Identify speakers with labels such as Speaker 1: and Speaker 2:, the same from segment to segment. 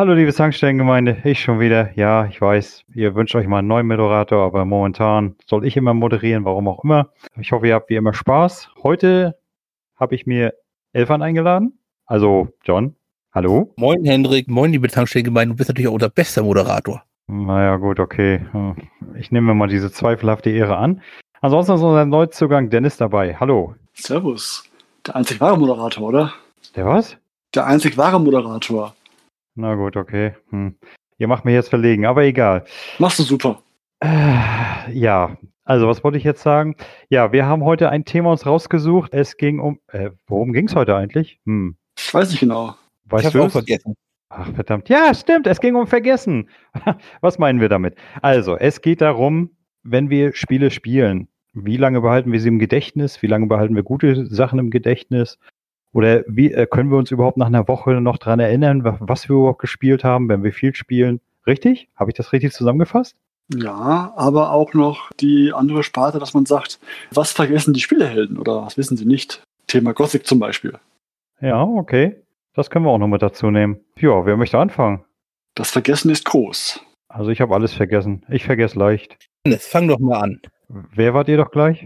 Speaker 1: Hallo liebe Tankstellengemeinde, ich schon wieder. Ja, ich weiß, ihr wünscht euch mal einen neuen Moderator, aber momentan soll ich immer moderieren, warum auch immer. Ich hoffe, ihr habt wie immer Spaß. Heute habe ich mir Elfan eingeladen. Also John, hallo.
Speaker 2: Moin Hendrik, moin liebe Tankstellengemeinde, du bist natürlich auch unser bester Moderator.
Speaker 1: Naja gut, okay. Ich nehme mir mal diese zweifelhafte Ehre an. Ansonsten ist unser Neuzugang Dennis dabei. Hallo.
Speaker 3: Servus. Der einzig wahre Moderator, oder?
Speaker 1: Der was?
Speaker 3: Der einzig wahre Moderator.
Speaker 1: Na gut, okay. Ihr macht mich jetzt verlegen, aber egal.
Speaker 3: Machst du super.
Speaker 1: Ja, also was wollte ich jetzt sagen? Ja, wir haben heute ein Thema uns rausgesucht. Es ging um, worum ging es heute eigentlich?
Speaker 3: Ich weiß nicht genau.
Speaker 1: Weißt
Speaker 2: Ich
Speaker 1: du
Speaker 2: hab's auch
Speaker 1: es?
Speaker 2: vergessen.
Speaker 1: Ach verdammt, ja, stimmt, es ging um Vergessen. Was meinen wir damit? Also, es geht darum, wenn wir Spiele spielen, wie lange behalten wir sie im Gedächtnis? Wie lange behalten wir gute Sachen im Gedächtnis? Oder wie können wir uns überhaupt nach einer Woche noch dran erinnern, was wir überhaupt gespielt haben, wenn wir viel spielen? Richtig? Habe ich das richtig zusammengefasst?
Speaker 3: Ja, aber auch noch die andere Sparte, dass man sagt, was vergessen die Spielehelden oder was wissen sie nicht? Thema Gothic zum Beispiel.
Speaker 1: Ja, okay. Das können wir auch noch mit dazu nehmen. Ja, wer möchte anfangen?
Speaker 3: Das Vergessen ist groß.
Speaker 1: Also ich habe alles vergessen. Ich vergesse leicht.
Speaker 2: Dennis, fang doch mal an.
Speaker 1: Wer wart ihr doch gleich?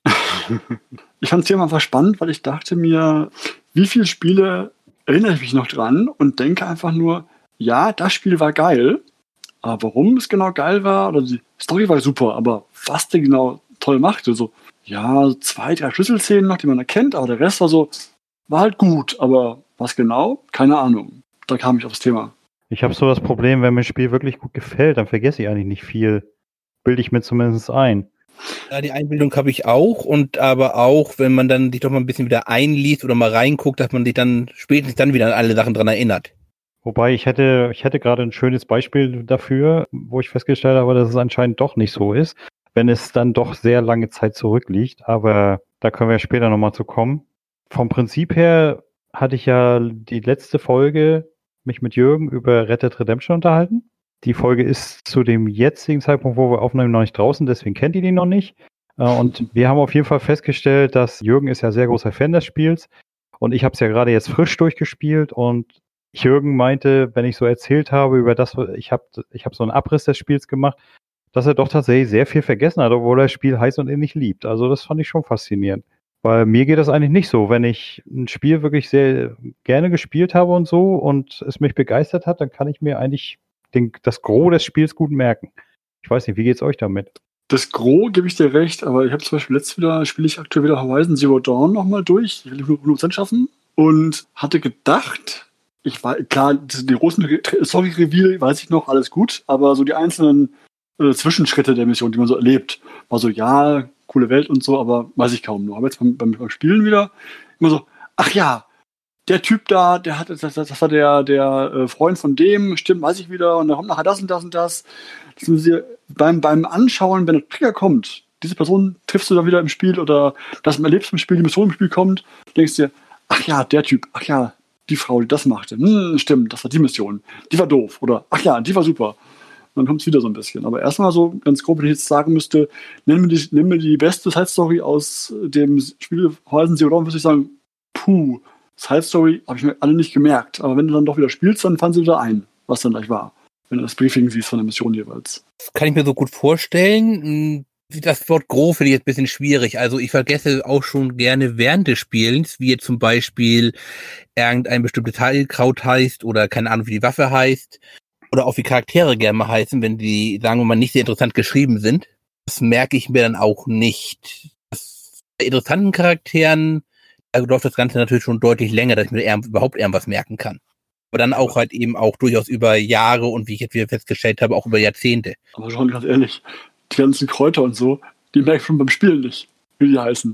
Speaker 3: Ich fand das Thema einfach spannend, weil ich dachte mir, wie viele Spiele erinnere ich mich noch dran und denke einfach nur, ja, das Spiel war geil, aber warum es genau geil war, oder die Story war super, aber was der genau toll machte, so, ja, 2, 3 Schlüsselszenen noch, die man erkennt, aber der Rest war halt gut, aber was genau? Keine Ahnung. Da kam ich aufs Thema.
Speaker 1: Ich habe so das Problem, wenn mir ein Spiel wirklich gut gefällt, dann vergesse ich eigentlich nicht viel. Bilde ich mir zumindest ein.
Speaker 2: Ja, die Einbildung habe ich auch, und aber auch, wenn man dann sich doch mal ein bisschen wieder einliest oder mal reinguckt, dass man sich dann spätestens dann wieder an alle Sachen dran erinnert.
Speaker 1: Wobei ich hätte gerade ein schönes Beispiel dafür, wo ich festgestellt habe, dass es anscheinend doch nicht so ist, wenn es dann doch sehr lange Zeit zurückliegt. Aber da können wir später nochmal zu kommen. Vom Prinzip her hatte ich ja die letzte Folge mich mit Jürgen über Red Dead Redemption unterhalten. Die Folge ist zu dem jetzigen Zeitpunkt, wo wir aufnehmen, noch nicht draußen, deswegen kennt ihr die noch nicht. Und wir haben auf jeden Fall festgestellt, dass Jürgen ist ja sehr großer Fan des Spiels und ich habe es ja gerade jetzt frisch durchgespielt und Jürgen meinte, wenn ich so erzählt habe über das, ich hab so einen Abriss des Spiels gemacht, dass er doch tatsächlich sehr viel vergessen hat, obwohl er das Spiel heiß und innig liebt. Also das fand ich schon faszinierend. Weil mir geht das eigentlich nicht so. Wenn ich ein Spiel wirklich sehr gerne gespielt habe und so und es mich begeistert hat, dann kann ich mir eigentlich das Gros des Spiels gut merken. Ich weiß nicht, wie geht's euch damit?
Speaker 3: Das Gros gebe ich dir recht, aber ich habe zum Beispiel spiele ich aktuell wieder Horizon Zero Dawn nochmal durch. Ich will 100% schaffen und hatte gedacht, ich war, klar, die großen Story-Reveal weiß ich noch, alles gut, aber so die einzelnen Zwischenschritte der Mission, die man so erlebt, war so, ja, coole Welt und so, aber weiß ich kaum noch. Aber jetzt beim Spielen wieder immer so, ach ja, der Typ da, der hat das war der Freund von dem, stimmt, weiß ich wieder, und dann kommt nachher das und das und das. Das müssen Sie beim Anschauen, wenn der Trigger kommt, diese Person triffst du da wieder im Spiel oder das erlebst du im Spiel, die Mission im Spiel kommt, denkst dir, ach ja, der Typ, ach ja, die Frau, die das machte, stimmt, das war die Mission, die war doof, oder ach ja, die war super. Und dann kommt es wieder so ein bisschen. Aber erstmal so ganz grob, wenn ich jetzt sagen müsste, nenn mir die beste Side-Story aus dem Spiel Horizon Zero Dawn, würde ich sagen, Side-Story habe ich mir alle nicht gemerkt. Aber wenn du dann doch wieder spielst, dann fallen sie wieder ein, was dann gleich war. Wenn du das Briefing siehst von der Mission jeweils.
Speaker 2: Das kann ich mir so gut vorstellen. Das Wort grob finde ich jetzt ein bisschen schwierig. Also ich vergesse auch schon gerne während des Spielens, wie jetzt zum Beispiel irgendein bestimmtes Heilkraut heißt oder keine Ahnung, wie die Waffe heißt. Oder auch wie Charaktere gerne mal heißen, wenn die, sagen wir mal, nicht sehr interessant geschrieben sind. Das merke ich mir dann auch nicht. Bei interessanten Charakteren läuft das Ganze natürlich schon deutlich länger, dass ich mir überhaupt irgendwas merken kann. Aber dann auch halt eben auch durchaus über Jahre und wie ich jetzt wieder festgestellt habe, auch über Jahrzehnte.
Speaker 3: Aber schon ganz ehrlich, die ganzen Kräuter und so, die merke ich schon beim Spielen nicht, wie die heißen.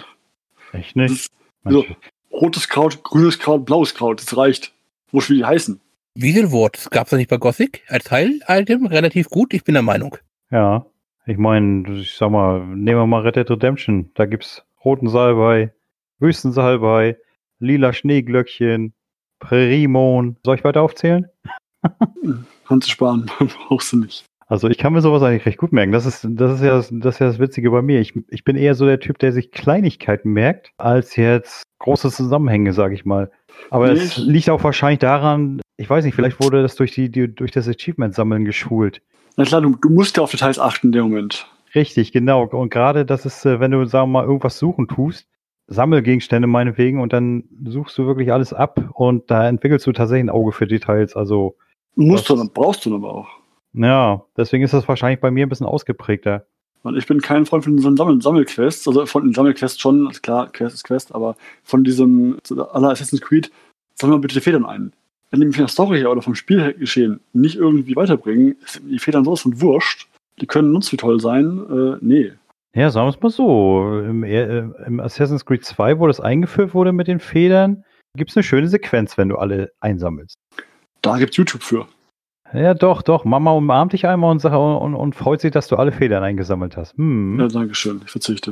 Speaker 1: Echt nicht?
Speaker 3: So, rotes Kraut, grünes Kraut, blaues Kraut, das reicht. Wo die heißen.
Speaker 2: Wieselwort gab es das nicht bei Gothic als Heil-Item relativ gut? Ich bin der Meinung.
Speaker 1: Ja, ich meine, ich sag mal, nehmen wir mal Red Dead Redemption. Da gibt's roten Salbei, Wüstensalbei, lila Schneeglöckchen, Präriemon. Soll ich weiter aufzählen?
Speaker 3: Kannst du sparen, brauchst du nicht.
Speaker 1: Also ich kann mir sowas eigentlich recht gut merken. Das ist ja das Witzige bei mir. Ich bin eher so der Typ, der sich Kleinigkeiten merkt, als jetzt große Zusammenhänge, sage ich mal. Aber
Speaker 3: Nee,
Speaker 1: es liegt auch wahrscheinlich daran, ich weiß nicht, vielleicht wurde das durch das Achievement-Sammeln geschult.
Speaker 3: Na klar, du musst ja auf Details achten in dem Moment.
Speaker 1: Richtig, genau. Und gerade das ist, wenn du, sagen wir mal, irgendwas suchen tust, Sammelgegenstände meinetwegen, und dann suchst du wirklich alles ab und da entwickelst du tatsächlich ein Auge für Details. Also,
Speaker 3: Brauchst du aber auch.
Speaker 1: ja, deswegen ist das wahrscheinlich bei mir ein bisschen ausgeprägter.
Speaker 3: Und ich bin kein Freund von so Sammelquests, also von den Sammelquests schon, also klar, Quest ist Quest, aber von diesem aller Assassin's Creed, sammel mal bitte die Federn ein. Wenn die mich von der Story her oder vom Spielgeschehen nicht irgendwie weiterbringen, sind die Federn sowas von wurscht. Die können uns wie toll sein. Nee.
Speaker 1: Ja, sagen wir es mal so. Im Assassin's Creed 2, wo das eingeführt wurde mit den Federn, gibt es eine schöne Sequenz, wenn du alle einsammelst.
Speaker 3: Da gibt's YouTube für.
Speaker 1: Ja, doch. Mama umarmt dich einmal und freut sich, dass du alle Federn eingesammelt hast.
Speaker 3: Ja, danke schön. Ich verzichte.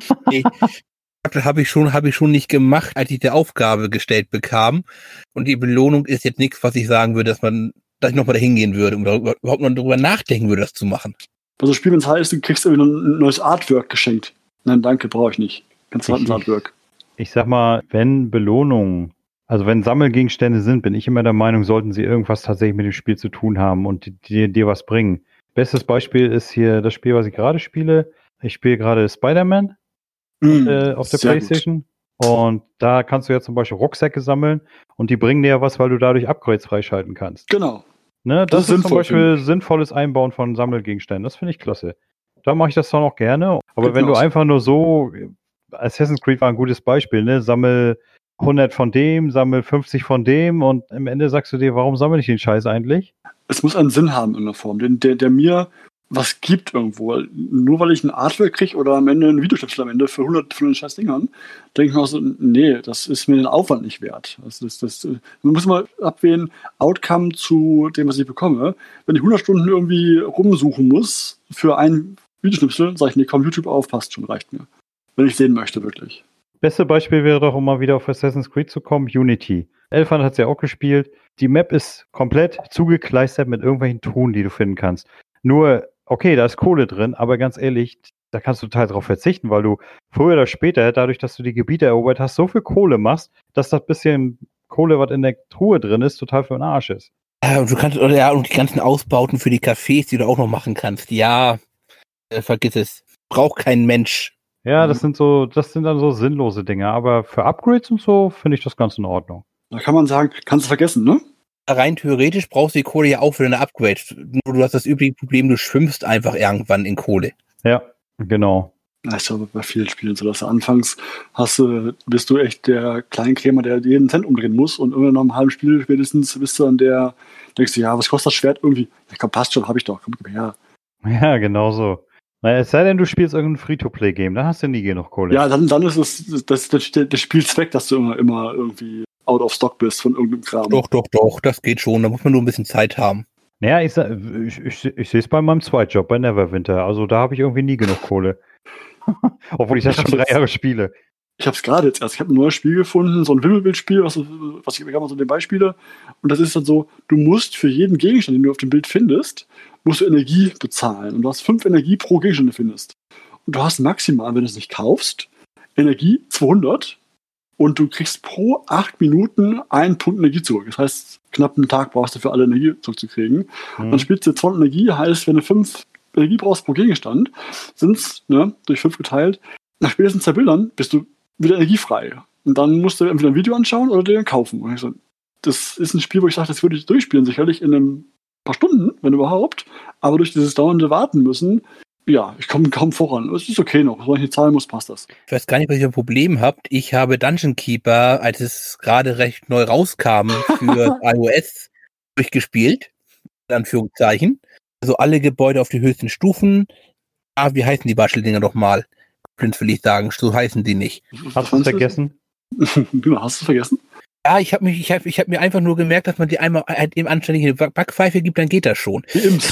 Speaker 2: Das habe ich schon nicht gemacht, als ich die Aufgabe gestellt bekam. Und die Belohnung ist jetzt nichts, was ich sagen würde, dass ich nochmal dahin gehen würde und überhaupt noch darüber nachdenken würde, das zu machen.
Speaker 3: Bei so einem Spiel, wenn es heißt, du kriegst irgendwie ein neues Artwork geschenkt. Nein, danke, brauche ich nicht. Kannst du ein Artwork.
Speaker 1: Ich sag mal, wenn Belohnungen, also wenn Sammelgegenstände sind, bin ich immer der Meinung, sollten sie irgendwas tatsächlich mit dem Spiel zu tun haben und dir was bringen. Bestes Beispiel ist hier das Spiel, was ich gerade spiele. Ich spiele gerade Spider-Man auf der PlayStation. Gut. Und da kannst du ja zum Beispiel Rucksäcke sammeln und die bringen dir ja was, weil du dadurch Upgrades freischalten kannst.
Speaker 3: Genau.
Speaker 1: Ne, das ist zum Beispiel sinnvolles Einbauen von Sammelgegenständen. Das finde ich klasse. Da mache ich das dann auch gerne. Aber wenn du einfach nur so, Assassin's Creed war ein gutes Beispiel, ne? Sammel 100 von dem, sammel 50 von dem und am Ende sagst du dir, warum sammle ich den Scheiß eigentlich?
Speaker 3: Es muss einen Sinn haben in der Form, der mir was gibt irgendwo. Nur weil ich ein Artwork kriege oder am Ende ein Videoschnipsel am Ende für 100 von den scheiß Dingern, denke ich mir auch so, nee, das ist mir den Aufwand nicht wert. Man muss mal abwägen, Outcome zu dem, was ich bekomme. Wenn ich 100 Stunden irgendwie rumsuchen muss für ein Videoschnipsel, sage ich, nee, komm, YouTube auf, passt schon, reicht mir. Wenn ich sehen möchte, wirklich.
Speaker 1: Beste Beispiel wäre doch, um mal wieder auf Assassin's Creed zu kommen, Unity. Elfan hat es ja auch gespielt. Die Map ist komplett zugekleistert mit irgendwelchen Truhen, die du finden kannst. Nur, okay, da ist Kohle drin, aber ganz ehrlich, da kannst du total drauf verzichten, weil du früher oder später, dadurch, dass du die Gebiete erobert hast, so viel Kohle machst, dass das bisschen Kohle, was in der Truhe drin ist, total für den Arsch ist.
Speaker 2: Ja, und und die ganzen Ausbauten für die Cafés, die du auch noch machen kannst. Ja, vergiss es. Braucht kein Mensch.
Speaker 1: Ja, das sind dann so sinnlose Dinge, aber für Upgrades und so finde ich das ganz in Ordnung.
Speaker 3: Da kann man sagen, kannst du vergessen, ne?
Speaker 2: Rein theoretisch brauchst du die Kohle ja auch für deine Upgrades. Nur du hast das übliche Problem, du schwimmst einfach irgendwann in Kohle.
Speaker 1: Ja, genau.
Speaker 3: Das ist aber bei vielen Spielen so, dass du anfangs bist du echt der Kleinkrämer, der jeden Cent umdrehen muss und irgendwann nach einem halben Spiel spätestens bist du an der, denkst du, ja, was kostet das Schwert irgendwie? Ja, komm, passt schon, hab ich doch, komm her.
Speaker 1: Ja, genau so. Naja, es sei denn, du spielst irgendein Free-to-Play-Game, dann hast du nie genug Kohle.
Speaker 3: Ja, dann ist es der Spielzweck, dass du immer irgendwie out of stock bist von irgendeinem Kram.
Speaker 2: Doch, das geht schon, da muss man nur ein bisschen Zeit haben.
Speaker 1: Naja, ich sehe es bei meinem Zweitjob, bei Neverwinter, also da habe ich irgendwie nie genug Kohle. Obwohl ich das schon 3 Jahre spiele.
Speaker 3: Ich habe es gerade jetzt erst. Ich habe ein neues Spiel gefunden, so ein Wimmelbildspiel, was ich gerne mal so nebenbei spiele. Und das ist dann so, du musst für jeden Gegenstand, den du auf dem Bild findest, musst du Energie bezahlen. Und du hast 5 Energie pro Gegenstand, den du findest. Und du hast maximal, wenn du es nicht kaufst, Energie 200. Und du kriegst pro 8 Minuten 1 Punkt Energie zurück. Das heißt, knapp einen Tag brauchst du für alle Energie zurückzukriegen. Dann spielst du 200 Energie, heißt, wenn du 5 Energie brauchst pro Gegenstand, sind es, durch 5 geteilt, nach spätestens 2 Bildern bist du wieder energiefrei. Und dann musst du entweder ein Video anschauen oder dir den kaufen. Und ich so, das ist ein Spiel, wo ich sage, das würde ich durchspielen, sicherlich in ein paar Stunden, wenn überhaupt. Aber durch dieses dauernde Warten müssen, ja, ich komme kaum voran. Es ist okay noch, solange ich nicht zahlen muss, passt das.
Speaker 2: Ich weiß gar nicht, was ihr ein Problem habt. Ich habe Dungeon Keeper, als es gerade recht neu rauskam, für iOS durchgespielt. In Anführungszeichen. Also alle Gebäude auf die höchsten Stufen. Ah, wie heißen die Wascheldinger doch mal? Prinz will ich sagen, so heißen die nicht.
Speaker 1: Hast du es vergessen?
Speaker 3: Genau, hast du es vergessen?
Speaker 2: Ja, ich hab mir einfach nur gemerkt, dass man die einmal eben anständig eine Backpfeife gibt, dann geht das schon.
Speaker 3: Die Imps.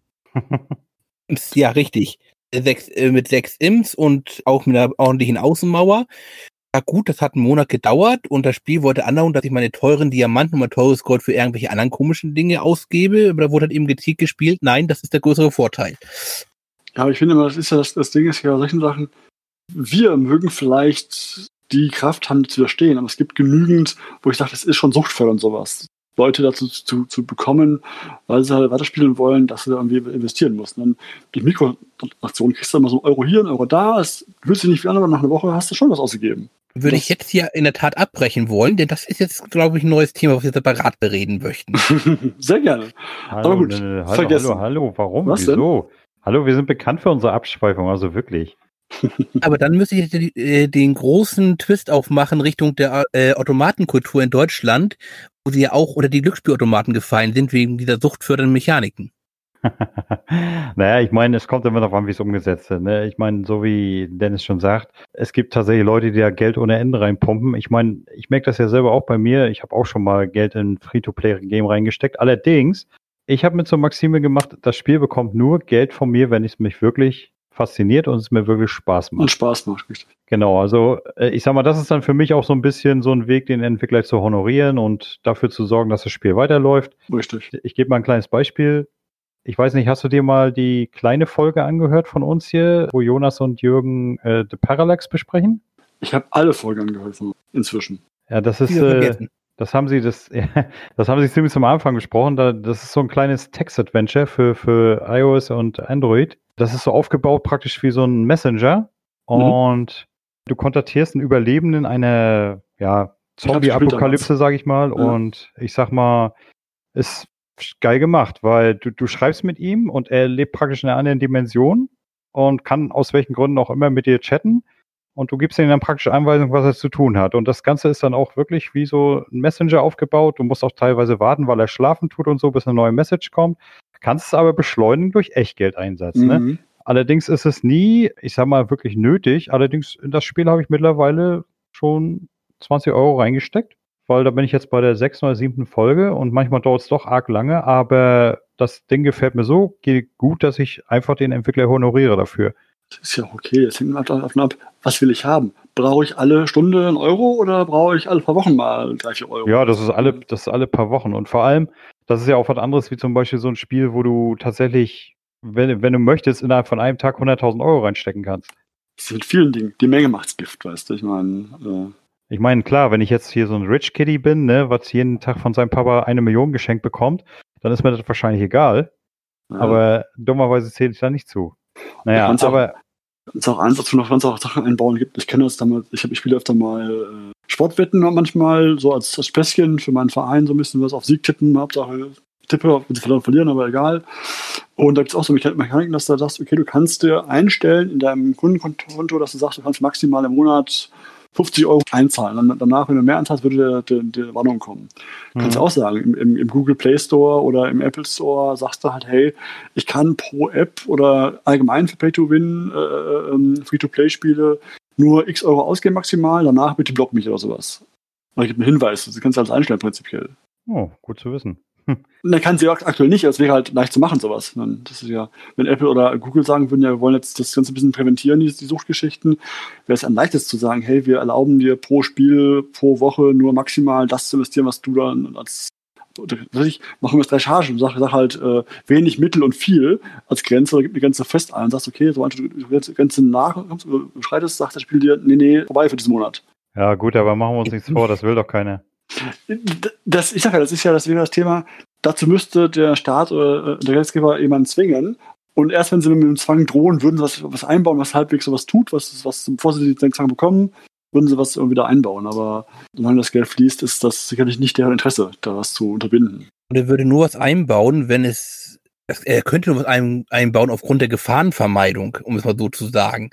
Speaker 2: Ja, richtig. Mit 6 Imps und auch mit einer ordentlichen Außenmauer. Ja gut, das hat einen Monat gedauert und das Spiel wollte andauern, dass ich meine teuren Diamanten und mein teures Gold für irgendwelche anderen komischen Dinge ausgebe. Aber da wurde halt eben gezielt gespielt. Nein, das ist der größere Vorteil.
Speaker 3: Ja, aber ich finde immer, das ist ja das Ding ist ja solchen Sachen, wir mögen vielleicht die Kraft haben, zu widerstehen. Aber es gibt genügend, wo ich sage, das ist schon suchtfördernd sowas. Leute dazu zu bekommen, weil sie halt weiterspielen wollen, dass sie da irgendwie investieren müssen. Dann durch Mikrotransaktionen kriegst du immer so €1 hier, €1 da. Es fühlt sich nicht wie an, aber nach einer Woche hast du schon was ausgegeben.
Speaker 2: Würde ich jetzt hier in der Tat abbrechen wollen, denn das ist jetzt, glaube ich, ein neues Thema, was wir separat bereden möchten.
Speaker 3: Sehr gerne.
Speaker 1: Hallo,
Speaker 3: Aber gut, vergessen.
Speaker 1: hallo, warum?
Speaker 3: Was
Speaker 1: Wieso? Denn? Hallo, wir sind bekannt für unsere Abschweifung, also wirklich.
Speaker 2: Aber dann müsste ich den großen Twist aufmachen Richtung der Automatenkultur in Deutschland, wo sie ja auch unter die Glücksspielautomaten gefallen sind, wegen dieser suchtfördernden Mechaniken.
Speaker 1: Naja, ich meine, es kommt immer darauf an, wie es umgesetzt wird. Ne? Ich meine, so wie Dennis schon sagt, es gibt tatsächlich Leute, die da Geld ohne Ende reinpumpen. Ich meine, ich merke das ja selber auch bei mir. Ich habe auch schon mal Geld in Free-to-Play-Game reingesteckt. Allerdings, ich habe mit so Maxime gemacht, das Spiel bekommt nur Geld von mir, wenn es mich wirklich fasziniert und es mir wirklich Spaß macht.
Speaker 3: Und Spaß macht, richtig.
Speaker 1: Genau, also ich sag mal, das ist dann für mich auch so ein bisschen so ein Weg, den Entwickler zu honorieren und dafür zu sorgen, dass das Spiel weiterläuft.
Speaker 3: Richtig.
Speaker 1: Ich gebe mal ein kleines Beispiel. Ich weiß nicht, hast du dir mal die kleine Folge angehört von uns hier, wo Jonas und Jürgen The Parallax besprechen?
Speaker 3: Ich habe alle Folgen angehört von inzwischen.
Speaker 1: Ja, das ist, das haben sie ziemlich zum Anfang gesprochen. Das ist so ein kleines Text-Adventure für iOS und Android. Das ist so aufgebaut praktisch wie so ein Messenger. Und du kontaktierst einen Überlebenden einer Zombie-Apokalypse, sag ich mal. Ja. Und ich sag mal, ist geil gemacht, weil du schreibst mit ihm und er lebt praktisch in einer anderen Dimension und kann aus welchen Gründen auch immer mit dir chatten. Und du gibst ihm dann praktisch Anweisungen, was er zu tun hat. Und das Ganze ist dann auch wirklich wie so ein Messenger aufgebaut. Du musst auch teilweise warten, weil er schlafen tut und so, bis eine neue Message kommt. Kannst es aber beschleunigen durch Echtgeldeinsatz. Ne? Allerdings ist es nie, ich sag mal, wirklich nötig. Allerdings in das Spiel habe ich mittlerweile schon 20 € reingesteckt, weil da bin ich jetzt bei der 6. oder 7. Folge und manchmal dauert es doch arg lange, aber das Ding gefällt mir so gut, dass ich einfach den Entwickler honoriere dafür.
Speaker 3: Das ist ja okay, das hängt davon ab, was will ich haben? Brauche ich alle Stunde €1 oder brauche ich alle paar Wochen mal 3-4 €?
Speaker 1: Ja, das ist alle paar Wochen. Und vor allem, das ist ja auch was anderes wie zum Beispiel so ein Spiel, wo du tatsächlich, wenn du möchtest, innerhalb von einem Tag 100.000 € reinstecken kannst.
Speaker 3: Das ist mit vielen Dingen. Die Menge macht's Gift, weißt du.
Speaker 1: Ich meine, klar, wenn ich jetzt hier so ein Rich Kitty bin, ne, was jeden Tag von seinem Papa 1 Million geschenkt bekommt, dann ist mir das wahrscheinlich egal. Ja. Aber dummerweise zähle ich da nicht zu. Naja, aber
Speaker 3: es auch einfach noch ganz auch Sachen einbauen gibt. Ich kenne das damals, ich spiele öfter mal Sportwetten manchmal, so als Späßchen für meinen Verein, so ein bisschen was auf Sieg tippen, Hauptsache tippe, wenn sie verlieren, aber egal. Und da gibt es auch so Mechaniken, dass du sagst, okay, du kannst dir einstellen in deinem Kundenkonto, dass du sagst, du kannst maximal im Monat 50 € einzahlen. Danach, wenn du mehr anzahlst, würde die Warnung kommen. Kannst du auch sagen, im Google Play Store oder im Apple Store sagst du halt, hey, ich kann pro App oder allgemein für Pay-to-Win Free-to-Play-Spiele nur x € ausgeben maximal, danach bitte block mich oder sowas. Da gibt einen Hinweis, das kannst du alles einstellen prinzipiell.
Speaker 1: Oh, gut zu wissen.
Speaker 3: Da kann sie aktuell nicht, es wäre halt leicht zu machen, sowas. Das ist ja, wenn Apple oder Google sagen würden, ja, wir wollen jetzt das Ganze ein bisschen präventieren, die Suchtgeschichten, wäre es ein leichtes zu sagen, hey, wir erlauben dir pro Spiel, pro Woche nur maximal das zu investieren, was du dann als, machen wir es 3 Chargen, sag halt wenig, mittel und viel als Grenze, oder gib eine Grenze fest ein und sagst, okay, sobald du die Grenze überschreitest, sagt das Spiel dir, nee, vorbei für diesen Monat.
Speaker 1: Ja gut, aber machen wir uns nichts vor, das will doch keiner.
Speaker 3: Das wäre das Thema, dazu müsste der Staat oder der Gesetzgeber jemanden zwingen und erst wenn sie mit dem Zwang drohen, würden sie was einbauen, was halbwegs sowas tut, was bevor sie den Zwang bekommen, würden sie was wieder einbauen, aber solange das Geld fließt, ist das sicherlich nicht deren Interesse, da was zu unterbinden.
Speaker 2: Und er würde nur was einbauen, er könnte nur was einbauen aufgrund der Gefahrenvermeidung, um es mal so zu sagen.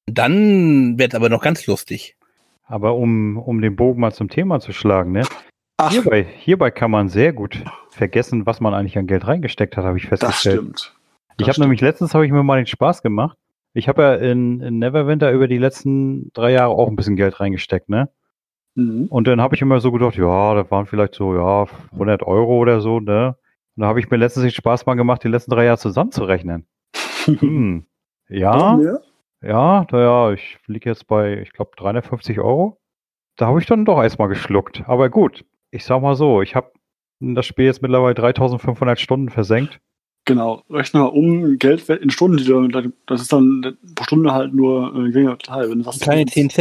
Speaker 2: Dann wäre es aber noch ganz lustig. Aber um den Bogen mal zum Thema zu schlagen, ne? Hierbei kann man sehr gut vergessen, was man eigentlich an Geld reingesteckt hat, habe ich festgestellt. Das stimmt. Letztens habe ich mir mal den Spaß gemacht. Ich habe ja in Neverwinter über die letzten 3 Jahre auch ein bisschen Geld reingesteckt, ne? Mhm. Und dann habe ich immer so gedacht, ja, das waren vielleicht so, 100 € oder so, ne? Und da habe ich mir letztens den Spaß mal gemacht, die letzten 3 Jahre zusammenzurechnen. Ja. Ja, ich liege jetzt bei, ich glaube, 350 €. Da habe ich dann doch erstmal geschluckt. Aber gut, ich sag mal so, ich habe das Spiel jetzt mittlerweile 3.500 Stunden versenkt.
Speaker 3: Genau, rechne mal Geld in Stunden, das ist dann pro Stunde halt nur ein geringer Teil. Wenn du sagst,
Speaker 2: keine 10 Cent.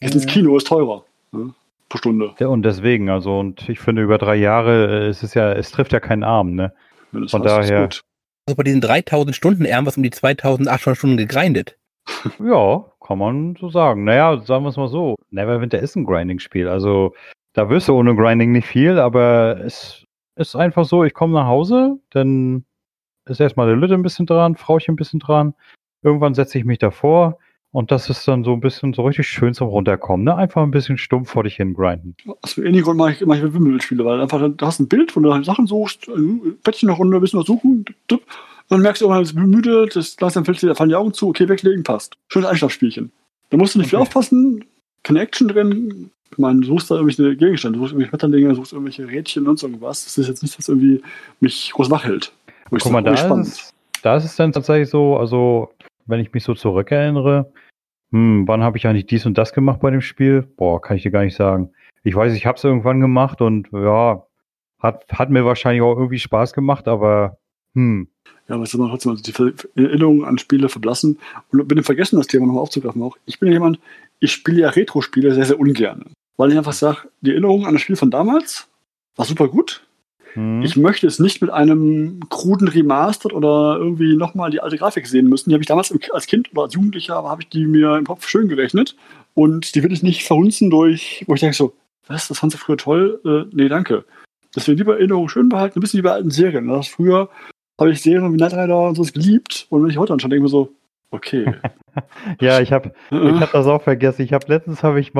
Speaker 3: Jetzt ins Kino ist teurer, ne? Pro Stunde.
Speaker 1: Ja, und deswegen, also, und ich finde, über 3 Jahre, es trifft ja keinen Arm, ne?
Speaker 3: Wenn das
Speaker 1: Von
Speaker 3: heißt, ist
Speaker 1: daher,
Speaker 3: gut.
Speaker 2: Also bei diesen 3000 Stunden was um die 2800 Stunden gegrindet.
Speaker 1: ja, kann man so sagen. Naja, sagen wir es mal so, Neverwinter ist ein Grinding-Spiel, also da wirst du ohne Grinding nicht viel, aber es ist einfach so, ich komme nach Hause, dann ist erstmal der Lütte ein bisschen dran, Frauchen ein bisschen dran, irgendwann setze ich mich davor und das ist dann so ein bisschen so richtig schön zum Runterkommen, ne? Einfach ein bisschen stumpf vor dich hin grinden.
Speaker 3: Aus dem ähnlichen Grund mache ich Wimmelspiele, weil einfach du hast ein Bild, wo du nach Sachen suchst, Bettchen noch runter, ein bisschen was suchen, und dann merkst du irgendwann, du bist müde, langsam fallen die Augen zu, okay, weglegen, passt. Schönes Einschlafspielchen. Da musst du nicht viel aufpassen, keine Action drin. Ich meine, du suchst da irgendwelche Gegenstände, du suchst irgendwelche Wetterlinge, du suchst irgendwelche Rädchen und so irgendwas. Das ist jetzt nichts, was irgendwie mich groß wach hält.
Speaker 1: Guck mal, da ist es dann tatsächlich so, also wenn ich mich so zurückerinnere, wann habe ich eigentlich dies und das gemacht bei dem Spiel? Boah, kann ich dir gar nicht sagen. Ich weiß, ich habe es irgendwann gemacht und ja, hat mir wahrscheinlich auch irgendwie Spaß gemacht, aber
Speaker 3: Ja, aber es ist immer trotzdem, also die Erinnerungen an Spiele verblassen. Und mit dem Vergessen, das Thema nochmal aufzugreifen auch. Ich bin ja jemand, ich spiele ja Retro-Spiele sehr, sehr ungern. Weil ich einfach sage, die Erinnerung an das Spiel von damals war super gut. Ich möchte es nicht mit einem kruden Remastered oder irgendwie nochmal die alte Grafik sehen müssen. Die habe ich damals als Kind oder als Jugendlicher, habe ich die mir im Kopf schön gerechnet. Und die will ich nicht verhunzen durch, wo ich denke so, was, das fandst du früher toll? Nee, danke. Deswegen lieber Erinnerungen schön behalten, ein bisschen wie bei alten Serien. Das früher habe ich Serien wie Knight Rider und so geliebt. Und wenn ich heute anschaue, denke ich mir so, okay.
Speaker 1: Ja, ich hab das auch vergessen. Letztens habe ich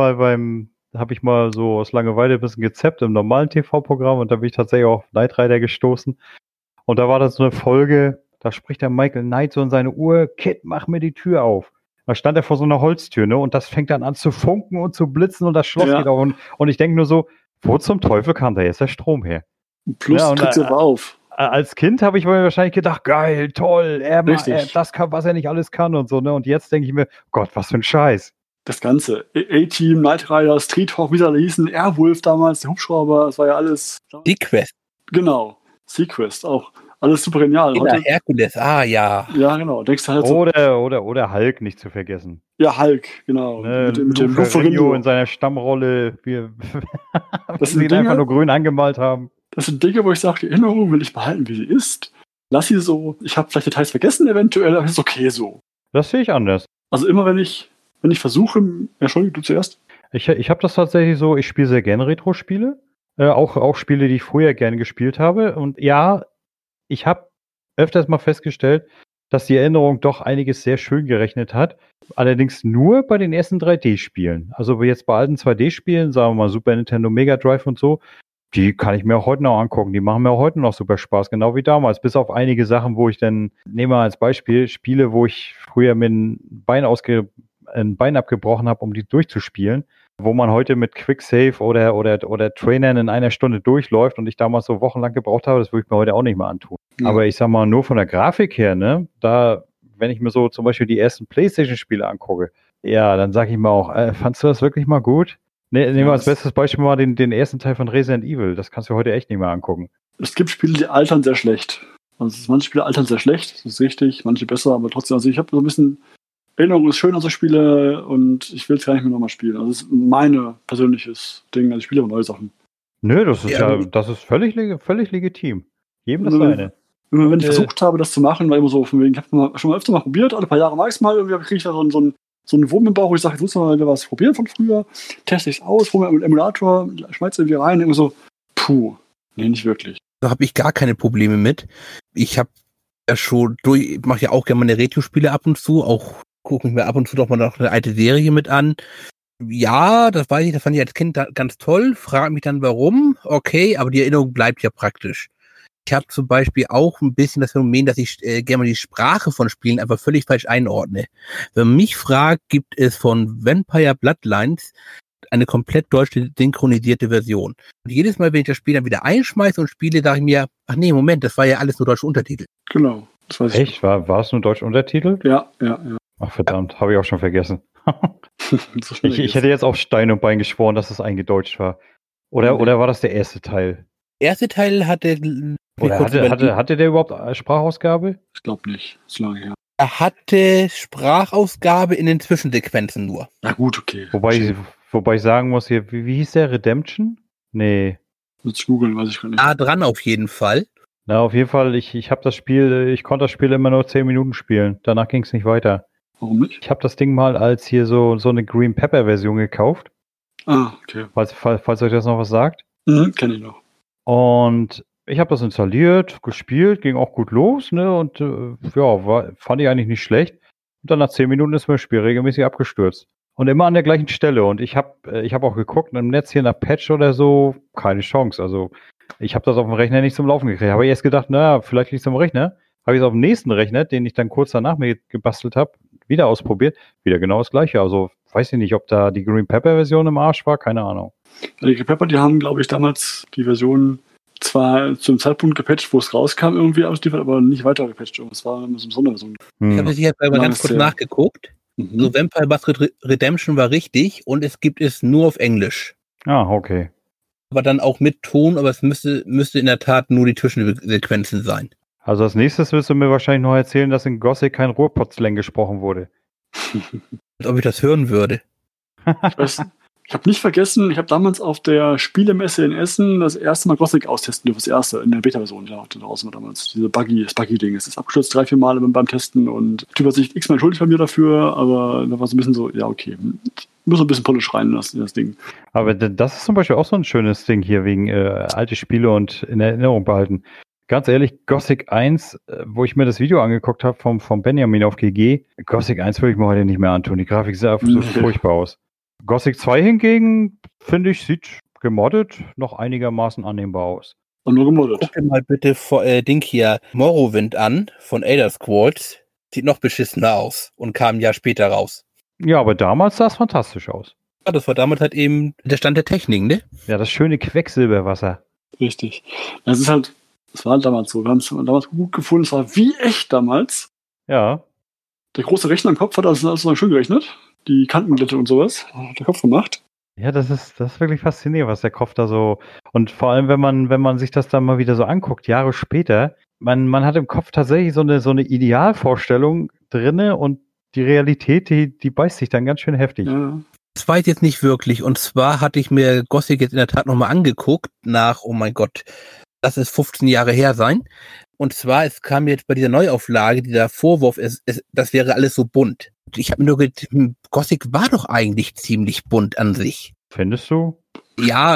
Speaker 1: mal so aus Langeweile ein bisschen gezappt im normalen TV-Programm und da bin ich tatsächlich auf Knight Rider gestoßen. Und da war das so eine Folge, da spricht der Michael Knight so in seine Uhr, Kid, mach mir die Tür auf. Da stand er vor so einer Holztür, ne? Und das fängt dann an zu funken und zu blitzen und das Schloss geht auf. Und ich denke nur so, wo zum Teufel kam da jetzt der Strom her?
Speaker 3: Plus ja, tritt sie aber auf.
Speaker 1: Als Kind habe ich mir wahrscheinlich gedacht, geil, toll, das kann, was er nicht alles kann und so, ne? Und jetzt denke ich mir, Gott, was für ein Scheiß.
Speaker 3: Das Ganze. A-Team, Knight Rider, Street Hawk, wie sie alle hießen, Airwolf damals, der Hubschrauber, das war ja alles.
Speaker 2: Sequest.
Speaker 3: Genau. Sequest auch. Alles super genial.
Speaker 2: Herkules, ja.
Speaker 3: Ja, genau. Denkst du halt so,
Speaker 1: oder Hulk nicht zu vergessen.
Speaker 3: Ja, Hulk, genau.
Speaker 1: Ne, mit dem Ferrigno in seiner Stammrolle, dass sie ihn einfach nur grün angemalt haben.
Speaker 3: Das sind Dinge, wo ich sage, die Erinnerung will ich behalten, wie sie ist. Lass sie so. Ich habe vielleicht Details vergessen eventuell, aber es ist okay so.
Speaker 1: Das sehe ich anders.
Speaker 3: Also immer wenn ich versuche, Entschuldigung, du zuerst.
Speaker 1: Ich habe das tatsächlich so, ich spiele sehr gerne Retro-Spiele. Auch Spiele, die ich früher gerne gespielt habe. Und ja, ich habe öfters mal festgestellt, dass die Erinnerung doch einiges sehr schön gerechnet hat. Allerdings nur bei den ersten 3D-Spielen. Also jetzt bei alten 2D-Spielen, sagen wir mal Super Nintendo, Mega Drive und so, die kann ich mir auch heute noch angucken. Die machen mir auch heute noch super Spaß, genau wie damals. Bis auf einige Sachen, wo ich dann, nehmen wir als Beispiel, Spiele, wo ich früher mir ein Bein abgebrochen habe, um die durchzuspielen, wo man heute mit Quicksave oder Trainern in einer Stunde durchläuft und ich damals so wochenlang gebraucht habe, das würde ich mir heute auch nicht mehr antun. Ja. Aber ich sag mal, nur von der Grafik her, ne, da, wenn ich mir so zum Beispiel die ersten PlayStation-Spiele angucke, ja, dann sage ich mir auch, fandst du das wirklich mal gut? Nehmen wir als bestes Beispiel mal den ersten Teil von Resident Evil. Das kannst du heute echt nicht mehr angucken.
Speaker 3: Es gibt Spiele, die altern sehr schlecht. Also manche Spiele altern sehr schlecht, das ist richtig, manche besser, aber trotzdem, also ich habe so ein bisschen Erinnerung ist schön an so Spiele und ich will es gar nicht mehr nochmal spielen. Also das ist mein persönliches Ding, also ich spiele aber neue Sachen.
Speaker 1: Nö, das ist völlig legitim. Jedem das seine.
Speaker 3: Wenn ich versucht habe, das zu machen, war immer so von wegen, ich habe schon mal öfter mal probiert, alle paar Jahre mag ich es mal, irgendwie kriege ich da so einen Wurm im Bauch, wo ich sage, jetzt muss man mal was probieren von früher, teste ich es aus, hole mir einen Emulator, schmeiße irgendwie rein, immer so, nee, nicht wirklich.
Speaker 2: Da habe ich gar keine Probleme mit. Ich habe ja schon mache ja auch gerne meine Retro-Spiele ab und zu, auch gucke ich mir ab und zu doch mal noch eine alte Serie mit an. Ja, das weiß ich, das fand ich als Kind ganz toll, frage mich dann warum, okay, aber die Erinnerung bleibt ja praktisch. Ich habe zum Beispiel auch ein bisschen das Phänomen, dass ich gerne mal die Sprache von Spielen einfach völlig falsch einordne. Wenn man mich fragt, gibt es von Vampire Bloodlines eine komplett deutsch synchronisierte Version. Und jedes Mal, wenn ich das Spiel dann wieder einschmeiße und spiele, dachte ich mir, ach nee, Moment, das war ja alles nur deutsche Untertitel.
Speaker 3: Genau. Das weiß ich.
Speaker 1: Echt? War es nur deutsche Untertitel?
Speaker 3: Ja.
Speaker 1: Ach verdammt, habe ich auch schon vergessen. Ich hätte jetzt auf Stein und Bein geschworen, dass es eingedeutscht war. Oder war das der erste Teil?
Speaker 2: Der erste Teil hatte...
Speaker 1: Oder hatte der überhaupt Sprachausgabe?
Speaker 3: Ich glaube nicht. Das ist lange her.
Speaker 2: Er hatte Sprachausgabe in den Zwischensequenzen nur.
Speaker 3: Na gut, okay.
Speaker 1: Wobei ich sagen muss hier, wie hieß der? Redemption? Nee.
Speaker 3: Muss ich googeln, weiß ich gar nicht.
Speaker 2: Nah dran auf jeden Fall.
Speaker 1: Na, auf jeden Fall, ich konnte das Spiel immer nur 10 Minuten spielen. Danach ging es nicht weiter.
Speaker 3: Warum nicht?
Speaker 1: Ich habe das Ding mal als hier so eine Green Pepper Version gekauft.
Speaker 3: Ah, okay.
Speaker 1: Falls euch das noch was sagt.
Speaker 3: Kenne ich noch.
Speaker 1: Und ich habe das installiert, gespielt, ging auch gut los, ne? Und fand ich eigentlich nicht schlecht. Und dann nach 10 Minuten ist mir das Spiel regelmäßig abgestürzt. Und immer an der gleichen Stelle. Und ich hab auch geguckt, im Netz hier nach Patch oder so, keine Chance. Also ich habe das auf dem Rechner nicht zum Laufen gekriegt. Habe ich erst gedacht, naja, vielleicht liegt es am Rechner. Habe ich es auf dem nächsten Rechner, den ich dann kurz danach mir gebastelt habe, wieder ausprobiert. Wieder genau das gleiche. Also weiß ich nicht, ob da die Green Pepper Version im Arsch war, keine Ahnung.
Speaker 3: Die Green Pepper, die haben, glaube ich, damals die Version zwar zum Zeitpunkt gepatcht, wo es rauskam, irgendwie ausgeliefert, aber nicht weiter gepatcht. Es war immer so eine Sonderversion.
Speaker 2: Ich habe jetzt mal ganz kurz nachgeguckt. So Vampire Masquerade Redemption war richtig und es gibt es nur auf Englisch.
Speaker 1: Ah, okay.
Speaker 2: Aber dann auch mit Ton, aber es müsste in der Tat nur die Zwischensequenzen sein.
Speaker 1: Also als nächstes wirst du mir wahrscheinlich noch erzählen, dass in Gothic kein Ruhrpott-Slang gesprochen wurde.
Speaker 2: Als ob ich das hören würde.
Speaker 3: Ich habe nicht vergessen, ich habe damals auf der Spielemesse in Essen das erste Mal Gothic austesten dürfen. Das erste in der Beta-Version. Ja, draußen war damals das Buggy-Ding. Es ist abgestürzt 3-4 Mal beim Testen und der Typ hat sich x-mal entschuldigt bei mir dafür, aber da war so ein bisschen so, ja, okay. Muss ein bisschen Polish rein in das Ding.
Speaker 1: Aber das ist zum Beispiel auch so ein schönes Ding hier wegen alte Spiele und in Erinnerung behalten. Ganz ehrlich, Gothic 1, wo ich mir das Video angeguckt habe vom Benjamin auf GG, Gothic 1 würde ich mir heute nicht mehr antun. Die Grafik sieht einfach so furchtbar aus. Gothic 2 hingegen, finde ich, sieht gemoddet noch einigermaßen annehmbar aus.
Speaker 3: Und nur gemoddet.
Speaker 2: Guck dir mal bitte Morrowind an von Elder Scrolls. Sieht noch beschissener aus und kam ein Jahr später raus.
Speaker 1: Ja, aber damals sah es fantastisch aus.
Speaker 2: Ja, das war damals halt eben der Stand der Technik, ne?
Speaker 1: Ja, das schöne Quecksilberwasser.
Speaker 3: Richtig. Es war damals so. Wir haben es damals gut gefunden. Es war wie echt damals.
Speaker 1: Ja.
Speaker 3: Der große Rechner im Kopf hat das noch schön gerechnet. Die Kantenglätte und sowas. Hat der Kopf gemacht.
Speaker 1: Ja, das ist wirklich faszinierend, was der Kopf da so. Und vor allem, wenn man sich das dann mal wieder so anguckt, Jahre später, man hat im Kopf tatsächlich so eine Idealvorstellung drinne und die Realität, die beißt sich dann ganz schön heftig.
Speaker 3: Ja.
Speaker 2: Das weiß ich jetzt nicht wirklich. Und zwar hatte ich mir Gothic jetzt in der Tat nochmal angeguckt nach, oh mein Gott, das ist 15 Jahre her sein. Und zwar, es kam jetzt bei dieser Neuauflage, dieser Vorwurf, das wäre alles so bunt. Ich habe mir nur gedacht, Gothic war doch eigentlich ziemlich bunt an sich.
Speaker 1: Findest du?
Speaker 2: Ja,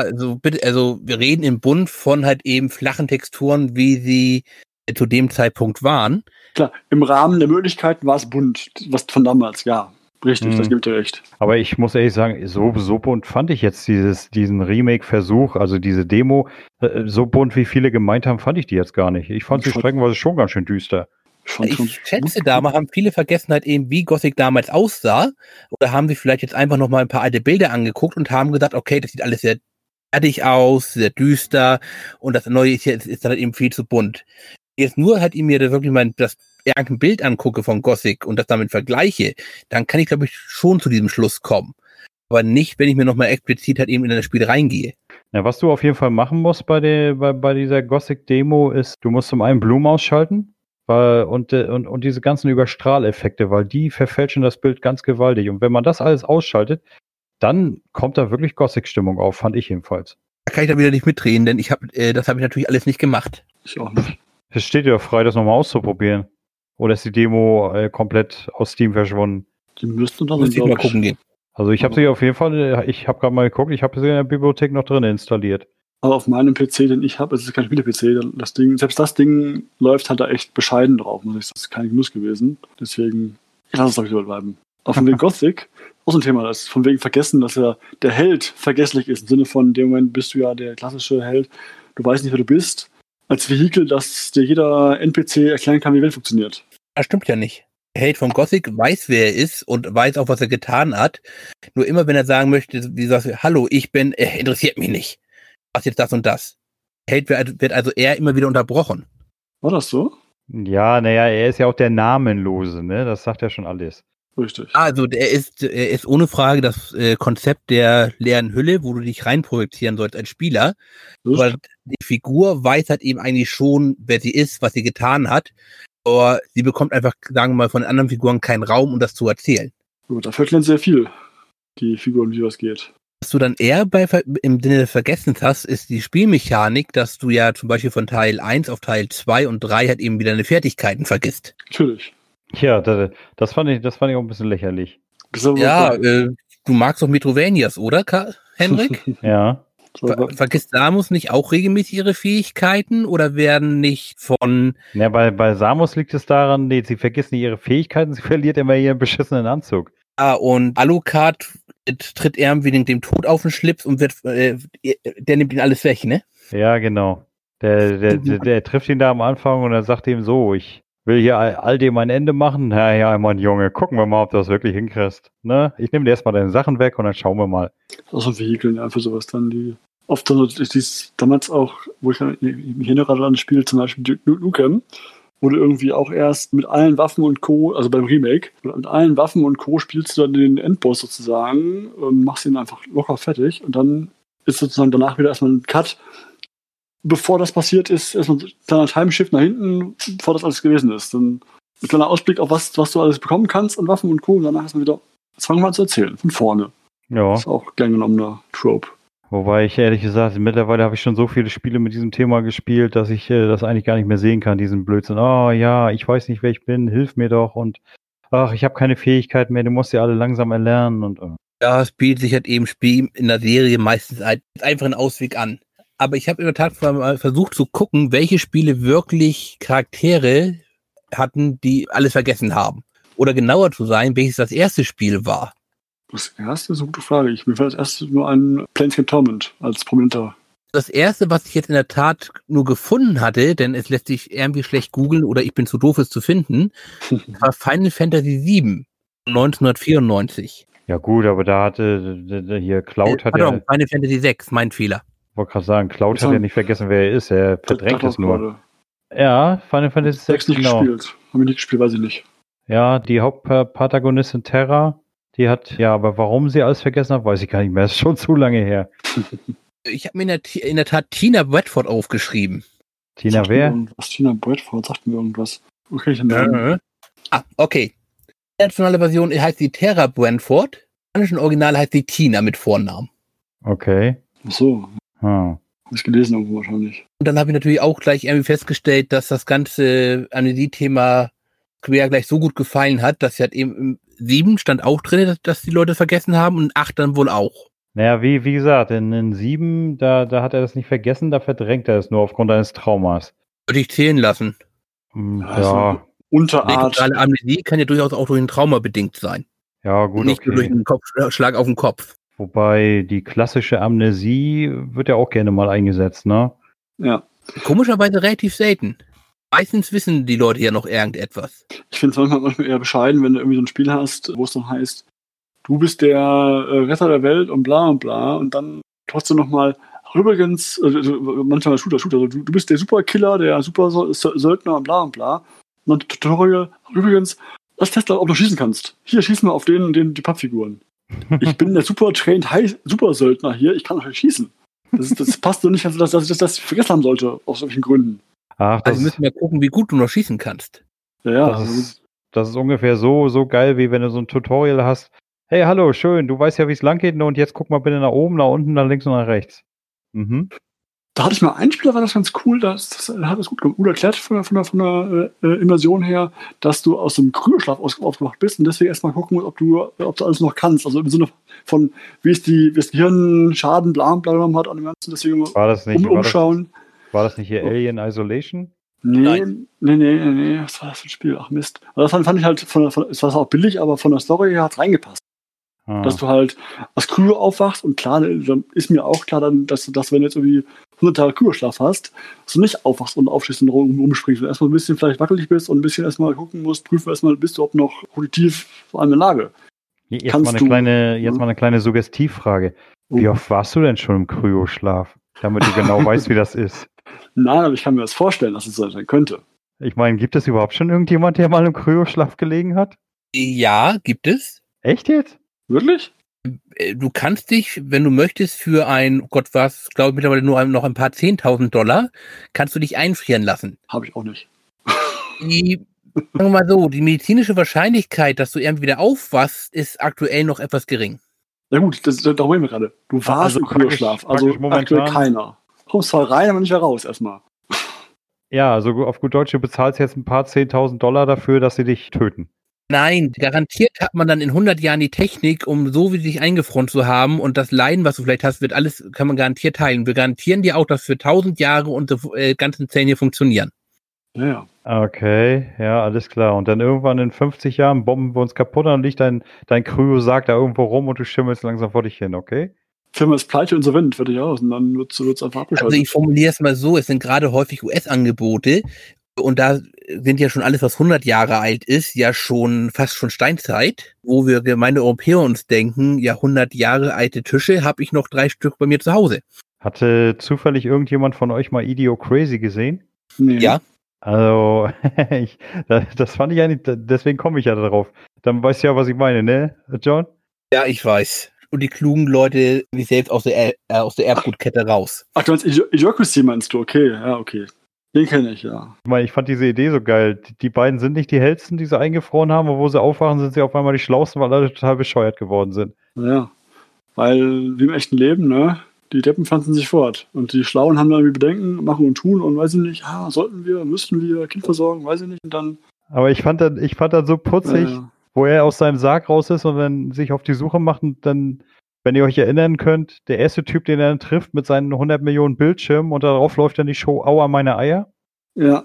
Speaker 2: wir reden im Bunt von halt eben flachen Texturen, wie sie zu dem Zeitpunkt waren.
Speaker 3: Klar, im Rahmen der Möglichkeiten war es bunt, was von damals, ja. Richtig, das gibt dir recht.
Speaker 1: Aber ich muss ehrlich sagen, so bunt fand ich jetzt diesen Remake-Versuch, also diese Demo, so bunt wie viele gemeint haben, fand ich die jetzt gar nicht. Ich fand sie streckenweise schon ganz schön düster.
Speaker 2: Ich schätze, damals haben viele vergessen halt eben, wie Gothic damals aussah. Oder haben sich vielleicht jetzt einfach nochmal ein paar alte Bilder angeguckt und haben gesagt, okay, das sieht alles sehr fertig aus, sehr düster und das Neue ist dann halt eben viel zu bunt. Jetzt nur halt mir wirklich mal irgendein Bild angucke von Gothic und das damit vergleiche, dann kann ich, glaube ich, schon zu diesem Schluss kommen. Aber nicht, wenn ich mir nochmal explizit halt eben in das Spiel reingehe.
Speaker 1: Ja, was du auf jeden Fall machen musst bei dieser Gothic-Demo ist, du musst zum einen Blumen ausschalten und diese ganzen Überstrahleffekte, weil die verfälschen das Bild ganz gewaltig. Und wenn man das alles ausschaltet, dann kommt da wirklich Gothic-Stimmung auf, fand ich jedenfalls.
Speaker 2: Da kann ich da wieder nicht mitreden, denn das habe ich natürlich alles nicht gemacht.
Speaker 3: Ich auch nicht.
Speaker 1: Es steht dir frei, das nochmal auszuprobieren. Oder ist die Demo komplett aus Steam verschwunden?
Speaker 3: Die müssten dann
Speaker 2: mal gucken gehen.
Speaker 1: Also ich habe sie auf jeden Fall, ich habe gerade mal geguckt, ich habe sie in der Bibliothek noch drin installiert.
Speaker 3: Aber auf meinem PC, den ich habe, es ist kein Spiele-PC, selbst das Ding läuft halt da echt bescheiden drauf. Das ist kein Genuss gewesen. Deswegen, ich lasse es doch wieder bleiben. Auch von wegen Gothic, auch so ein Thema, das von wegen vergessen, dass ja der Held vergesslich ist. Im Sinne von, in dem Moment bist du ja der klassische Held. Du weißt nicht, wer du bist. Als Vehikel, dass dir jeder NPC erklären kann, wie die Welt funktioniert.
Speaker 2: Das stimmt ja nicht. Der Held von Gothic weiß, wer er ist und weiß auch, was er getan hat. Nur immer, wenn er sagen möchte, wie sagst du, hallo, ich bin, interessiert mich nicht. Was jetzt das und das. Der Held wird also eher immer wieder unterbrochen.
Speaker 3: War das so?
Speaker 1: Ja, naja, er ist ja auch der Namenlose, ne? Das sagt ja schon alles.
Speaker 3: Richtig.
Speaker 2: Also er ist ohne Frage das Konzept der leeren Hülle, wo du dich reinprojizieren sollst als Spieler. Aber die Figur weiß halt eben eigentlich schon, wer sie ist, was sie getan hat. Aber sie bekommt einfach, sagen wir mal, von anderen Figuren keinen Raum, um das zu erzählen.
Speaker 3: Gut, dafür erklären sehr viel, die Figuren, wie das geht.
Speaker 2: Was du dann eher im Sinne des Vergessens hast, ist die Spielmechanik, dass du ja zum Beispiel von Teil 1 auf Teil 2 und 3 halt eben wieder deine Fertigkeiten vergisst.
Speaker 3: Natürlich.
Speaker 1: Ja, das fand ich auch ein bisschen lächerlich.
Speaker 2: Ja, du magst doch Metrovanias, oder, Henrik?
Speaker 1: Ja.
Speaker 2: Vergisst Samus nicht auch regelmäßig ihre Fähigkeiten oder werden nicht von...
Speaker 1: Ja, bei Samus liegt es daran, nee, sie vergisst nicht ihre Fähigkeiten, sie verliert immer ihren beschissenen Anzug.
Speaker 2: Und Alucard tritt irgendwie dem Tod auf den Schlips und der nimmt ihn alles weg, ne?
Speaker 1: Ja, genau. Der trifft ihn da am Anfang und er sagt ihm so, ich will hier all dem ein Ende machen. Ja, mein Junge, gucken wir mal, ob du das wirklich hinkriegst. Ne? Ich nehme dir erstmal deine Sachen weg und dann schauen wir mal.
Speaker 3: Das ist auch so ein Vehikel, ja, für sowas dann, die oft dann ist damals auch, wo ich mich erinnere an das Spiel, zum Beispiel Duke Nukem, wurde irgendwie auch erst mit allen Waffen und Co., also beim Remake, mit allen Waffen und Co. spielst du dann den Endboss sozusagen und machst ihn einfach locker fertig und dann ist sozusagen danach wieder erstmal ein Cut. Bevor das passiert ist, erstmal ein kleiner Timeshift nach hinten, bevor das alles gewesen ist. Dann ein kleiner Ausblick auf was du alles bekommen kannst an Waffen und Co. Und danach erstmal wieder, jetzt fangen wir an zu erzählen, von vorne.
Speaker 1: Ja.
Speaker 3: Das ist auch gern genommener Trope.
Speaker 1: Wobei ich ehrlich gesagt, mittlerweile habe ich schon so viele Spiele mit diesem Thema gespielt, dass ich das eigentlich gar nicht mehr sehen kann, diesen Blödsinn. Oh ja, ich weiß nicht, wer ich bin, hilf mir doch und ach, ich habe keine Fähigkeiten mehr, du musst sie alle langsam erlernen und
Speaker 2: Ja, es bietet sich halt eben Spiel in der Serie meistens einfach einen Ausweg an. Aber ich habe in der Tat mal versucht zu gucken, welche Spiele wirklich Charaktere hatten, die alles vergessen haben. Oder genauer zu sein, welches das erste Spiel war.
Speaker 3: Das erste ist eine gute Frage. Mir fällt das erste nur ein Planescape Torment als prominenter.
Speaker 2: Das erste, was ich jetzt in der Tat nur gefunden hatte, denn es lässt sich irgendwie schlecht googeln oder ich bin zu doof, es zu finden, war Final Fantasy VII 1994.
Speaker 1: Ja gut, aber da hatte hier Cloud hat
Speaker 2: Pardon, Final Fantasy VI, mein Fehler.
Speaker 1: Ich wollte gerade sagen, Cloud hat ja nicht vergessen, wer er ist, er verdrängt es nur.
Speaker 3: Gerade.
Speaker 1: Ja, Final Fantasy VI,
Speaker 3: nicht gespielt. Haben wir nicht gespielt, weiß ich nicht.
Speaker 1: Ja, die Hauptprotagonistin Terra, die hat, ja, aber warum sie alles vergessen hat, weiß ich gar nicht mehr. Das ist schon zu lange her.
Speaker 2: Ich habe mir in der Tat Tina Bradford aufgeschrieben.
Speaker 1: Tina wer?
Speaker 3: Tina Bradford sagt mir irgendwas. Okay, ich habe
Speaker 2: okay. Die internationale Version heißt die Terra Bradford. Im spanischen Original heißt die Tina mit Vornamen.
Speaker 1: Okay.
Speaker 3: Ach so.
Speaker 1: Hm.
Speaker 3: Habe ich gelesen irgendwo wahrscheinlich.
Speaker 2: Und dann habe ich natürlich auch gleich irgendwie festgestellt, dass das ganze Amnesie-Thema Square gleich so gut gefallen hat, dass sie halt eben im 7 stand auch drin, dass die Leute vergessen haben und 8 dann wohl auch.
Speaker 1: Naja, wie gesagt, in 7, da hat er das nicht vergessen, da verdrängt er es nur aufgrund eines Traumas.
Speaker 2: Würde ich zählen lassen.
Speaker 1: Ja.
Speaker 3: Unterart.
Speaker 2: Die Amnesie kann ja durchaus auch durch ein Trauma bedingt sein.
Speaker 1: Ja, gut,
Speaker 2: nicht nur durch einen Schlag auf den Kopf.
Speaker 1: Wobei die klassische Amnesie wird ja auch gerne mal eingesetzt, ne?
Speaker 3: Ja.
Speaker 2: Komischerweise relativ selten. Meistens wissen die Leute ja noch irgendetwas.
Speaker 3: Ich finde es manchmal eher bescheiden, wenn du irgendwie so ein Spiel hast, wo es dann heißt, du bist der Retter der Welt und bla und bla und dann trotzdem nochmal, übrigens, manchmal Shooter, also du bist der Superkiller, der Super-Söldner und bla und bla. Und dann Tutorial, übrigens, lass testen, ob du schießen kannst. Hier, schieß mal auf die Pappfiguren. Ich bin der super-trained Super-Söldner hier, ich kann auch schießen. Das passt so nicht, dass ich das vergessen haben sollte, aus solchen Gründen.
Speaker 1: Ach,
Speaker 2: also müssen wir gucken, wie gut du noch schießen kannst.
Speaker 3: Ja.
Speaker 1: Das ist ungefähr so geil, wie wenn du so ein Tutorial hast. Hey, hallo, schön, du weißt ja, wie es lang geht, und jetzt guck mal bitte nach oben, nach unten, nach links und nach rechts. Mhm.
Speaker 3: Da hatte ich mal einen Spieler, war das ganz cool, das hat das gut erklärt von der Immersion her, dass du aus dem Kryoschlaf aufgewacht bist und deswegen erstmal gucken musst, ob du alles noch kannst. Also im Sinne von, wie das Gehirn Schaden, bla hat an dem Ganzen, deswegen umschauen.
Speaker 1: War das nicht hier Alien Isolation?
Speaker 3: Nee, was war das für ein Spiel? Ach Mist. Also das fand ich halt, es war auch billig, aber von der Story her hat es reingepasst. Dass du halt aus Kryo aufwachst und klar, dann ist mir auch klar, dann, dass wenn du jetzt irgendwie 100 Tage Kryoschlaf hast, dass du nicht aufwachst und aufstehst und rumspringst und erstmal ein bisschen vielleicht wackelig bist und ein bisschen erstmal gucken musst, prüfen erstmal, bist du überhaupt noch kognitiv vor allem in der Lage.
Speaker 1: Jetzt mal eine kleine Suggestivfrage. Wie oft warst du denn schon im Kryoschlaf? Damit du genau weißt, wie das ist.
Speaker 3: Nein, aber ich kann mir das vorstellen, dass es so sein könnte.
Speaker 1: Ich meine, gibt es überhaupt schon irgendjemand, der mal im Kryoschlaf gelegen hat?
Speaker 2: Ja, gibt es.
Speaker 1: Echt jetzt?
Speaker 3: Wirklich?
Speaker 2: Du kannst dich, wenn du möchtest, für glaube ich mittlerweile nur noch ein paar $10.000, kannst du dich einfrieren lassen.
Speaker 3: Habe ich auch nicht.
Speaker 2: Die wir mal so, die medizinische Wahrscheinlichkeit, dass du irgendwie wieder aufwachst, ist aktuell noch etwas gering.
Speaker 3: Ja gut, darüber reden wir gerade. Du warst
Speaker 1: Also
Speaker 3: im Kryoschlaf, also
Speaker 1: praktisch momentan-
Speaker 3: aktuell keiner. Kommst zwar rein, aber nicht mehr raus erstmal.
Speaker 1: Ja, also auf gut Deutsch, du bezahlst jetzt ein paar 10.000 Dollar dafür, dass sie dich töten.
Speaker 2: Nein, garantiert hat man dann in 100 Jahren die Technik, um so wie sich eingefroren zu haben und das Leiden, was du vielleicht hast, wird alles, kann man garantiert teilen. Wir garantieren dir auch, dass für 1000 Jahre unsere ganzen Zellen hier funktionieren.
Speaker 3: Ja.
Speaker 1: Okay, ja, alles klar. Und dann irgendwann in 50 Jahren bomben wir uns kaputt und dann liegt dein Kryosarg da irgendwo rum und du schimmelst langsam vor dich hin, okay?
Speaker 3: Firma ist pleite und insolvent, fertig aus. Und dann wird's einfach abgeschaltet.
Speaker 2: Also ich formuliere es mal so, es sind gerade häufig US-Angebote und da sind ja schon alles, was 100 Jahre alt ist, ja schon fast schon Steinzeit, wo wir gemeine Europäer uns denken, ja 100 Jahre alte Tische, habe ich noch 3 Stück bei mir zu Hause.
Speaker 1: Hatte zufällig irgendjemand von euch mal Idiocrazy gesehen?
Speaker 3: Nee.
Speaker 2: Ja.
Speaker 1: Also, das fand ich eigentlich, deswegen komme ich ja darauf. Dann weißt du ja, was ich meine, ne, John?
Speaker 2: Ja, ich weiß. Und die klugen Leute wie selbst aus der Erbgutkette raus.
Speaker 3: Ach, du meinst Idiocracy meinst du? Okay, ja, okay. Den kenne ich, ja.
Speaker 1: Ich meine, ich fand diese Idee so geil. Die beiden sind nicht die hellsten, die sie eingefroren haben, aber wo sie aufwachen, sind sie auf einmal die schlausten, weil alle total bescheuert geworden sind.
Speaker 3: Ja. Weil, wie im echten Leben, ne? Die Deppen pflanzen sich fort. Und die Schlauen haben dann irgendwie Bedenken, machen und tun und weiß ich nicht, sollten wir, müssten wir Kind versorgen, weiß ich nicht. Und dann.
Speaker 1: Aber ich fand dann so putzig, wo er aus seinem Sarg raus ist und dann sich auf die Suche macht und dann, wenn ihr euch erinnern könnt, der erste Typ, den er dann trifft mit seinen 100 Millionen Bildschirmen und darauf läuft dann die Show Aua, meine Eier.
Speaker 3: Ja.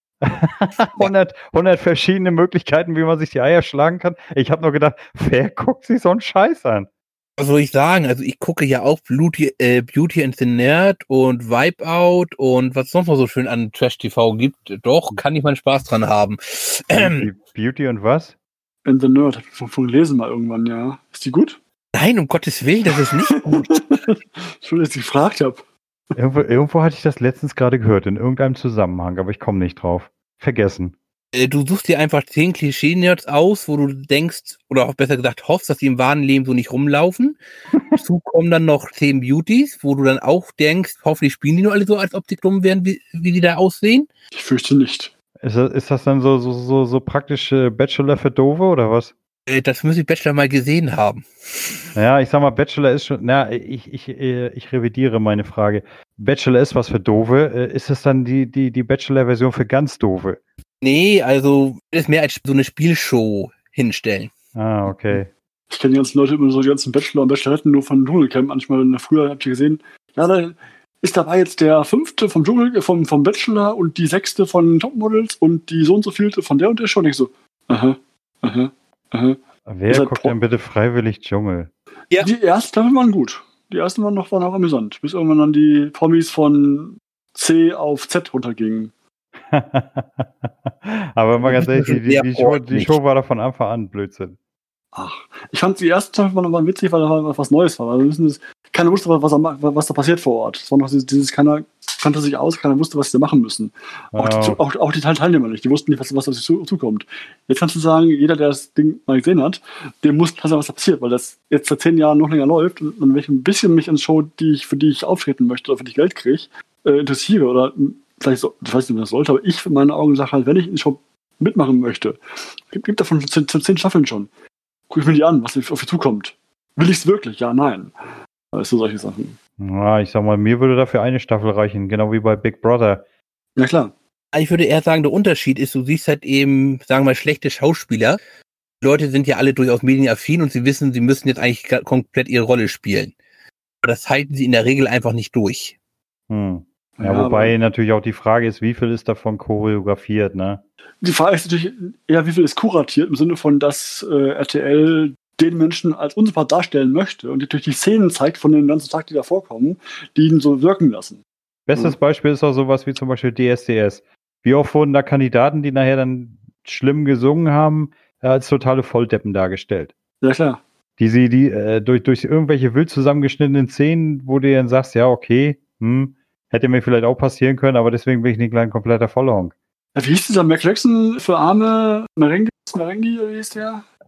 Speaker 1: 100 verschiedene Möglichkeiten, wie man sich die Eier schlagen kann. Ich habe nur gedacht, wer guckt sich so einen Scheiß an?
Speaker 2: Was soll ich sagen? Also ich gucke ja auch Beauty and the Nerd und Wipeout und was sonst noch so schön an Trash-TV gibt. Doch, kann ich meinen Spaß dran haben.
Speaker 1: Beauty und was?
Speaker 3: And the Nerd, hab ich von gelesen mal irgendwann, ja. Ist die gut?
Speaker 2: Nein, um Gottes Willen, das ist nicht gut.
Speaker 3: Schön, dass ich gefragt habe.
Speaker 1: Irgendwo hatte ich das letztens gerade gehört, in irgendeinem Zusammenhang, aber ich komme nicht drauf. Vergessen.
Speaker 2: Du suchst dir einfach 10 Klischee-Nerds aus, wo du denkst, oder auch besser gesagt hoffst, dass die im wahren Leben so nicht rumlaufen. Dazu kommen dann noch 10 Beauties, wo du dann auch denkst, hoffentlich spielen die nur alle so, als ob die dumm wären, wie die da aussehen.
Speaker 3: Ich fürchte nicht.
Speaker 1: Ist das dann so praktisch Bachelor für Dove oder was?
Speaker 2: Das müsste ich Bachelor mal gesehen haben.
Speaker 1: Ja, ich sag mal, Bachelor ist schon, ich revidiere meine Frage. Bachelor ist was für Dove. Ist es dann die Bachelor-Version für ganz Dove?
Speaker 2: Nee, also ist mehr als so eine Spielshow hinstellen.
Speaker 1: Ah, okay.
Speaker 3: Ich kenne die ganzen Leute immer so, die ganzen Bachelor und Bacheloretten nur von Dschungelcamp. Manchmal früher habt ihr gesehen, ja, da ist dabei jetzt der 5. vom vom Bachelor und die 6. von Topmodels und die so und so vielte von der und der Show. Und ich so, aha.
Speaker 1: Wer guckt denn bitte freiwillig Dschungel?
Speaker 2: Ja.
Speaker 3: Die ersten Staffeln waren gut. Die ersten waren auch amüsant. Bis irgendwann dann die Promis von C auf Z runtergingen.
Speaker 1: Aber mal ganz ehrlich, die Show war da von Anfang an Blödsinn.
Speaker 3: Ach, ich fand die ersten Staffeln waren witzig, weil da was Neues war. Also keiner wusste, was da passiert vor Ort. Es war noch dieses, keiner kannte sich aus, keiner wusste, was sie machen müssen. Auch die Teilnehmer nicht. Die wussten nicht, was auf sie zukommt. Jetzt kannst du sagen, jeder, der das Ding mal gesehen hat, dem muss klar sein, was da passiert, weil das jetzt seit 10 Jahren noch länger läuft und wenn ich ein bisschen mich in Show, für die ich auftreten möchte oder für die ich Geld kriege, interessiere oder vielleicht so, ich weiß nicht, ob das sollte, aber ich in meinen Augen sage halt, wenn ich in Show mitmachen möchte, gibt davon 10 Staffeln schon. Guck ich mir die an, was auf mich zukommt. Will ich es wirklich? Ja, nein. Weißt du, solche Sachen.
Speaker 1: Ja, ich sag mal, mir würde dafür eine Staffel reichen, genau wie bei Big Brother.
Speaker 3: Ja, klar.
Speaker 2: Ich würde eher sagen, der Unterschied ist, du siehst halt eben, sagen wir mal, schlechte Schauspieler. Die Leute sind ja alle durchaus medienaffin und sie wissen, sie müssen jetzt eigentlich komplett ihre Rolle spielen. Aber das halten sie in der Regel einfach nicht durch.
Speaker 1: Ja, wobei natürlich auch die Frage ist, wie viel ist davon choreografiert, ne? Die
Speaker 3: Frage ist natürlich eher, wie viel ist kuratiert, im Sinne von, dass RTL den Menschen als unsympath darstellen möchte und natürlich die Szenen zeigt von den ganzen Tag, die da vorkommen, die ihn so wirken lassen.
Speaker 1: Bestes Beispiel ist auch sowas wie zum Beispiel DSDS. Wie oft wurden da Kandidaten, die nachher dann schlimm gesungen haben, als totale Volldeppen dargestellt.
Speaker 3: Ja, klar.
Speaker 1: Die durch irgendwelche wild zusammengeschnittenen Szenen, wo du dann sagst, ja, okay, hätte mir vielleicht auch passieren können, aber deswegen bin ich nicht gleich ein kompletter Vollhonk.
Speaker 3: Ja, wie hieß dieser Mac Jackson für arme Merengi, wie hieß der?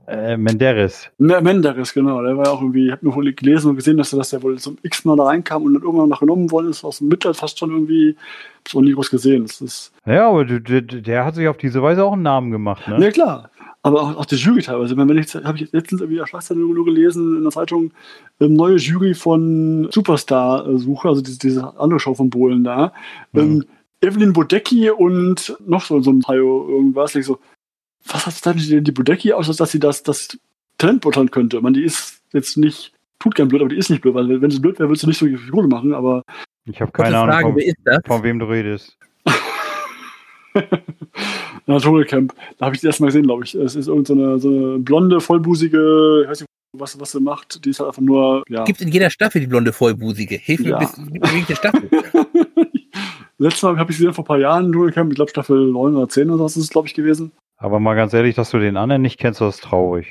Speaker 1: Menderes.
Speaker 3: Menderes, genau. Der war ja auch irgendwie, ich habe nur gelesen und gesehen, dass der wohl zum x-mal da reinkam und dann irgendwann noch genommen worden ist, aus dem Mittel fast schon irgendwie. Hab's auch nie groß gesehen. Das ist
Speaker 1: Ja, aber der hat sich auf diese Weise auch einen Namen gemacht, ne?
Speaker 3: ja, klar. Aber auch die Jury teilweise. Ich meine, habe ich letztens irgendwie eine Schlagzeile nur gelesen in der Zeitung, neue Jury von Superstar-Suche, also diese andere Show von Bohlen da. Evelyn Bodecki und noch so ein Trio irgendwas. Ich so, was hat denn die Bodecki aus, dass sie das Talent beurteilen könnte? Man, die ist jetzt nicht, tut gern blöd, aber die ist nicht blöd, weil wenn sie blöd wäre, würdest du nicht so viel Figur machen, aber.
Speaker 1: Ich habe keine Ahnung, von wem du redest.
Speaker 3: Na, Dschungelcamp. Da habe ich das erste Mal gesehen, glaube ich. Es ist irgendeine so eine blonde, vollbusige, ich weiß nicht, was sie macht. Die ist halt einfach nur, ja.
Speaker 2: Gibt in jeder Staffel die blonde, vollbusige. Hilf mir wegen der Staffel.
Speaker 3: Letztes Mal habe ich sie gesehen vor ein paar Jahren, Dschungelcamp. Ich glaube, Staffel 9 oder 10 oder was ist es, glaube ich, gewesen.
Speaker 1: Aber mal ganz ehrlich, dass du den anderen nicht kennst, das ist traurig.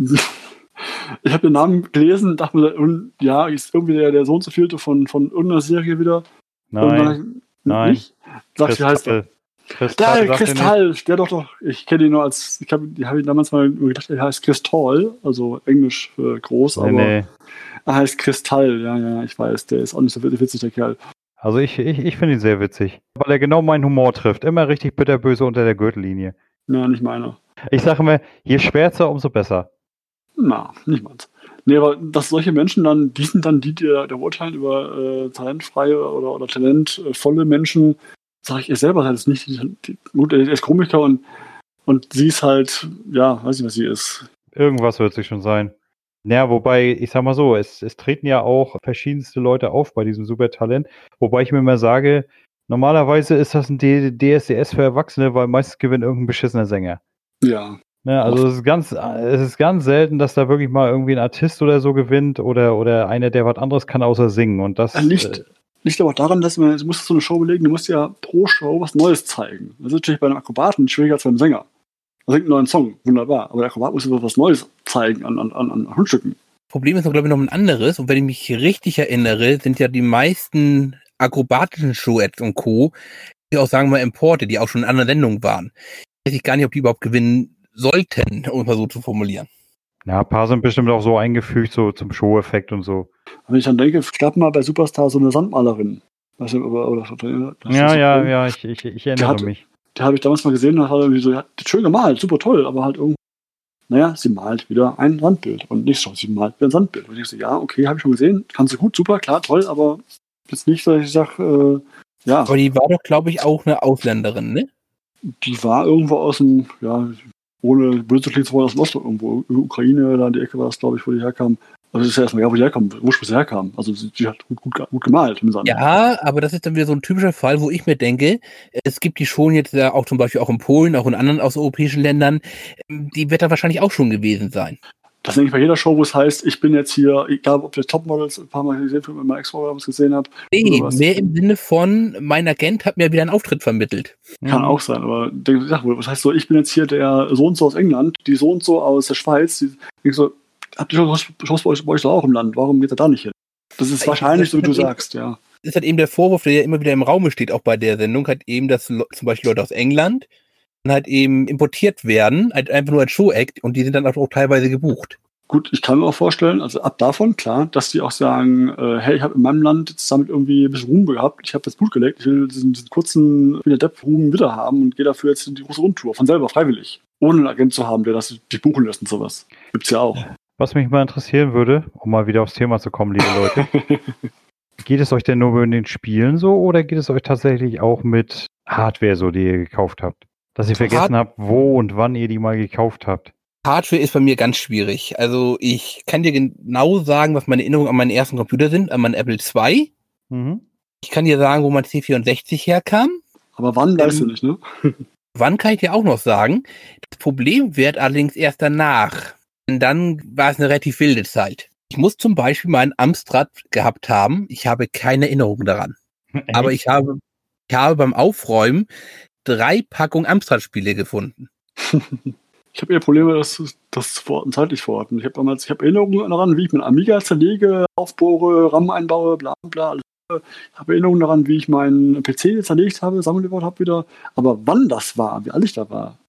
Speaker 3: Ich habe den Namen gelesen, dachte mir, ja, ist irgendwie der Sohn zu vielte von irgendeiner Serie wieder.
Speaker 1: Nein.
Speaker 3: Nicht? Sagst du, wie heißt der? Kristall, der doch, ich kenne ihn nur als, ich habe ihn damals mal gedacht, er heißt Kristall, also Englisch für groß, aber er heißt Kristall, ja, ich weiß, der ist auch nicht so witzig, der Kerl.
Speaker 1: Also ich finde ihn sehr witzig, weil er genau meinen Humor trifft, immer richtig bitterböse unter der Gürtellinie.
Speaker 3: Ja, nicht meiner.
Speaker 1: Ich sage immer, je schwärzer, umso besser.
Speaker 3: Na, nicht meins. Nee, aber dass solche Menschen dann, die sind dann die der urteilen über talentfreie oder talentvolle Menschen, sage ich ihr selber halt nicht. Gut, er ist Komiker und sie ist halt, ja, weiß nicht, was sie ist.
Speaker 1: Irgendwas wird sie schon sein. Naja, wobei, ich sag mal so, es treten ja auch verschiedenste Leute auf bei diesem Supertalent, wobei ich mir mal sage, normalerweise ist das ein DSDS für Erwachsene, weil meistens gewinnt irgendein beschissener Sänger.
Speaker 3: Ja.
Speaker 1: Ne, also es ist ganz selten, dass da wirklich mal irgendwie ein Artist oder so gewinnt oder einer, der was anderes kann außer singen. Und das
Speaker 3: Liegt aber daran, dass du musst so eine Show belegen, du musst ja pro Show was Neues zeigen. Das ist natürlich bei einem Akrobaten schwieriger als beim Sänger. Er singt einen neuen Song, wunderbar. Aber der Akrobat muss was Neues zeigen an Hundstücken.
Speaker 2: Problem ist, glaube ich, noch ein anderes. Und wenn ich mich richtig erinnere, sind ja die meisten akrobatischen Show-Acts und Co., die auch, sagen wir mal, Importe, die auch schon in anderen Sendungen waren. Weiß ich gar nicht, ob die überhaupt gewinnen sollten, um es mal so zu formulieren.
Speaker 1: Ja, ein paar sind bestimmt auch so eingefügt, so zum Show-Effekt und so.
Speaker 3: Wenn ich dann denke, es gab mal bei Superstar so eine Sandmalerin. Weißt du,
Speaker 1: ja, ich erinnere mich.
Speaker 3: Die habe ich damals mal gesehen und hat irgendwie so, hat schön gemalt, super toll, aber halt irgendwie, naja, sie malt wieder ein Sandbild und nicht so, sie malt wieder ein Sandbild. Und ich so, ja, okay, habe ich schon gesehen, kannst du gut, super, klar, toll, aber jetzt nicht, dass ich sage, ja.
Speaker 2: Aber die war doch, glaube ich, auch eine Ausländerin, ne?
Speaker 3: Die war irgendwo aus dem, ja, ohne böse klingen zu wollen, aus dem Osten irgendwo, Ukraine, da in die Ecke war es, glaube ich, wo die herkam. Also das ist ja erstmal, wo die herkam. Also sie hat gut gemalt im Sand.
Speaker 2: Ja, aber das ist dann wieder so ein typischer Fall, wo ich mir denke, es gibt die schon jetzt ja auch zum Beispiel auch in Polen, auch in anderen außereuropäischen Ländern, die wird da wahrscheinlich auch schon gewesen sein.
Speaker 3: Das denke ich bei jeder Show, wo es heißt, ich bin jetzt hier, egal ob wir Topmodels ein paar Mal gesehen haben, wenn ich Ex-Models gesehen habe.
Speaker 2: Nee, mehr im Sinne von, mein Agent hat mir wieder einen Auftritt vermittelt.
Speaker 3: Kann auch sein, aber was heißt so, ich bin jetzt hier der so und so aus England, die so und so aus der Schweiz, habt ihr Shows bei euch da auch im Land, warum geht er da nicht hin? Das ist wahrscheinlich so, wie du sagst, ja.
Speaker 2: Das ist halt eben der Vorwurf, der ja immer wieder im Raume steht, auch bei der Sendung, halt eben, dass zum Beispiel Leute aus England halt eben importiert werden, halt einfach nur als Show-Act und die sind dann auch teilweise gebucht.
Speaker 3: Gut, ich kann mir auch vorstellen, also ab davon, klar, dass die auch sagen, hey, ich habe in meinem Land jetzt damit irgendwie ein bisschen Ruhm gehabt, ich habe das Blut gelegt, ich will diesen kurzen Depp-Ruhm wieder haben und gehe dafür jetzt in die große Rundtour, von selber, freiwillig, ohne einen Agent zu haben, der das dich buchen lässt und sowas. Gibt's ja auch.
Speaker 1: Was mich mal interessieren würde, um mal wieder aufs Thema zu kommen, liebe Leute, geht es euch denn nur mit den Spielen so oder geht es euch tatsächlich auch mit Hardware so, die ihr gekauft habt? Dass ihr vergessen habt, wo und wann ihr die mal gekauft habt?
Speaker 2: Hardware ist bei mir ganz schwierig. Also ich kann dir genau sagen, was meine Erinnerungen an meinen ersten Computer sind, an meinen Apple II. Mhm. Ich kann dir sagen, wo mein C64 herkam.
Speaker 3: Aber wann, weißt du nicht, ne?
Speaker 2: Wann kann ich dir auch noch sagen. Das Problem wird allerdings erst danach. Und dann war es eine relativ wilde Zeit. Ich muss zum Beispiel meinen Amstrad gehabt haben. Ich habe keine Erinnerung daran. Aber ich habe beim Aufräumen 3 Packungen Amstrad-Spiele gefunden.
Speaker 3: Ich habe eher Probleme, das zeitlich verorten. Ich habe Erinnerungen daran, wie ich meinen Amiga zerlege, aufbohre, RAM einbaue, bla bla. Alles. Ich habe Erinnerungen daran, wie ich meinen PC zerlegt habe, zusammengebaut habe wieder. Aber wann das war, wie alt ich da war,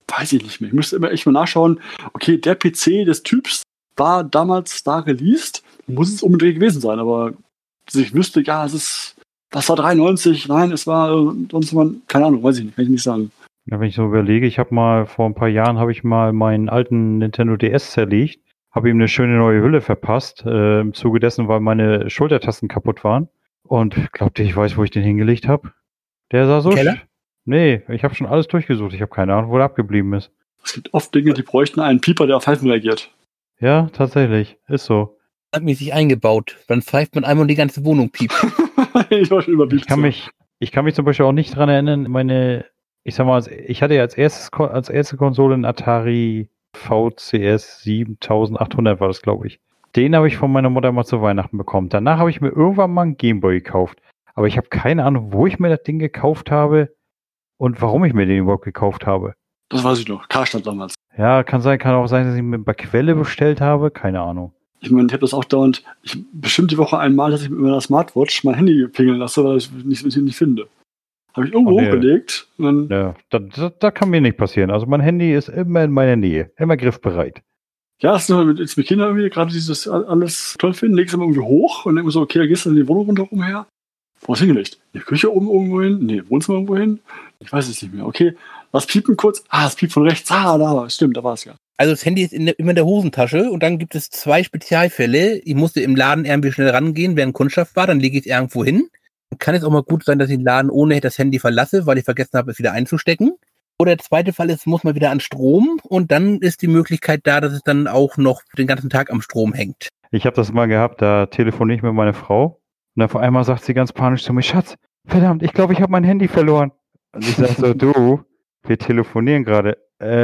Speaker 3: Weiß ich nicht mehr. Ich müsste immer echt mal nachschauen, okay, der PC des Typs war damals da released, muss es umgedreht gewesen sein, aber dass ich wüsste, ja, das war 93, nein, es war sonst mal, keine Ahnung, weiß ich nicht, kann ich nicht sagen.
Speaker 1: Ja, wenn ich so überlege, vor ein paar Jahren habe ich mal meinen alten Nintendo DS zerlegt, habe ihm eine schöne neue Hülle verpasst, im Zuge dessen, weil meine Schultertasten kaputt waren. Und glaubt ihr, ich weiß, wo ich den hingelegt habe? Der sah so...
Speaker 2: Keller?
Speaker 1: Nee, ich habe schon alles durchgesucht. Ich habe keine Ahnung, wo der abgeblieben ist.
Speaker 3: Es gibt oft Dinge, die bräuchten einen Pieper, der auf Pfeifen reagiert.
Speaker 1: Ja, tatsächlich. Ist so.
Speaker 2: Mäßig eingebaut. Dann pfeift man einmal und die ganze Wohnung piept.
Speaker 3: Ich war schon überbiebt.
Speaker 1: Ich kann mich zum Beispiel auch nicht dran erinnern, ich sag mal, ich hatte ja als erste Konsole einen Atari VCS 7800 war das, glaube ich. Den habe ich von meiner Mutter mal zu Weihnachten bekommen. Danach habe ich mir irgendwann mal einen Gameboy gekauft. Aber ich habe keine Ahnung, wo ich mir das Ding gekauft habe und warum ich mir den überhaupt gekauft habe.
Speaker 3: Das weiß ich noch. Karstadt damals.
Speaker 1: Ja, kann auch sein, dass ich mir bei Quelle bestellt habe. Keine Ahnung.
Speaker 3: Ich meine, ich habe das auch dauernd, bestimmt die Woche einmal, dass ich mit meiner Smartwatch mein Handy pingeln lasse, weil ich es nicht finde. Habe ich irgendwo hochgelegt. Und dann,
Speaker 1: ja, das kann mir nicht passieren. Also mein Handy ist immer in meiner Nähe. Immer griffbereit.
Speaker 3: ja, es ist nur mit Kindern irgendwie gerade dieses alles toll finden, legst du immer irgendwie hoch und dann so, okay, da gehst du in die Wohnung runter umher. Wo ist hingelegt? In der Küche oben irgendwo hin? Nee, Wohnzimmer irgendwo hin? Ich weiß es nicht mehr. Okay, was piepen kurz? Es piept von rechts. Da, stimmt, da war es ja.
Speaker 2: Also das Handy ist immer in der Hosentasche und dann gibt es 2 Spezialfälle. Ich musste im Laden irgendwie schnell rangehen, während Kundschaft war, dann lege ich es irgendwo hin. Kann es auch mal gut sein, dass ich den Laden ohne das Handy verlasse, weil ich vergessen habe, es wieder einzustecken. Oder der zweite Fall ist, muss man wieder an Strom und dann ist die Möglichkeit da, dass es dann auch noch den ganzen Tag am Strom hängt.
Speaker 1: Ich habe das mal gehabt, da telefoniere ich mit meiner Frau und auf einmal sagt sie ganz panisch zu mir, Schatz, verdammt, ich glaube, ich habe mein Handy verloren. Und ich sage so, du, wir telefonieren gerade.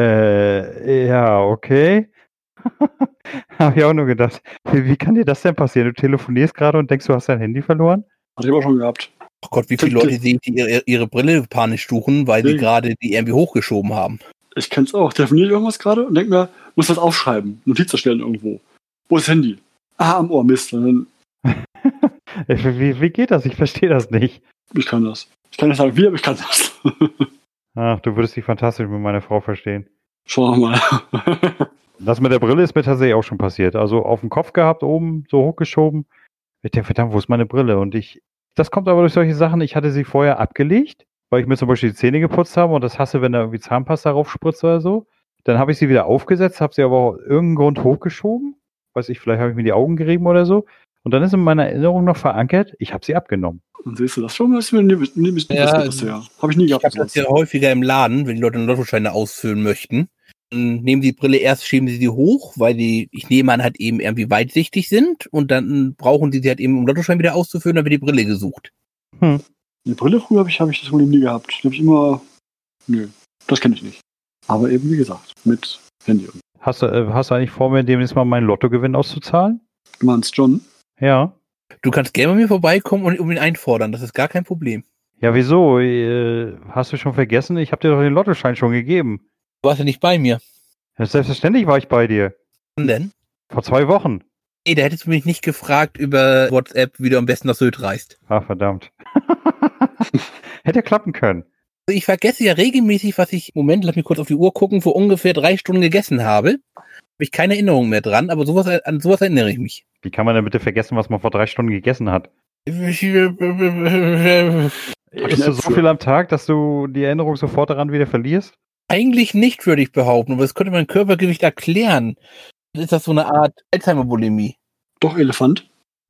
Speaker 1: Ja, okay. Habe ich auch nur gedacht, wie kann dir das denn passieren? Du telefonierst gerade und denkst, du hast dein Handy verloren?
Speaker 3: Hatte ich aber schon gehabt.
Speaker 2: Ach Gott, wie viele Leute sehe ich, die ihre Brille panisch suchen, weil sie gerade die irgendwie hochgeschoben haben.
Speaker 3: Ich kenn's auch. Telefoniere ich irgendwas gerade und denk mir, muss was aufschreiben, Notiz erstellen irgendwo. Wo ist das Handy? Am Ohr, Mist. Und dann,
Speaker 1: wie geht das? Ich verstehe das nicht.
Speaker 3: ich kann das. Ich kann nicht sagen wie, aber ich kann das.
Speaker 1: Ach, du würdest dich fantastisch mit meiner Frau verstehen.
Speaker 3: Schauen wir mal.
Speaker 1: Das mit der Brille ist mir tatsächlich auch schon passiert. Also auf dem Kopf gehabt, oben so hochgeschoben. Ich denke, verdammt, wo ist meine Brille? Und das kommt aber durch solche Sachen. Ich hatte sie vorher abgelegt, weil ich mir zum Beispiel die Zähne geputzt habe und das hasse, wenn da irgendwie Zahnpasta raufspritzt oder so. Dann habe ich sie wieder aufgesetzt, habe sie aber aus irgendeinem Grund hochgeschoben. Weiß ich, vielleicht habe ich mir die Augen gerieben oder so. Und dann ist in meiner Erinnerung noch verankert, ich habe sie abgenommen.
Speaker 3: Und siehst du das schon? Das ist mir nicht bisher. Habe ich nie gehabt.
Speaker 2: Ich habe das ja häufiger im Laden, wenn die Leute Lottoscheine ausfüllen möchten. Dann nehmen die Brille erst, schieben sie hoch, weil ich nehme an, halt eben irgendwie weitsichtig sind und dann brauchen sie halt eben, um Lottoschein wieder auszufüllen, dann wird die Brille gesucht.
Speaker 3: Die Brille früher habe ich das Problem nie gehabt. Die habe ich immer, nö, das kenne ich nicht. Aber eben, wie gesagt, mit Handy.
Speaker 1: Hast du eigentlich vor, mir demnächst mal meinen Lottogewinn auszuzahlen?
Speaker 3: Du meinst John?
Speaker 1: Ja.
Speaker 2: Du kannst gerne bei mir vorbeikommen und ihn einfordern, das ist gar kein Problem.
Speaker 1: Ja, wieso? Hast du schon vergessen? Ich habe dir doch den Lottoschein schon gegeben.
Speaker 2: Du warst ja nicht bei mir.
Speaker 1: Ja, selbstverständlich war ich bei dir.
Speaker 2: Wann denn?
Speaker 1: Vor 2 Wochen.
Speaker 2: Nee, da hättest du mich nicht gefragt über WhatsApp, wie du am besten nach Sylt reist.
Speaker 1: Ach, verdammt. Hätte ja klappen können.
Speaker 2: Also ich vergesse ja regelmäßig, was ich, Moment, lass mich kurz auf die Uhr gucken, vor ungefähr 3 Stunden gegessen habe. Habe ich keine Erinnerung mehr dran, aber an sowas erinnere ich mich.
Speaker 1: Wie kann man denn bitte vergessen, was man vor 3 Stunden gegessen hat? Isst du so viel am Tag, dass du die Erinnerung sofort daran wieder verlierst?
Speaker 2: Eigentlich nicht, würde ich behaupten, aber das könnte mein Körpergewicht erklären. Ist das so eine Art Alzheimer-Bulimie?
Speaker 3: Doch, Elefant.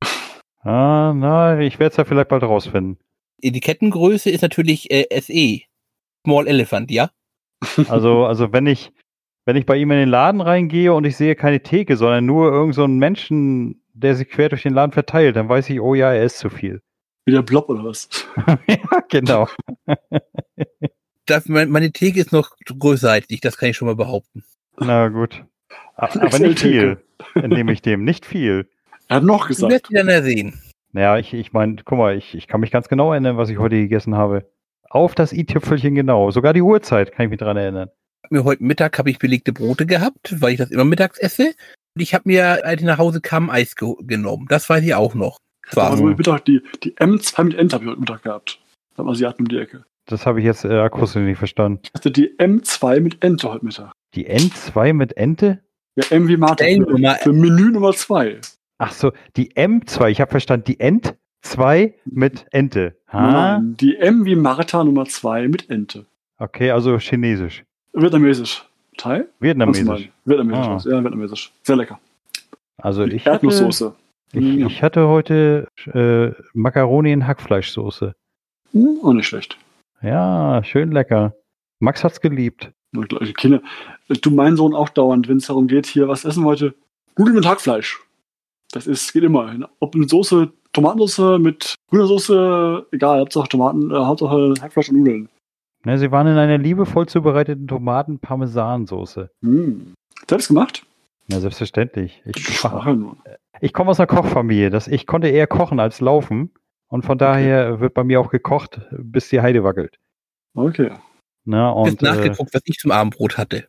Speaker 1: Ich werde es ja vielleicht bald rausfinden.
Speaker 2: Etikettengröße ist natürlich SE. Small Elephant, ja?
Speaker 1: Also wenn ich bei ihm in den Laden reingehe und ich sehe keine Theke, sondern nur irgend so einen Menschen, der sich quer durch den Laden verteilt, dann weiß ich, oh ja, er ist zu viel.
Speaker 3: Wie der Blob oder was?
Speaker 1: Ja, genau.
Speaker 2: Meine Theke ist noch größer als ich, das kann ich schon mal behaupten.
Speaker 1: Na gut. Aber nicht viel. Entnehme ich dem. Nicht viel.
Speaker 3: Er hat noch gesagt.
Speaker 2: Du wirst ihn dann sehen.
Speaker 1: Naja, ich meine, guck mal, ich kann mich ganz genau erinnern, was ich heute gegessen habe. Auf das i-Tüpfelchen genau. Sogar die Uhrzeit kann ich mich dran erinnern.
Speaker 2: Heute Mittag habe ich belegte Brote gehabt, weil ich das immer mittags esse. Und ich habe mir, als ich nach Hause kam, Eis genommen. Das weiß ich auch noch.
Speaker 3: Also Mittag die M2 mit Ente habe ich heute Mittag gehabt. Beim Asiaten um die Ecke.
Speaker 1: Das habe ich jetzt akustisch nicht verstanden.
Speaker 3: Ich hatte die M2 mit Ente heute Mittag.
Speaker 1: Die N2 mit Ente?
Speaker 3: Ja, M wie Martha. Für Menü Nummer 2.
Speaker 1: Ach so, die M2. Ich habe verstanden, die Ent2 mit Ente.
Speaker 3: Nein, die M wie Martha Nummer 2 mit Ente.
Speaker 1: Okay, also chinesisch.
Speaker 3: Vietnamesisch. Thai?
Speaker 1: Vietnamesisch.
Speaker 3: Vietnamesisch, ja, vietnamesisch. Sehr lecker.
Speaker 1: Also ich
Speaker 3: Erdnusssoße.
Speaker 1: Ich hatte heute Macaroni in Hackfleischsoße.
Speaker 3: Auch nicht schlecht.
Speaker 1: Ja, schön lecker. Max hat's geliebt.
Speaker 3: Kinder, du mein Sohn auch dauernd, wenn es darum geht, hier, was essen wir heute? Nudeln mit Hackfleisch. Geht immer. Ob eine Soße, Tomatensauce mit grüner Soße, egal, Hauptsache Tomaten, Hauptsache Hackfleisch und Nudeln.
Speaker 1: Ne, sie waren in einer liebevoll zubereiteten Tomaten-Parmesansoße.
Speaker 3: Selbst gemacht?
Speaker 1: Na, selbstverständlich.
Speaker 3: Nur.
Speaker 1: Ich komme aus einer Kochfamilie. Ich konnte eher kochen als laufen. Und von daher wird bei mir auch gekocht, bis die Heide wackelt.
Speaker 3: Okay.
Speaker 1: Na, und,
Speaker 2: ich habe nachgeguckt, was ich zum Abendbrot hatte.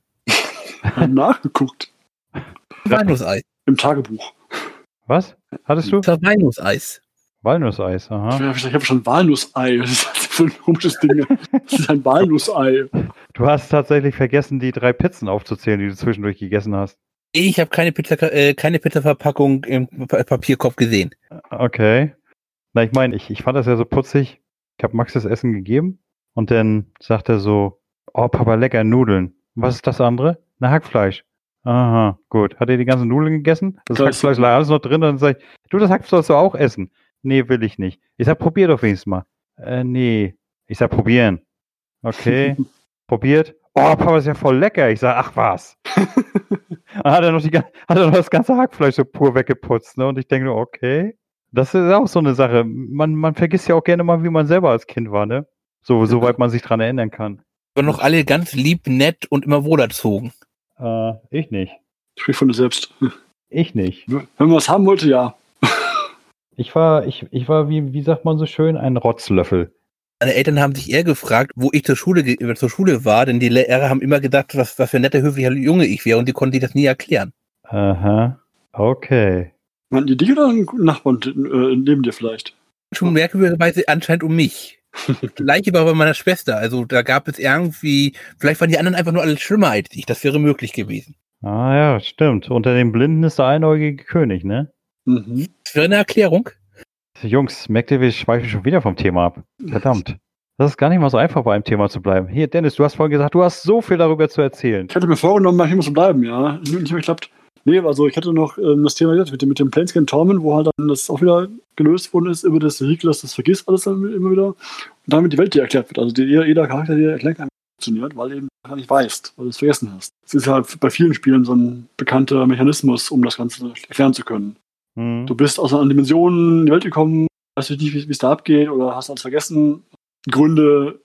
Speaker 3: Nachgeguckt?
Speaker 2: Walnusseis.
Speaker 3: Im Tagebuch.
Speaker 1: Was? Hattest du?
Speaker 2: Das war Walnusseis.
Speaker 1: Walnusseis, aha.
Speaker 3: Ich habe schon Walnussei. Was ist das für ein komisches Ding? Das ist ein Walnussei.
Speaker 1: Du hast tatsächlich vergessen, die 3 Pizzen aufzuzählen, die du zwischendurch gegessen hast.
Speaker 2: Ich habe keine Pizzaverpackung im Papierkorb gesehen.
Speaker 1: Okay. Na, ich meine, ich fand das ja so putzig. Ich habe Max das Essen gegeben und dann sagt er so, oh Papa, lecker, Nudeln. Was ist das andere? Na, Hackfleisch. Aha, gut. Hat er die ganzen Nudeln gegessen? Das Hackfleisch lag alles noch drin und dann sag ich, du, das Hackfleisch sollst du auch essen. Nee, will ich nicht. Ich sag, probier doch wenigstens mal. Nee. Ich sag, probieren. Okay. Probiert. Oh, Papa, ist ja voll lecker. Ich sag, ach was. Dann hat er noch das ganze Hackfleisch so pur weggeputzt, ne? Und ich denke, okay. Das ist auch so eine Sache. Man vergisst ja auch gerne mal, wie man selber als Kind war, ne? Soweit man sich dran erinnern kann.
Speaker 2: Wir waren noch alle ganz lieb, nett und immer wohlerzogen.
Speaker 1: Ich nicht.
Speaker 3: Sprich von dir selbst.
Speaker 1: Ich nicht.
Speaker 3: Wenn man was haben wollte, ja.
Speaker 1: Ich war, wie sagt man so schön, ein Rotzlöffel.
Speaker 2: Meine Eltern haben sich eher gefragt, wo ich zur Schule war, denn die Lehrer haben immer gedacht, was für ein netter, höflicher Junge ich wäre und die konnten sich das nie erklären.
Speaker 1: Aha, okay.
Speaker 3: Meinten die dich oder einen Nachbarn neben dir vielleicht?
Speaker 2: Schon merkwürdigerweise anscheinend um mich. Das Gleiche war bei meiner Schwester, also da gab es irgendwie, vielleicht waren die anderen einfach nur alles schlimmer als ich, das wäre möglich gewesen.
Speaker 1: Ah ja, stimmt. Unter den Blinden ist der einäugige König, ne?
Speaker 3: Mhm.
Speaker 2: Das wäre eine Erklärung.
Speaker 1: Jungs, merkt ihr, wir schweifen schon wieder vom Thema ab. Verdammt. Das ist gar nicht mal so einfach, bei einem Thema zu bleiben. Hier, Dennis, du hast vorhin gesagt, du hast so viel darüber zu erzählen.
Speaker 3: Ich hatte mir vorgenommen, mal hier zu bleiben, ja. Nicht mehr geklappt. Nee, also ich hatte noch das Thema mit dem Planescan Torment, wo halt dann das auch wieder gelöst worden ist über das Vehikel, dass das vergisst alles dann immer wieder. Und damit die Welt dir erklärt wird. Also jeder Charakter dir erklärt, wie funktioniert, weil du eben gar nicht weißt, weil du es vergessen hast. Es ist halt bei vielen Spielen so ein bekannter Mechanismus, um das Ganze erklären zu können. Du bist aus einer Dimension in die Welt gekommen, weißt du nicht, wie es da abgeht, oder hast alles vergessen, Gründe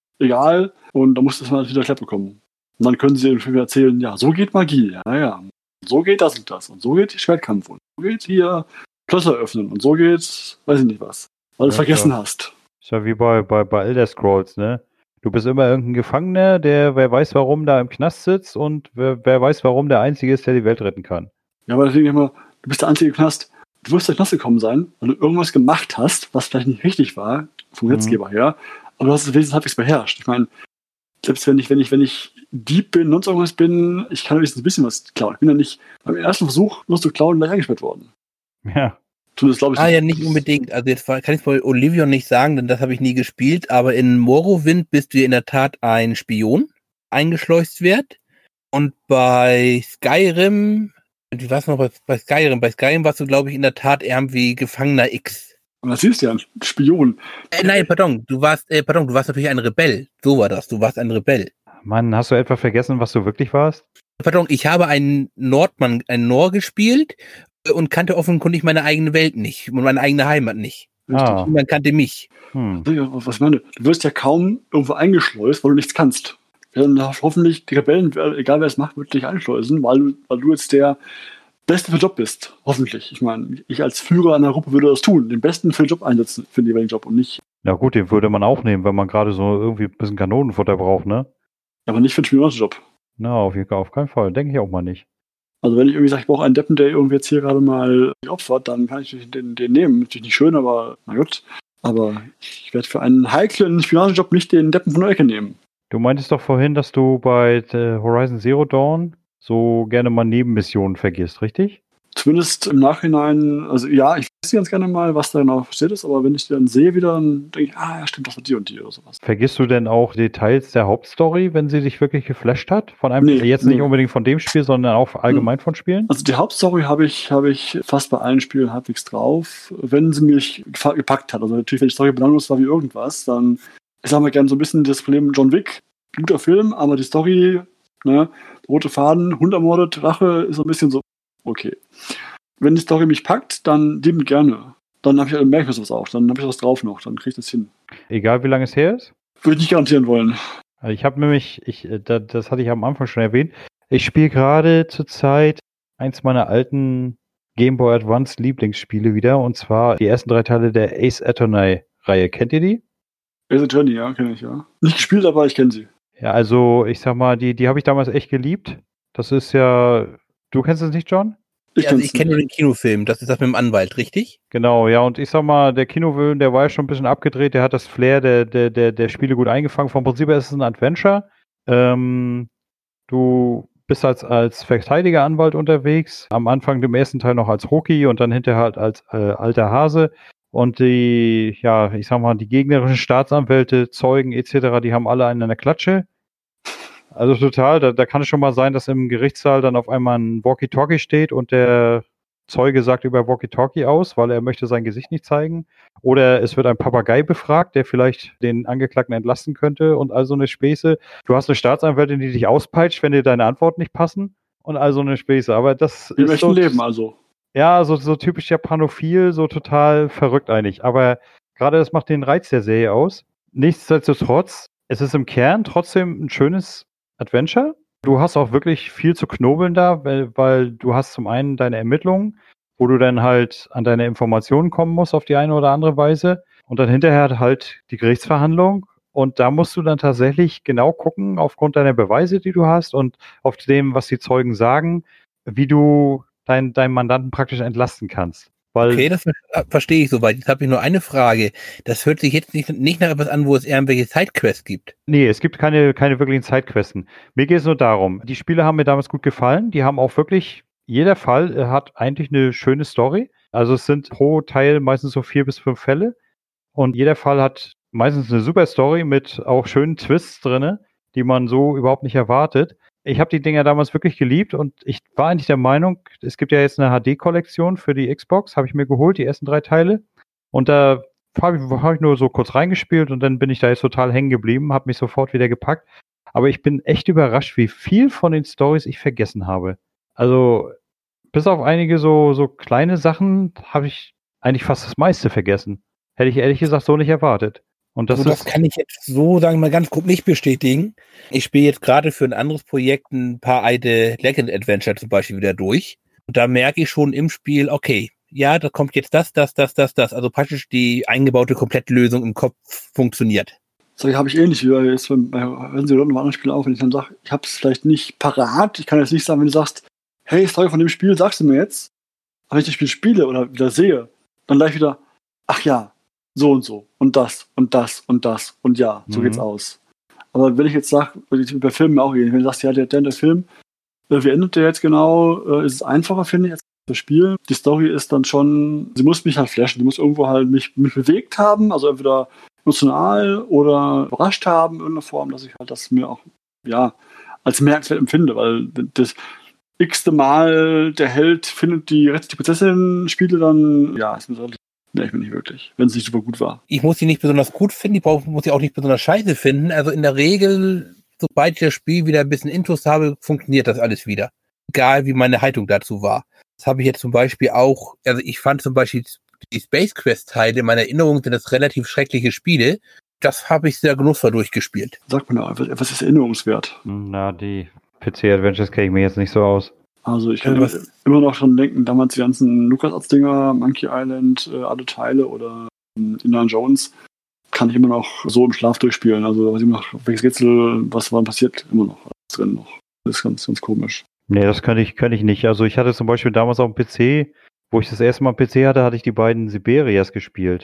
Speaker 3: egal, und da musst du es mal wieder erklärt bekommen. Und dann können sie dir erzählen, ja, so geht Magie, ja. So geht das und das. Und so geht Schwertkampf. Und so geht hier Schlösser öffnen. Und so geht, weiß ich nicht was. Weil du es vergessen hast.
Speaker 1: Ist ja wie bei Elder Scrolls, ne? Du bist immer irgendein Gefangener, der, wer weiß warum, da im Knast sitzt und wer weiß warum der Einzige ist, der die Welt retten kann.
Speaker 3: Ja, aber deswegen immer, du bist der Einzige im Knast. Du wirst in den Knast gekommen sein, weil du irgendwas gemacht hast, was vielleicht nicht richtig war, vom Gesetzgeber her. Aber du hast es wenigstens halbwegs beherrscht. Ich meine, selbst wenn ich Dieb bin, sonst irgendwas bin, ich kann wenigstens ein bisschen was klauen. Ich bin ja nicht beim ersten Versuch, was zu klauen, gleich eingesperrt worden.
Speaker 1: Ja.
Speaker 3: Das, glaube ich,
Speaker 2: ja, nicht unbedingt. Also jetzt kann ich es bei Oblivion nicht sagen, denn das habe ich nie gespielt, aber in Morrowind bist du in der Tat ein Spion, eingeschleust wird. Und bei Skyrim, wie war es noch bei Skyrim? Bei Skyrim warst du, glaube ich, in der Tat irgendwie Gefangener X.
Speaker 3: Aber das siehst du ja, ein Spion.
Speaker 2: Nein, pardon, du warst natürlich ein Rebell. So war das, du warst ein Rebell.
Speaker 1: Mann, hast du etwa vergessen, was du wirklich warst?
Speaker 2: Pardon, ich habe einen Nor gespielt und kannte offenkundig meine eigene Welt nicht und meine eigene Heimat nicht. Man kannte mich.
Speaker 3: Was ich meine, du wirst ja kaum irgendwo eingeschleust, weil du nichts kannst. Dann hoffentlich die Rebellen, egal wer es macht, wird dich einschleusen, weil du jetzt der Beste für den Job bist. Hoffentlich. Ich meine, ich als Führer einer Gruppe würde das tun. Den Besten für den Job einsetzen, für den jeweiligen Job und nicht.
Speaker 1: Ja gut, den würde man auch nehmen, wenn man gerade so irgendwie ein bisschen Kanonenfutter braucht, ne?
Speaker 3: Aber nicht für den Spionagejob.
Speaker 1: Na, auf keinen Fall. Denke ich auch mal nicht.
Speaker 3: Also wenn ich irgendwie sage, ich brauche einen Deppen, der irgendwie jetzt hier gerade mal opfert, dann kann ich den nehmen. Natürlich nicht schön, aber na gut. Aber ich werde für einen heiklen Spionagejob nicht den Deppen von der Ecke nehmen.
Speaker 1: Du meintest doch vorhin, dass du bei Horizon Zero Dawn so gerne mal Nebenmissionen vergisst, richtig?
Speaker 3: Zumindest im Nachhinein, also ja, ich weiß ganz gerne mal, was da genau passiert ist, aber wenn ich die dann sehe wieder, dann denke ich, ja, stimmt, das war die und die oder sowas.
Speaker 1: Vergisst du denn auch Details der Hauptstory, wenn sie dich wirklich geflasht hat? Von einem,
Speaker 3: Nee,
Speaker 1: jetzt nicht unbedingt von dem Spiel, sondern auch allgemein von Spielen?
Speaker 3: Also die Hauptstory habe ich fast bei allen Spielen halbwegs drauf, wenn sie mich gepackt hat. Also natürlich, wenn die Story belanglos war wie irgendwas, dann, ich sag mal gerne so ein bisschen das Problem John Wick, guter Film, aber die Story, ne, rote Faden, Hund ermordet, Rache, ist so ein bisschen so, okay. Wenn die Story mich packt, dann liebend gerne. Dann merke ich mir sowas auch, dann habe ich was drauf noch, dann kriege ich das hin.
Speaker 1: Egal wie lange es her ist?
Speaker 3: Würde ich nicht garantieren wollen.
Speaker 1: Also ich habe nämlich, das hatte ich am Anfang schon erwähnt, ich spiele gerade zurzeit eins meiner alten Game Boy Advance Lieblingsspiele wieder, und zwar die ersten 3 Teile der Ace Attorney-Reihe. Kennt ihr die?
Speaker 3: Ace Attorney, ja, kenne ich, ja. Nicht gespielt, aber ich kenne sie.
Speaker 1: Ja, also ich sag mal, die habe ich damals echt geliebt. Das ist ja, du kennst es nicht, John?
Speaker 2: Ich kenne nur den Kinofilm, das ist das mit dem Anwalt, richtig?
Speaker 1: Genau, ja, und ich sag mal, der Kinofilm, der war ja schon ein bisschen abgedreht, der hat das Flair der Spiele gut eingefangen. Vom Prinzip her ist es ein Adventure. Du bist als Verteidigeranwalt unterwegs, am Anfang dem ersten Teil noch als Rookie und dann hinterher halt als alter Hase. Und die, ja, ich sag mal, die gegnerischen Staatsanwälte, Zeugen etc., die haben alle einen in der Klatsche. Also total, da kann es schon mal sein, dass im Gerichtssaal dann auf einmal ein Walkie-Talkie steht und der Zeuge sagt über Walkie-Talkie aus, weil er möchte sein Gesicht nicht zeigen. Oder es wird ein Papagei befragt, der vielleicht den Angeklagten entlasten könnte und all so eine Späße. Du hast eine Staatsanwältin, die dich auspeitscht, wenn dir deine Antworten nicht passen und all so eine Späße. Aber das
Speaker 3: Im
Speaker 1: ist
Speaker 3: echten Leben also.
Speaker 1: Ja, so typisch japanophil, so total verrückt eigentlich. Aber gerade das macht den Reiz der Serie aus. Nichtsdestotrotz, es ist im Kern trotzdem ein schönes Adventure. Du hast auch wirklich viel zu knobeln da, weil du hast zum einen deine Ermittlungen, wo du dann halt an deine Informationen kommen musst auf die eine oder andere Weise. Und dann hinterher halt die Gerichtsverhandlung. Und da musst du dann tatsächlich genau gucken, aufgrund deiner Beweise, die du hast und auf dem, was die Zeugen sagen, wie du deinen Mandanten praktisch entlasten kannst. Weil
Speaker 2: Okay, das verstehe ich soweit. Jetzt habe ich nur eine Frage. Das hört sich jetzt nicht nach etwas an, wo es irgendwelche Sidequests gibt.
Speaker 1: Nee, es gibt keine wirklichen Sidequesten. Mir geht es nur darum, die Spiele haben mir damals gut gefallen. Die haben auch wirklich, jeder Fall hat eigentlich eine schöne Story. Also es sind pro Teil meistens so 4 bis 5 Fälle. Und jeder Fall hat meistens eine super Story mit auch schönen Twists drinne, die man so überhaupt nicht erwartet. Ich habe die Dinger damals wirklich geliebt und ich war eigentlich der Meinung, es gibt ja jetzt eine HD-Kollektion für die Xbox, habe ich mir geholt, die ersten 3 Teile. Und da habe ich nur so kurz reingespielt und dann bin ich da jetzt total hängen geblieben, habe mich sofort wieder gepackt. Aber ich bin echt überrascht, wie viel von den Stories ich vergessen habe. Also bis auf einige so kleine Sachen habe ich eigentlich fast das meiste vergessen. Hätte ich ehrlich gesagt so nicht erwartet. Und
Speaker 2: das kann ich jetzt so, sagen wir mal, ganz grob nicht bestätigen. Ich spiele jetzt gerade für ein anderes Projekt ein paar alte Legend Adventure zum Beispiel wieder durch. Und da merke ich schon im Spiel, okay, ja, da kommt jetzt das. Also praktisch die eingebaute Komplettlösung im Kopf funktioniert.
Speaker 3: Das habe ich ähnlich wie jetzt bei Horizon Zero Dawn einem anderen Spiel auch, wenn ich dann sage, ich habe es vielleicht nicht parat. Ich kann jetzt nicht sagen, wenn du sagst, hey, Story von dem Spiel sagst du mir jetzt. Aber wenn ich das Spiel spiele oder wieder sehe, dann gleich wieder, ach ja, so und so und das und das und das und ja, so geht's aus. Aber wenn ich jetzt sage, bei Filmen auch, wenn du sagst, ja, der Film, wie endet der jetzt genau, ist es einfacher, finde ich, als das Spiel. Die Story ist dann schon, sie muss mich halt flashen, sie muss irgendwo halt mich bewegt haben, also entweder emotional oder überrascht haben in irgendeiner Form, dass ich halt das mir auch, ja, als merkwürdig empfinde, weil das x-te Mal der Held rettet die Prinzessin, Spiele dann, ja, ist mir relativ. Nee, ich bin nicht wirklich, wenn es nicht super gut war.
Speaker 2: Ich muss sie nicht besonders gut finden, muss sie auch nicht besonders scheiße finden. Also in der Regel, sobald ich das Spiel wieder ein bisschen Intus habe, funktioniert das alles wieder. Egal, wie meine Haltung dazu war. Das habe ich jetzt zum Beispiel auch, also ich fand zum Beispiel die Space Quest-Teile in meiner Erinnerung sind das relativ schreckliche Spiele. Das habe ich sehr genussvoll durchgespielt.
Speaker 3: Sag mal, was ist erinnerungswert?
Speaker 1: Na, die PC-Adventures kenne ich mir jetzt nicht so aus.
Speaker 3: Also ich kann immer noch dran denken, damals die ganzen LucasArts-Dinger, Monkey Island, alle Teile oder Indiana Jones, kann ich immer noch so im Schlaf durchspielen. Also weiß ich immer noch, welches Rätsel, was wann passiert, immer noch alles drin noch. Das ist ganz komisch.
Speaker 1: Nee, das kann ich nicht. Also ich hatte zum Beispiel damals auf dem PC, wo ich das erste Mal einen PC hatte, hatte ich die beiden Siberias gespielt.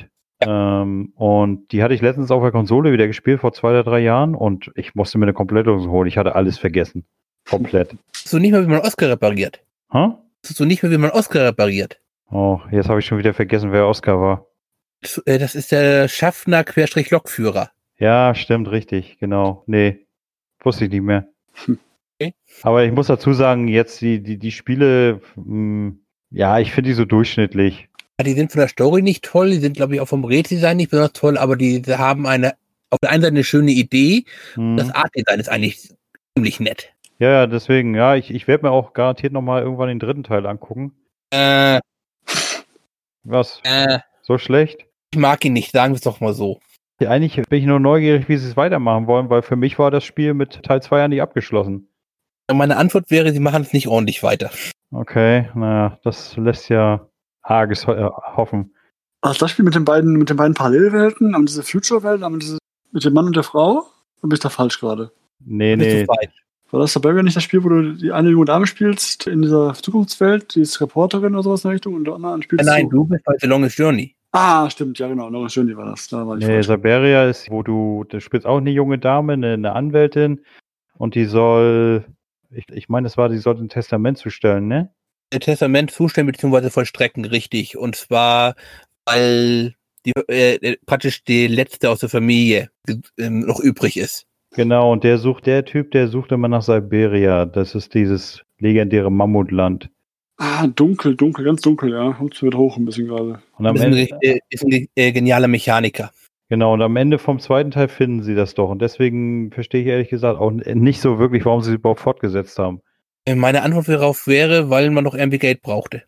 Speaker 1: Und die hatte ich letztens auf der Konsole wieder gespielt, vor 2 oder 3 Jahren. Und ich musste mir eine Komplettlösung holen. Ich hatte alles vergessen. Komplett.
Speaker 2: So nicht mehr, wie man Oscar repariert.
Speaker 1: Huh?
Speaker 2: So nicht mehr, wie man Oscar repariert.
Speaker 1: Oh, jetzt habe ich schon wieder vergessen, wer Oscar war.
Speaker 2: Das ist der Schaffner-Lokführer.
Speaker 1: Ja, stimmt, richtig, genau. Nee, wusste ich nicht mehr.
Speaker 2: Okay.
Speaker 1: Aber ich muss dazu sagen, jetzt die Spiele, ja, ich finde die so durchschnittlich.
Speaker 2: Ja, die sind von der Story nicht toll, die sind, glaube ich, auch vom Rätseldesign nicht besonders toll, aber die haben auf der einen Seite eine schöne Idee. Das Artdesign ist eigentlich ziemlich nett.
Speaker 1: Ja, deswegen, ja, ich werde mir auch garantiert nochmal irgendwann den 3. Teil angucken. Was? So schlecht?
Speaker 2: Ich mag ihn nicht, sagen wir es doch mal so.
Speaker 1: Ja, eigentlich bin ich nur neugierig, wie sie es weitermachen wollen, weil für mich war das Spiel mit Teil 2 ja nicht abgeschlossen.
Speaker 2: Meine Antwort wäre, sie machen es nicht ordentlich weiter.
Speaker 1: Okay, naja, das lässt ja arges hoffen.
Speaker 3: Also das Spiel mit den beiden Parallelwelten, haben diese Future-Welt, mit dem Mann und der Frau? Oder bin ich da falsch gerade?
Speaker 1: Nee.
Speaker 3: War das Barbarian nicht das Spiel, wo du die eine junge Dame spielst in dieser Zukunftswelt, die ist Reporterin oder sowas in der Richtung und der anderen spielst
Speaker 2: Nein, du bist bei The Longest Journey.
Speaker 3: Ah, stimmt, ja genau, Longest Journey war das. Da war ich falsch.
Speaker 1: Siberia ist, wo du spielst auch eine junge Dame, eine Anwältin und die soll, ich meine, die soll ein Testament zustellen, ne?
Speaker 2: Ein Testament zustellen bzw. vollstrecken, richtig. Und zwar, weil praktisch die letzte aus der Familie noch übrig ist.
Speaker 1: Genau, und der sucht immer nach Siberia. Das ist dieses legendäre Mammutland.
Speaker 3: Ah, dunkel, ganz dunkel, ja. Kommt wieder hoch ein bisschen gerade.
Speaker 1: Und am
Speaker 2: Ende ist ein genialer Mechaniker.
Speaker 1: Genau, und am Ende vom 2. Teil finden sie das doch. Und deswegen verstehe ich ehrlich gesagt auch nicht so wirklich, warum sie es überhaupt fortgesetzt haben.
Speaker 2: Meine Antwort darauf wäre, weil man noch irgendwie Geld brauchte.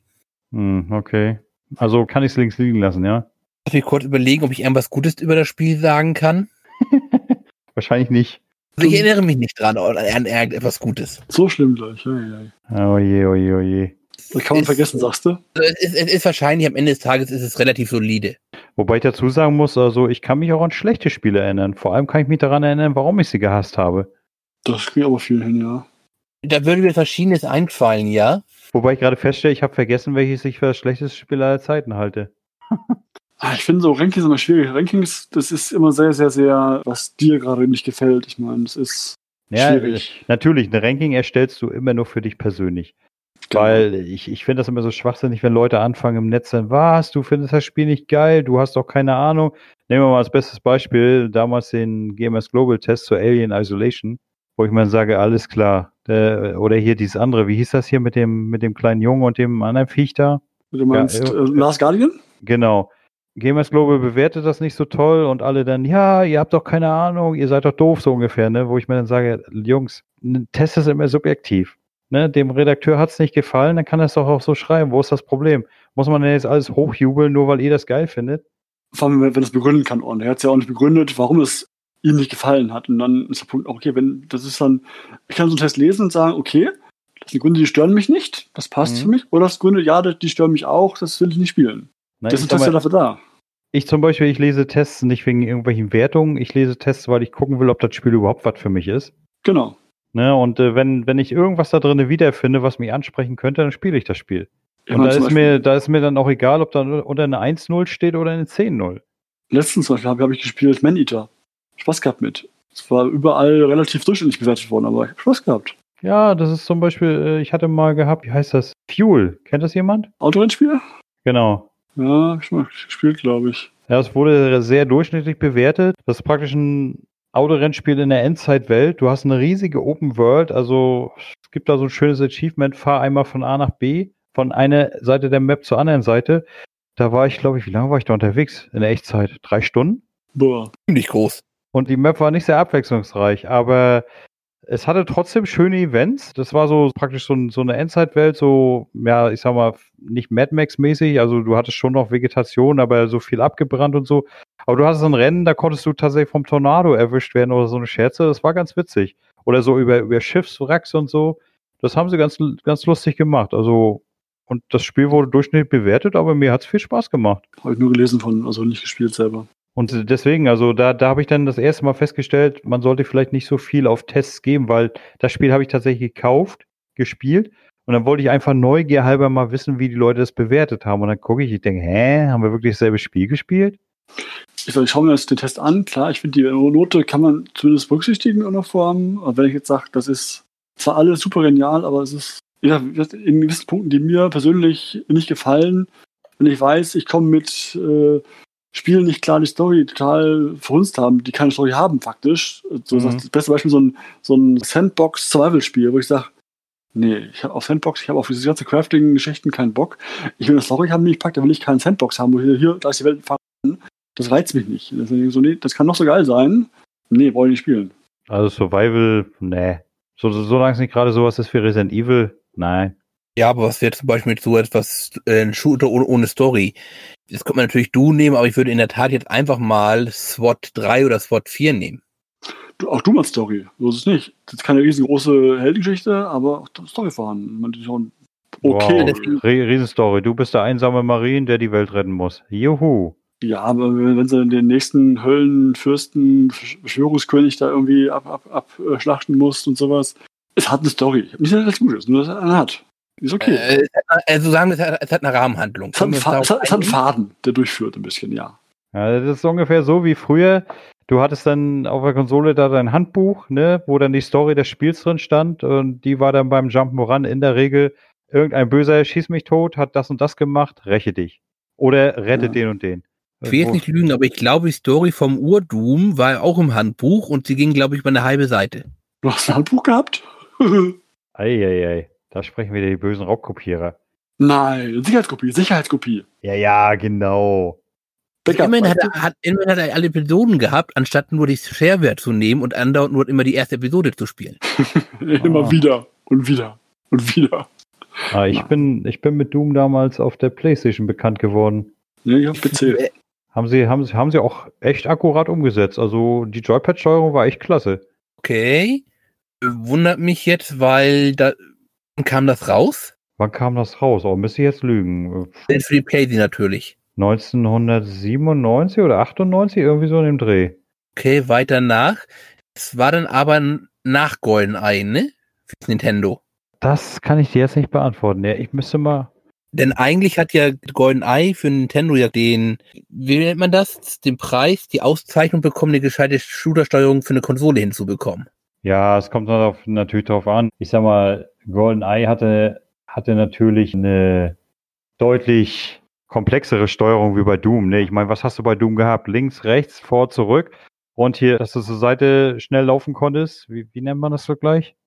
Speaker 1: Okay. Also kann ich es links liegen lassen, ja?
Speaker 2: Darf ich kurz überlegen, ob ich irgendwas Gutes über das Spiel sagen kann?
Speaker 1: Wahrscheinlich nicht.
Speaker 2: Also ich erinnere mich nicht dran an irgendetwas Gutes.
Speaker 3: So schlimm gleich, ja.
Speaker 1: Oh je.
Speaker 3: Das kann man vergessen, sagst du?
Speaker 2: Es ist wahrscheinlich, am Ende des Tages ist es relativ solide.
Speaker 1: Wobei ich dazu sagen muss, also ich kann mich auch an schlechte Spiele erinnern. Vor allem kann ich mich daran erinnern, warum ich sie gehasst habe.
Speaker 3: Das kriege ich aber viel hin, ja.
Speaker 2: Da würde mir Verschiedenes einfallen, ja.
Speaker 1: Wobei ich gerade feststelle, ich habe vergessen, welches ich für das schlechteste Spiel aller Zeiten halte.
Speaker 3: Ich finde so Rankings immer schwierig. Rankings, das ist immer sehr, sehr, sehr, was dir gerade nicht gefällt. Ich meine, das ist schwierig.
Speaker 1: Natürlich, ein Ranking erstellst du immer nur für dich persönlich. Genau. Weil ich finde das immer so schwachsinnig, wenn Leute anfangen im Netz dann, was, du findest das Spiel nicht geil, du hast doch keine Ahnung. Nehmen wir mal als bestes Beispiel damals den GMS Global Test zu Alien Isolation, wo ich mal sage, alles klar. Oder hier dieses andere, wie hieß das hier mit dem kleinen Jungen und dem anderen Viech da?
Speaker 3: Du meinst Last Guardian?
Speaker 1: Genau. GMS Global bewertet das nicht so toll und alle dann, ja, ihr habt doch keine Ahnung, ihr seid doch doof, so ungefähr, ne? Wo ich mir dann sage, Jungs, ein Test ist immer subjektiv. Ne? Dem Redakteur hat es nicht gefallen, dann kann er es doch auch so schreiben. Wo ist das Problem? Muss man denn jetzt alles hochjubeln, nur weil ihr das geil findet?
Speaker 3: Vor allem, wenn es begründen kann. Und er hat es ja auch nicht begründet, warum es ihm nicht gefallen hat. Und dann ist der Punkt, okay, ich kann so einen Test lesen und sagen, okay, das sind Gründe, die stören mich nicht, das passt für mich. Oder das sind Gründe, ja, die stören mich auch, das will ich nicht spielen. Das ist ja dafür da.
Speaker 1: Ich zum Beispiel, ich lese Tests nicht wegen irgendwelchen Wertungen, ich lese Tests, weil ich gucken will, ob das Spiel überhaupt was für mich ist.
Speaker 3: Genau.
Speaker 1: Ne, und wenn ich irgendwas da drin wiederfinde, was mich ansprechen könnte, dann spiele ich das Spiel. Und da ist mir dann auch egal, ob da unter eine 1-0 steht oder eine 10-0.
Speaker 3: Letztens zum Beispiel habe ich gespielt Man-Eater. Spaß gehabt mit. Es war überall relativ durchschnittlich bewertet worden, aber ich habe Spaß gehabt.
Speaker 1: Ja, das ist zum Beispiel, ich hatte mal gehabt, wie heißt das? Fuel. Kennt das jemand?
Speaker 3: Autorennspiel?
Speaker 1: Genau.
Speaker 3: Ja, hab ich mal gespielt, glaube ich.
Speaker 1: Ja, es wurde sehr durchschnittlich bewertet. Das ist praktisch ein Autorennspiel in der Endzeitwelt. Du hast eine riesige Open World, also es gibt da so ein schönes Achievement, fahr einmal von A nach B, von einer Seite der Map zur anderen Seite. Da war ich, glaube ich, wie lange war ich da unterwegs in der Echtzeit? 3 Stunden?
Speaker 3: Boah.
Speaker 2: Ziemlich groß.
Speaker 1: Und die Map war nicht sehr abwechslungsreich, aber es hatte trotzdem schöne Events. Das war so praktisch so eine Endzeitwelt, so, ja, ich sag mal, nicht Mad Max-mäßig. Also du hattest schon noch Vegetation, aber so viel abgebrannt und so. Aber du hattest ein Rennen, da konntest du tatsächlich vom Tornado erwischt werden oder so eine Scherze. Das war ganz witzig. Oder so über Schiffswracks und so. Das haben sie ganz, ganz lustig gemacht. Also, und das Spiel wurde durchschnittlich bewertet, aber mir hat es viel Spaß gemacht.
Speaker 3: Habe ich nur gelesen also nicht gespielt selber.
Speaker 1: Und deswegen, also da habe ich dann das erste Mal festgestellt, man sollte vielleicht nicht so viel auf Tests geben, weil das Spiel habe ich tatsächlich gekauft, gespielt und dann wollte ich einfach neugierhalber mal wissen, wie die Leute das bewertet haben. Und dann gucke ich denke, haben wir wirklich dasselbe Spiel gespielt?
Speaker 3: Ich schaue mir jetzt den Test an. Klar, ich finde, die Note kann man zumindest berücksichtigen in irgendeiner Form. Aber wenn ich jetzt sage, das ist zwar alles super genial, aber es ist in gewissen Punkten, die mir persönlich nicht gefallen, wenn ich weiß, ich komme mit Spielen nicht klar, die Story total verhunzt haben, die keine Story haben faktisch. So das beste Beispiel so ein Sandbox-Survival-Spiel, wo ich sage, nee, ich habe auf Sandbox, ich habe auf diese ganze Crafting-Geschichten keinen Bock. Ich will eine Story haben, die ich packe, da will ich keinen Sandbox haben, wo ich hier, da ist die Welt fahren. Das reizt mich nicht. Das kann noch so geil sein. Nee, wollte ich nicht spielen.
Speaker 1: Also Survival, nee. Solange es nicht gerade sowas ist wie Resident Evil, nein.
Speaker 2: Ja, aber was wäre zum Beispiel mit so etwas, ein Shooter ohne Story? Das könnte man natürlich nehmen, aber ich würde in der Tat jetzt einfach mal SWAT 3 oder SWAT 4 nehmen.
Speaker 3: Auch du mal Story. So ist es nicht. Das ist keine riesengroße Heldengeschichte, aber auch Story vorhanden. Okay.
Speaker 1: Wow, Riesenstory. Du bist der einsame Marine, der die Welt retten muss. Juhu.
Speaker 3: Ja, aber wenn sie den nächsten Höllenfürsten, Beschwörungskönig da irgendwie abschlachten musst und sowas. Es hat eine Story. Nicht, dass es gut ist, nur dass es eine hat. Ist okay.
Speaker 2: Also sagen wir, es hat eine Rahmenhandlung.
Speaker 3: Es hat einen Faden, der durchführt ein bisschen, ja.
Speaker 1: Ja, das ist ungefähr so wie früher. Du hattest dann auf der Konsole da dein Handbuch, ne, wo dann die Story des Spiels drin stand und die war dann beim Jump'n'Run in der Regel, irgendein Böser schießt mich tot, hat das und das gemacht, räche dich. Oder rette den und den.
Speaker 2: Ich will jetzt nicht lügen, aber ich glaube, die Story vom Ur-Doom war auch im Handbuch und sie ging, glaube ich, über eine halbe Seite.
Speaker 3: Du hast ein Handbuch gehabt?
Speaker 1: Eieiei, da sprechen wieder die bösen Raubkopierer.
Speaker 3: Nein, Sicherheitskopie.
Speaker 1: Ja, genau.
Speaker 2: Immerhin hat er alle Episoden gehabt, anstatt nur die Shareware zu nehmen und andauernd nur immer die erste Episode zu spielen.
Speaker 3: Immer wieder und wieder und wieder.
Speaker 1: Ich bin mit Doom damals auf der PlayStation bekannt geworden.
Speaker 3: Ja, ich hab PC.
Speaker 1: Haben sie auch echt akkurat umgesetzt. Also die Joypad-Steuerung war echt klasse.
Speaker 2: Okay. Wundert mich jetzt, weil kam das raus?
Speaker 1: Wann kam das raus? Oh, müsste ich jetzt lügen.
Speaker 2: Für die PlayStation natürlich.
Speaker 1: 1997 oder 98, irgendwie so in dem Dreh.
Speaker 2: Okay, weiter nach. Es war dann aber nach GoldenEye, ne? Für Nintendo.
Speaker 1: Das kann ich dir jetzt nicht beantworten. Ja, ich müsste mal...
Speaker 2: Denn eigentlich hat ja GoldenEye für Nintendo ja wie nennt man das? Den Preis, die Auszeichnung bekommen, eine gescheite Shooter-Steuerung für eine Konsole hinzubekommen.
Speaker 1: Ja, es kommt natürlich darauf an. Ich sag mal, GoldenEye hatte natürlich eine deutlich komplexere Steuerung wie bei Doom. Ne? Ich meine, was hast du bei Doom gehabt? Links, rechts, vor, zurück. Und hier, dass du zur Seite schnell laufen konntest. Wie nennt man das so gleich?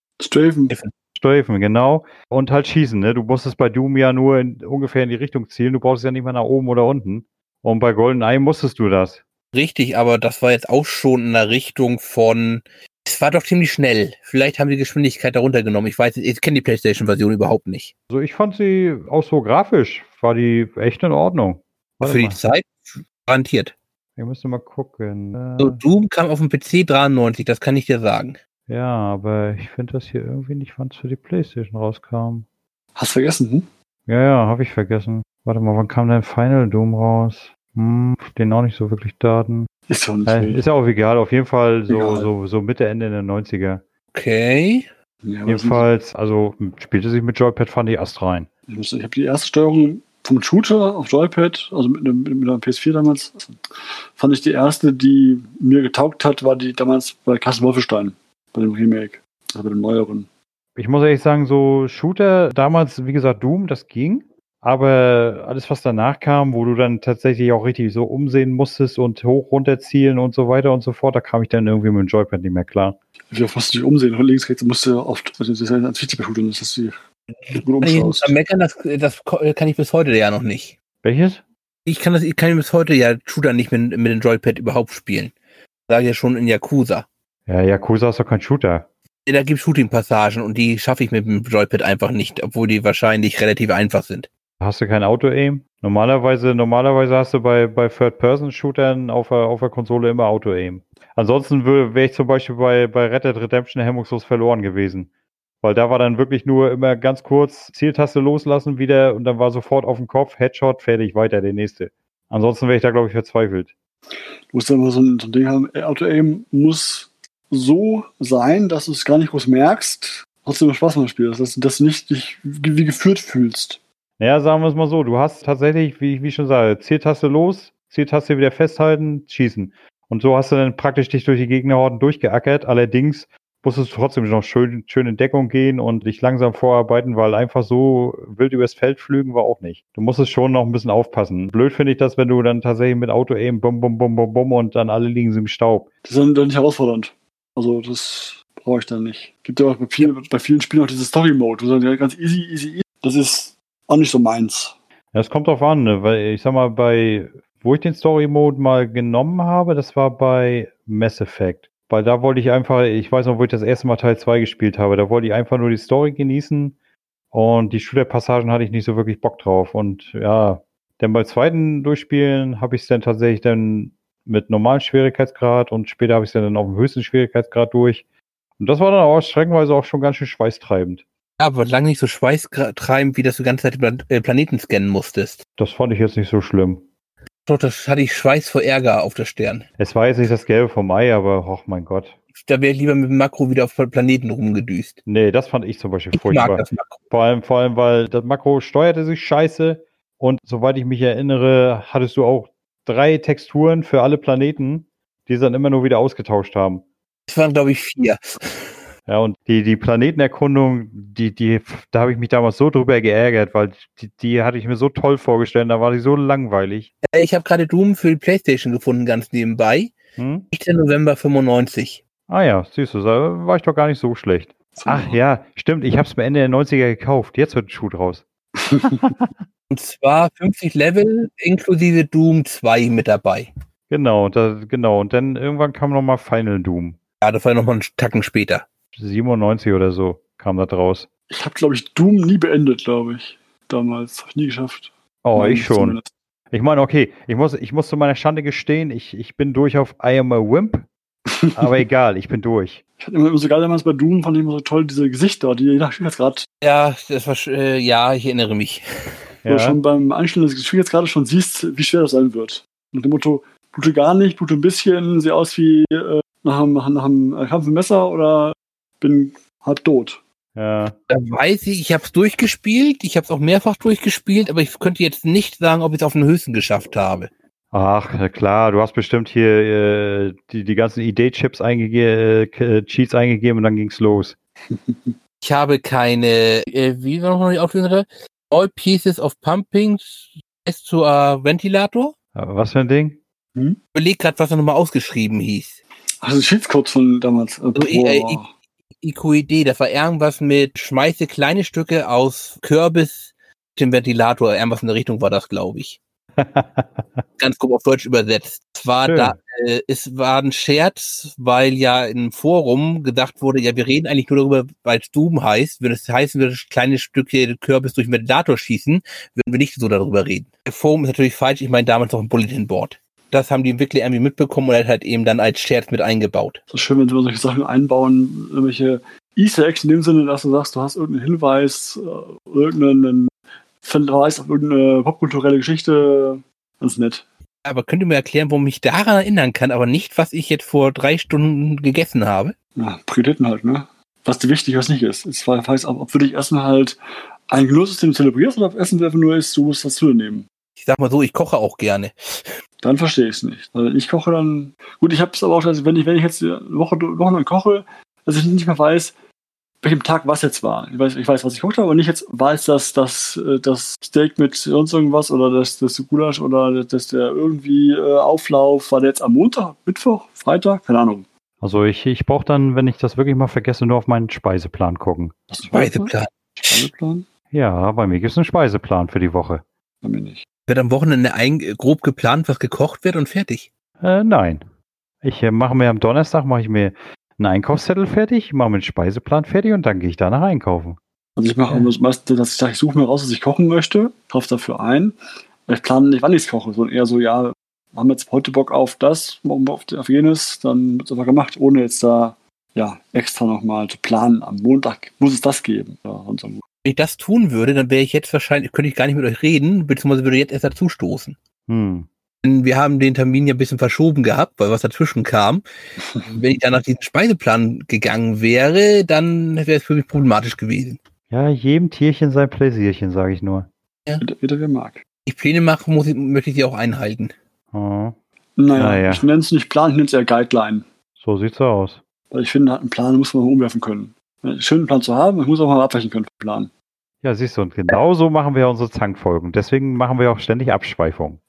Speaker 1: Strafen, genau. Und halt schießen. Ne? Du musstest bei Doom ja nur ungefähr in die Richtung zielen. Du brauchst ja nicht mal nach oben oder unten. Und bei GoldenEye musstest du das.
Speaker 2: Richtig, aber das war jetzt auch schon in der Richtung von... Es war doch ziemlich schnell. Vielleicht haben die Geschwindigkeit darunter genommen. Ich kenne die PlayStation-Version überhaupt nicht.
Speaker 1: Also ich fand sie auch so grafisch, war die echt in Ordnung.
Speaker 2: Für die Zeit garantiert.
Speaker 1: Ich müsste mal gucken.
Speaker 2: So, Doom kam auf dem PC 93, das kann ich dir sagen.
Speaker 1: Ja, aber ich finde das hier irgendwie nicht, wann es für die PlayStation rauskam.
Speaker 3: Hast du vergessen, hm?
Speaker 1: Ja, habe ich vergessen. Warte mal, wann kam denn Final Doom raus? Stehen auch nicht so wirklich Daten.
Speaker 3: Ist
Speaker 1: ja auch egal, auf jeden Fall so Mitte, Ende der 90er.
Speaker 2: Okay.
Speaker 3: Ja,
Speaker 1: jedenfalls, also spielte sich mit Joypad, fand ich astrein.
Speaker 3: Ich habe die erste Steuerung vom Shooter auf Joypad, also mit einer PS4 damals, fand ich die erste, die mir getaugt hat, war die damals bei Castle Wolfenstein, bei dem Remake, also bei dem neueren.
Speaker 1: Ich muss ehrlich sagen, so Shooter, damals, wie gesagt, Doom, das ging. Aber alles, was danach kam, wo du dann tatsächlich auch richtig so umsehen musstest und hoch, runter zielen und so weiter und so fort, da kam ich dann irgendwie mit dem Joypad nicht mehr klar.
Speaker 3: Wie oft musst du dich umsehen? Und links, rechts musst du oft, das ist ja ganz wichtig bei Shootern, dass du gut umschaust.
Speaker 2: Das kann ich bis heute ja noch nicht.
Speaker 1: Welches?
Speaker 2: Ich kann bis heute ja Shooter nicht mit dem Joypad überhaupt spielen. Sage ich ja schon in Yakuza.
Speaker 1: Ja, Yakuza ist doch kein Shooter.
Speaker 2: Da gibt es Shooting-Passagen und die schaffe ich mit dem Joypad einfach nicht, obwohl die wahrscheinlich relativ einfach sind.
Speaker 1: Hast du kein Auto-Aim? Normalerweise hast du bei Third-Person-Shootern auf der Konsole immer Auto-Aim. Ansonsten wäre ich zum Beispiel bei Red Dead Redemption hemmungslos verloren gewesen. Weil da war dann wirklich nur immer ganz kurz Zieltaste loslassen wieder und dann war sofort auf dem Kopf, Headshot, fertig, weiter, der nächste. Ansonsten wäre ich da, glaube ich, verzweifelt.
Speaker 3: Du musst dann mal so ein Ding haben, Auto-Aim muss so sein, dass du es gar nicht groß merkst, trotzdem Spaß beim Spiel, dass du nicht dich wie geführt fühlst.
Speaker 1: Naja, sagen wir es mal so, du hast tatsächlich, wie ich schon sage, Zieltaste los, Zieltaste wieder festhalten, schießen. Und so hast du dann praktisch dich durch die Gegnerhorden durchgeackert. Allerdings musstest du trotzdem noch schön in Deckung gehen und dich langsam vorarbeiten, weil einfach so wild übers Feld flügen war auch nicht. Du musstest schon noch ein bisschen aufpassen. Blöd finde ich das, wenn du dann tatsächlich mit Auto-Aim bum, bum, bum, bum, bum und dann alle liegen sie im Staub.
Speaker 3: Das ist dann nicht herausfordernd. Also das brauche ich dann nicht. Gibt ja auch bei vielen Spielen auch diese Story-Mode, wo dann ganz easy. Das ist auch nicht so meins.
Speaker 1: Ja, es kommt drauf an, ne? Weil ich sag mal, wo ich den Story-Mode mal genommen habe, das war bei Mass Effect. Weil da wollte ich einfach, ich weiß noch, wo ich das erste Mal Teil 2 gespielt habe, da wollte ich einfach nur die Story genießen und die Shooter-Passagen hatte ich nicht so wirklich Bock drauf. Und ja, dann beim zweiten Durchspielen habe ich es dann tatsächlich dann mit normalem Schwierigkeitsgrad und später habe ich es dann auf dem höchsten Schwierigkeitsgrad durch. Und das war dann auch streckenweise auch schon ganz schön schweißtreibend.
Speaker 2: Ja, aber lange nicht so schweißtreibend, wie dass du die ganze Zeit Planeten scannen musstest.
Speaker 1: Das fand ich jetzt nicht so schlimm.
Speaker 2: Doch, das hatte ich Schweiß vor Ärger auf der Stirn.
Speaker 1: Es war jetzt nicht das Gelbe vom Ei, aber ach mein Gott.
Speaker 2: Da wäre ich lieber mit dem Makro wieder auf Planeten rumgedüst.
Speaker 1: Nee, das fand ich zum Beispiel
Speaker 2: Ich
Speaker 1: furchtbar.
Speaker 2: mag das Makro.
Speaker 1: Vor allem, weil das Makro steuerte sich scheiße und soweit ich mich erinnere, hattest du auch 3 Texturen für alle Planeten, die sie dann immer nur wieder ausgetauscht haben.
Speaker 2: Das waren, glaube ich, 4.
Speaker 1: Ja, und die Planetenerkundung, da habe ich mich damals so drüber geärgert, weil die hatte ich mir so toll vorgestellt, da war die so langweilig.
Speaker 2: Ich habe gerade Doom für die PlayStation gefunden, ganz nebenbei. 16. November 95.
Speaker 1: Ah ja, siehst du, da war ich doch gar nicht so schlecht. Ach ja, stimmt, ich habe es mir Ende der 90er gekauft. Jetzt wird ein Schuh draus.
Speaker 2: Und zwar 50 Level inklusive Doom 2 mit dabei.
Speaker 1: Genau. Und dann irgendwann kam nochmal Final Doom.
Speaker 2: Ja, das war nochmal einen Tacken später.
Speaker 1: 97 oder so kam das raus.
Speaker 3: Ich habe, glaube ich, Doom nie beendet, glaube ich. Damals. Habe ich nie geschafft.
Speaker 1: Oh, ich schon. Zumindest. Ich meine, okay, ich muss zu meiner Schande gestehen, ich bin durch auf I Am a Wimp, aber egal, ich bin durch.
Speaker 3: Ich hatte immer so geil damals bei Doom, fand ich immer so toll, diese Gesichter, die je nach Schwierigkeitsgrad.
Speaker 2: Ja, das war, ja, ich erinnere mich.
Speaker 3: Wo du schon beim Einstellen des Schwierigkeitsgrades schon siehst, wie schwer das sein wird. Mit dem Motto, blute gar nicht, blute ein bisschen, sehe aus wie nach einem Kampf mit Messer oder bin halb tot.
Speaker 1: Ja.
Speaker 2: Da weiß ich habe es durchgespielt, ich habe es auch mehrfach durchgespielt, aber ich könnte jetzt nicht sagen, ob ich es auf den höchsten geschafft habe.
Speaker 1: Ach, klar, du hast bestimmt hier die ganzen Idee-Chips Cheats eingegeben und dann ging's los.
Speaker 2: Ich habe keine, wie war noch die Auflösung? All Pieces of Pumping to a Ventilator.
Speaker 1: Was für ein Ding?
Speaker 2: Ich überlege gerade, was er nochmal ausgeschrieben hieß.
Speaker 3: Also Cheatscodes von damals.
Speaker 2: IQID, das war irgendwas mit schmeiße kleine Stücke aus Kürbis dem Ventilator. Irgendwas in der Richtung war das, glaube ich. Ganz grob auf Deutsch übersetzt. Es war ein Scherz, weil ja im Forum gedacht wurde, ja, wir reden eigentlich nur darüber, weil es Doom heißt. Wenn es heißen würde, kleine Stücke Kürbis durch den Ventilator schießen, würden wir nicht so darüber reden. Der Forum ist natürlich falsch. Ich meine damals noch ein Bulletin Board. Das haben die Entwickler irgendwie mitbekommen und er hat halt eben dann als Scherz mit eingebaut.
Speaker 3: Es ist schön, wenn sie solche Sachen einbauen, irgendwelche Easter Eggs in dem Sinne, dass du sagst, du hast irgendeinen Hinweis, irgendeinen Verweis auf irgendeine popkulturelle Geschichte. Ganz nett.
Speaker 2: Aber könnt ihr mir erklären, warum ich daran erinnern kann, aber nicht, was ich jetzt vor 3 Stunden gegessen habe?
Speaker 3: Ja, Prioritäten halt, ne? Was dir wichtig, was nicht ist. Es war heißt, ob für dich Essen halt ein Genusssystem zelebrierst oder ob Essen einfach nur ist, du musst das zu dir nehmen.
Speaker 2: Ich sag mal so, ich koche auch gerne.
Speaker 3: Dann verstehe ich es nicht. Also ich koche dann. Gut, ich habe es aber auch, also wenn ich jetzt eine Woche lang koche, dass ich nicht mehr weiß, welchem Tag was jetzt war. Ich weiß, was ich kocht habe, aber nicht jetzt weiß, dass das Steak mit sonst irgendwas oder das Gulasch oder der irgendwie Auflauf war der jetzt am Montag, Mittwoch, Freitag, keine Ahnung.
Speaker 1: Also ich brauche dann, wenn ich das wirklich mal vergesse, nur auf meinen Speiseplan gucken.
Speaker 3: Speiseplan?
Speaker 1: Ja, bei mir gibt es einen Speiseplan für die Woche.
Speaker 3: Bei mir nicht.
Speaker 2: Wird am Wochenende grob geplant, was gekocht wird und fertig?
Speaker 1: Nein. Ich mache mir am Donnerstag einen Einkaufszettel fertig, mache mir einen Speiseplan fertig und dann gehe ich danach einkaufen.
Speaker 3: Also ich mache meistens, dass ich sage, ich suche mir raus, was ich kochen möchte, kaufe dafür ein. Ich plane nicht, wann ich es koche, sondern eher so, ja, haben wir jetzt heute Bock auf das, morgen auf jenes, dann wird es einfach gemacht, ohne jetzt da extra nochmal zu planen. Am Montag muss es das geben. Ja, sonst
Speaker 2: Wenn ich das tun würde, dann wäre ich jetzt wahrscheinlich, könnte ich gar nicht mit euch reden, beziehungsweise würde jetzt erst dazu stoßen. Wir haben den Termin ja ein bisschen verschoben gehabt, weil was dazwischen kam. Wenn ich dann nach diesem Speiseplan gegangen wäre, dann wäre es für mich problematisch gewesen.
Speaker 1: Ja, jedem Tierchen sein Pläsierchen, sage ich nur.
Speaker 3: Ja. Jeder wer mag.
Speaker 2: Ich Pläne mache, möchte ich sie auch einhalten.
Speaker 1: Oh.
Speaker 3: Naja, ich nenne es nicht Plan, ich nenne es eher Guideline.
Speaker 1: So sieht's aus.
Speaker 3: Weil ich finde, einen Plan muss man mal umwerfen können. Einen schönen Plan zu haben, ich muss auch mal abweichen können vom Plan.
Speaker 1: Ja, siehst du, und genau so machen wir unsere Zankfolgen. Deswegen machen wir auch ständig Abschweifungen,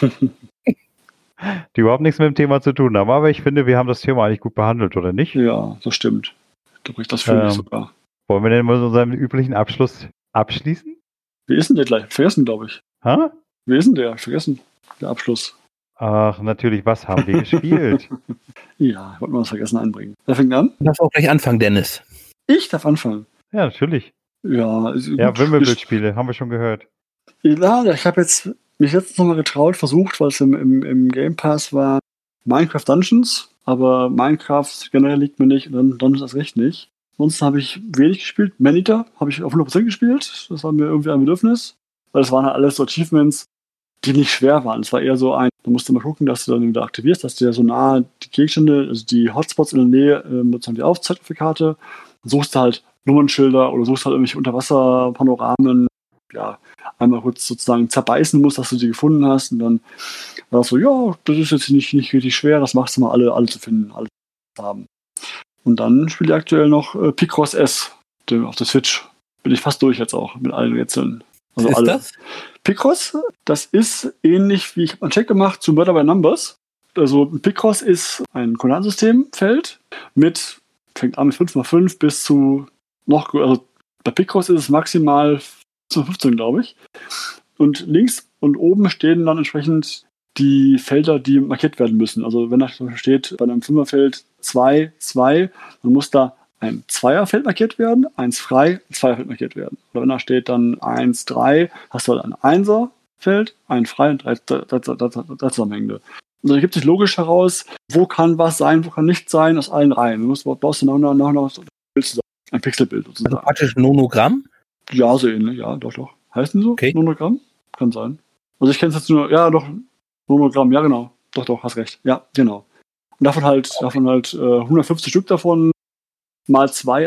Speaker 1: die überhaupt nichts mit dem Thema zu tun haben. Aber ich finde, wir haben das Thema eigentlich gut behandelt, oder nicht?
Speaker 3: Ja, das stimmt. Ich glaube, das finde ich sogar.
Speaker 1: Wollen wir denn mit unserem üblichen Abschluss abschließen?
Speaker 3: Wie ist denn der gleich? Vergessen, glaube ich.
Speaker 1: Ha?
Speaker 3: Wie ist denn der? Vergessen. Der Abschluss.
Speaker 1: Ach, natürlich, was haben wir gespielt?
Speaker 3: Ja, ich wollte mal was vergessen einbringen. Wer fängt an?
Speaker 2: Du darfst auch gleich anfangen, Dennis.
Speaker 3: Ich darf anfangen.
Speaker 1: Ja, natürlich.
Speaker 3: Ja,
Speaker 1: Ja, Wimmelbildspiele, haben wir schon gehört.
Speaker 3: Ja, ich habe jetzt mich letztens nochmal getraut, versucht, weil es im Game Pass war, Minecraft Dungeons, aber Minecraft generell liegt mir nicht und dann Dungeons erst recht nicht. Ansonsten habe ich wenig gespielt. Maneater habe ich auf 100% gespielt. Das war mir irgendwie ein Bedürfnis. Weil das waren halt alles so Achievements, die nicht schwer waren. Es war eher so du musst mal gucken, dass du dann wieder aktivierst, dass dir so nah die Gegenstände, also die Hotspots in der Nähe, sozusagen die aufzeigt auf der Karte. Dann suchst du halt Nummernschilder oder suchst halt irgendwelche Unterwasserpanoramen, ja, einmal kurz sozusagen zerbeißen musst, dass du die gefunden hast. Und dann war das so, ja, das ist jetzt nicht richtig schwer, das machst du mal alle zu finden, alle zu haben. Und dann spiele ich aktuell noch Picross S auf der Switch. Bin ich fast durch jetzt auch mit allen Rätseln. Also
Speaker 2: Was ist das?
Speaker 3: Picross, das ist ähnlich wie ich habe einen Check gemacht zu Murder by Numbers. Also Picross ist ein Koordinatensystemfeld fängt an mit 5x5 bis zu noch, also bei Picross ist es maximal 15, glaube ich. Und links und oben stehen dann entsprechend die Felder, die markiert werden müssen. Also wenn da steht bei einem Fünferfeld 2, 2, dann muss da ein Zweierfeld markiert werden, 1 frei, ein Zweierfeld markiert werden. Oder wenn da steht dann 1, 3, hast du halt ein Einserfeld, ein frei und drei zusammenhängende. Und dann gibt sich logisch heraus, wo kann was sein, wo kann nicht sein, aus allen Reihen. Du baust dann noch ein Pixelbild sozusagen.
Speaker 2: Also praktisch ein Nonogramm?
Speaker 3: Ja, so ähnlich, ja, doch. Heißt denn so?
Speaker 2: Okay.
Speaker 3: Nonogramm? Kann sein. Also ich kenne es jetzt nur, ja, doch, Nonogramm, ja, genau. Doch, hast recht. Ja, genau. Und davon halt 150 Stück davon mal 2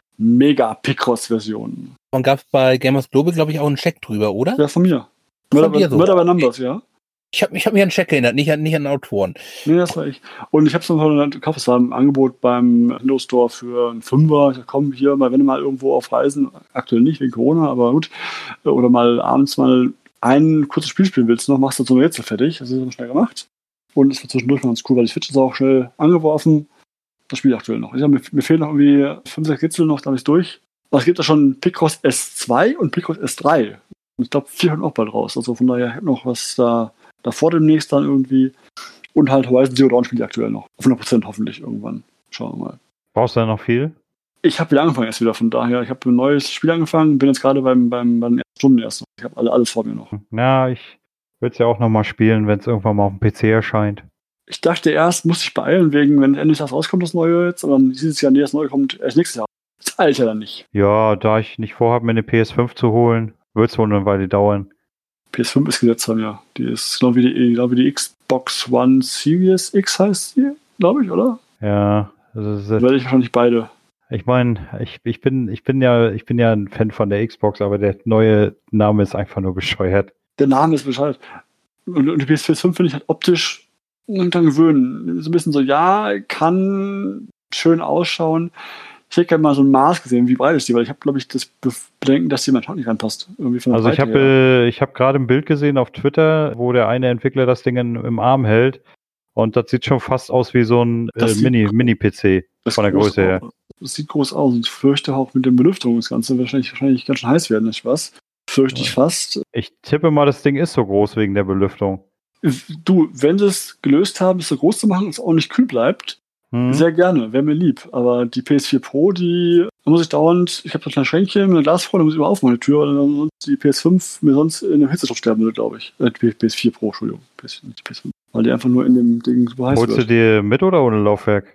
Speaker 3: Mega-Picross-Versionen.
Speaker 2: Und gab es bei Gamers Global, glaube ich, auch einen Check drüber, oder?
Speaker 3: Ja, von mir.
Speaker 2: Von dir so.
Speaker 3: Murder by Numbers, ja.
Speaker 2: Ich hab mich an einen Check erinnert, nicht an den Autoren.
Speaker 3: Nee, das war ich. Und ich habe es noch gekauft, es war im Angebot beim Windows Store für einen Fünfer. Ich dachte, komm, hier, mal wenn du mal irgendwo auf Reisen, aktuell nicht wegen Corona, aber gut, oder mal abends mal ein kurzes Spiel spielen willst, noch machst du so ein Rätsel fertig. Das ist schnell gemacht. Und es war zwischendurch ganz cool, weil die Switch ist auch schnell angeworfen. Das spiele ich aktuell noch. Mir fehlen noch irgendwie 5, 6 Rätsel noch, da habe ich durch. Aber es gibt da schon Picross S2 und Picross S3. Und ich glaube, 4 hören auch bald raus. Also von daher hätte noch was da davor demnächst dann irgendwie. Und halt Horizon Zero Dawn spiele ich aktuell noch. Auf 100% hoffentlich irgendwann. Schauen wir mal.
Speaker 1: Brauchst du da noch viel?
Speaker 3: Ich habe wieder angefangen erst wieder, von daher. Ich habe ein neues Spiel angefangen, bin jetzt gerade bei den ersten Stunden erst. Ich habe alles vor mir noch.
Speaker 1: Na, ich würde es ja auch nochmal spielen, wenn es irgendwann mal auf dem PC erscheint.
Speaker 3: Ich dachte erst, muss ich beeilen, wenn endlich das rauskommt, das Neue jetzt. Aber dann dieses Jahr, das Neue kommt erst nächstes Jahr. Das eilt ja dann nicht.
Speaker 1: Ja, da ich nicht vorhabe, mir eine PS5 zu holen, wird es wohl eine Weile dauern.
Speaker 3: PS5 ist gesetzt haben, ja. Die ist genau wie die Xbox One Series X heißt die, glaube ich, oder?
Speaker 1: Ja, also
Speaker 3: werde ich wahrscheinlich beide.
Speaker 1: Ich meine, ich bin ja ein Fan von der Xbox, aber der neue Name ist einfach nur bescheuert.
Speaker 3: Der Name ist bescheuert. Und die PS5 finde ich halt optisch dann gewöhnen. So ein bisschen so, ja, kann schön ausschauen. Ich hätte gerne mal so ein Maß gesehen, wie breit ist die, weil ich habe, glaube ich, das Bedenken, dass die mein Schrank nicht reinpasst. Irgendwie von der
Speaker 1: Breite ich habe gerade ein Bild gesehen auf Twitter, wo der eine Entwickler das Ding im Arm hält. Und das sieht schon fast aus wie so ein Mini-PC von der Größe her.
Speaker 3: Das sieht groß aus. Und ich fürchte auch mit der Belüftung das Ganze wahrscheinlich ganz schön heiß werden, nicht was? Fürchte ich fast.
Speaker 1: Ich tippe mal, das Ding ist so groß wegen der Belüftung.
Speaker 3: Du, wenn sie es gelöst haben, es so groß zu machen, dass es auch nicht kühl bleibt, sehr gerne, wäre mir lieb. Aber die PS4 Pro, da muss ich dauernd, ich habe so ein kleines Schränkchen mit einer Glasfront, da muss ich immer aufmachen, die Tür, weil dann sonst die PS5 mir sonst in einem Hitzestoff sterben würde, glaube ich. Die PS4 Pro, Entschuldigung. Die PS5. Weil die einfach nur in dem Ding super heiß wird.
Speaker 1: Holst du dir mit oder ohne Laufwerk?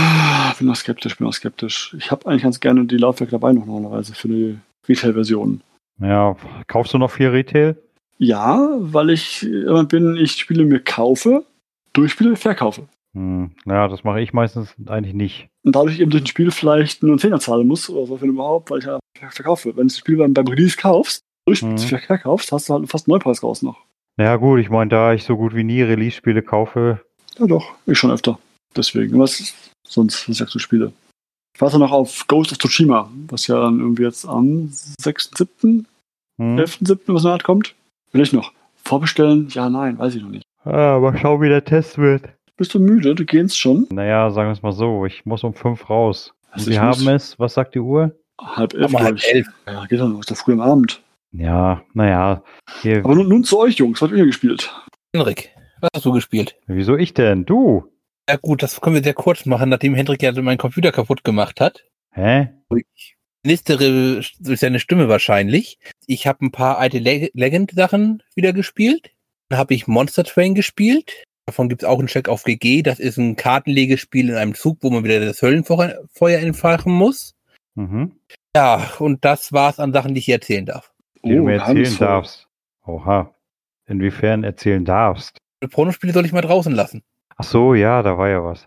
Speaker 3: Bin noch skeptisch. Ich habe eigentlich ganz gerne die Laufwerke dabei noch normalerweise für die Retail-Version.
Speaker 1: Ja, kaufst du noch viel Retail?
Speaker 3: Ja, weil ich Spiele mir kaufe, durchspiele, verkaufe.
Speaker 1: Ja, das mache ich meistens eigentlich nicht.
Speaker 3: Und dadurch eben durch ein Spiel vielleicht nur einen Zehner zahlen muss, oder so, wenn überhaupt, weil ich ja verkaufe. Wenn du das Spiel beim Release kaufst, verkaufst, hast du halt fast einen Neupreis raus noch.
Speaker 1: Naja gut, ich meine, da ich so gut wie nie Release-Spiele kaufe.
Speaker 3: Ja doch, ich schon öfter. Deswegen, was sagst du Spiele? Ich warte noch auf Ghost of Tsushima, was ja dann irgendwie jetzt am 6.7., 11.7., was in der Art kommt. Will ich noch vorbestellen? Ja, nein, weiß ich noch nicht.
Speaker 1: Mal schauen, wie der Test wird.
Speaker 3: Bist du müde? Du gehst schon?
Speaker 1: Naja, sagen wir es mal so, ich muss um 5 raus.
Speaker 3: Also
Speaker 1: Und Sie haben es, was sagt die Uhr?
Speaker 3: 10:30,
Speaker 2: Aber
Speaker 3: glaube ich.
Speaker 2: 11.
Speaker 3: Ja, geht dann noch, ist ja früh am Abend.
Speaker 1: Ja, naja. Hier,
Speaker 3: Aber nun zu euch, Jungs, was habt ihr gespielt?
Speaker 2: Henrik, was hast du gespielt?
Speaker 1: wieso ich denn? Du?
Speaker 2: Ja gut, das können wir sehr kurz machen, nachdem Hendrik ja meinen Computer kaputt gemacht hat.
Speaker 1: Hä?
Speaker 2: Listere durch seine Stimme wahrscheinlich. Ich habe ein paar alte Legend-Sachen wieder gespielt. Dann habe ich Monster Train gespielt. Davon gibt es auch einen Check auf GG. Das ist ein Kartenlegespiel in einem Zug, wo man wieder das Höllenfeuer entfachen muss.
Speaker 1: Mhm.
Speaker 2: Ja, und das war's an Sachen, die ich hier erzählen darf.
Speaker 1: Die du mir erzählen
Speaker 3: geheimnisvoll.
Speaker 1: darfst. Oha. Inwiefern erzählen darfst?
Speaker 2: Pornospiele soll ich mal draußen lassen.
Speaker 1: Ach so, ja, da war ja was.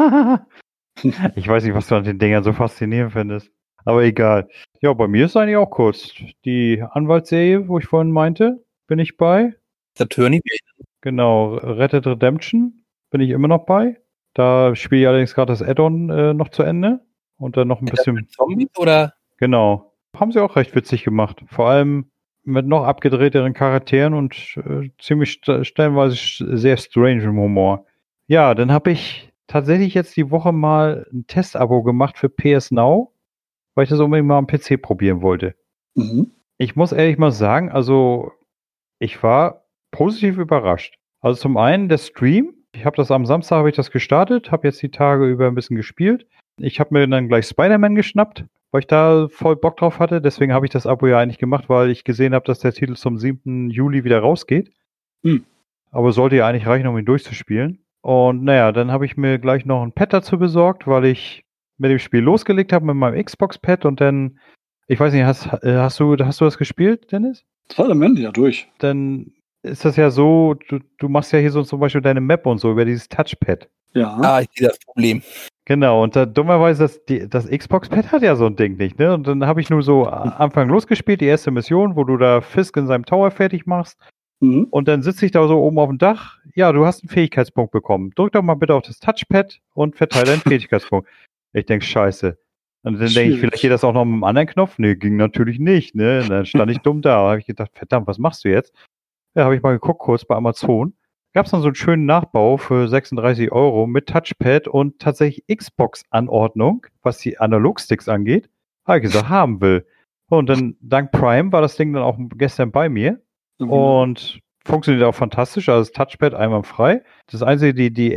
Speaker 1: Ich weiß nicht, was du an den Dingern so faszinierend findest. Aber egal. Ja, bei mir ist eigentlich auch kurz. Die Anwaltsserie, wo ich vorhin meinte, bin ich bei.
Speaker 2: Saturni.
Speaker 1: Genau, Red Dead Redemption bin ich immer noch bei. Da spiele ich allerdings gerade das Add-on noch zu Ende. Und dann noch ein bisschen.
Speaker 2: Zombies oder?
Speaker 1: Genau. Haben sie auch recht witzig gemacht. Vor allem mit noch abgedrehteren Charakteren und ziemlich stellenweise sehr strangem Humor. Ja, dann habe ich tatsächlich jetzt die Woche mal ein Testabo gemacht für PS Now, weil ich das unbedingt mal am PC probieren wollte.
Speaker 3: Mhm.
Speaker 1: Ich muss ehrlich mal sagen, also ich war positiv überrascht. Also zum einen der Stream. Ich habe das am Samstag habe ich das gestartet, habe jetzt die Tage über ein bisschen gespielt. Ich habe mir dann gleich Spider-Man geschnappt, weil ich da voll Bock drauf hatte. Deswegen habe ich das Abo ja eigentlich gemacht, weil ich gesehen habe, dass der Titel zum 7. Juli wieder rausgeht.
Speaker 3: Hm.
Speaker 1: Aber sollte ja eigentlich reichen, um ihn durchzuspielen. Und naja, dann habe ich mir gleich noch ein Pad dazu besorgt, weil ich mit dem Spiel losgelegt habe mit meinem Xbox-Pad und dann, ich weiß nicht, hast du das gespielt, Dennis?
Speaker 3: Spider-Man, ja, durch.
Speaker 1: Dann ist das ja so, du machst ja hier so zum Beispiel deine Map und so über dieses Touchpad.
Speaker 3: Ja.
Speaker 2: Ah, ich sehe das Problem.
Speaker 1: Genau, und da, dummerweise, das Xbox-Pad hat ja so ein Ding nicht, ne? Und dann habe ich nur so Anfang losgespielt, die erste Mission, wo du da Fisk in seinem Tower fertig machst.
Speaker 3: Mhm.
Speaker 1: Und dann sitze ich da so oben auf dem Dach. Ja, du hast einen Fähigkeitspunkt bekommen. Drück doch mal bitte auf das Touchpad und verteile deinen Fähigkeitspunkt. Ich denke, scheiße. Und dann denke ich, vielleicht geht das auch noch mit einem anderen Knopf. Nee, ging natürlich nicht, ne? Und dann stand ich dumm da. Da habe ich gedacht, verdammt, was machst du jetzt? Ja, habe ich mal geguckt, kurz bei Amazon. Gab es dann so einen schönen Nachbau für 36 € mit Touchpad und tatsächlich Xbox-Anordnung, was die Analogsticks angeht. Habe ich gesagt, haben will. Und dann, dank Prime, war das Ding dann auch gestern bei mir. Und funktioniert auch fantastisch. Also das Touchpad einwandfrei. Das Einzige, die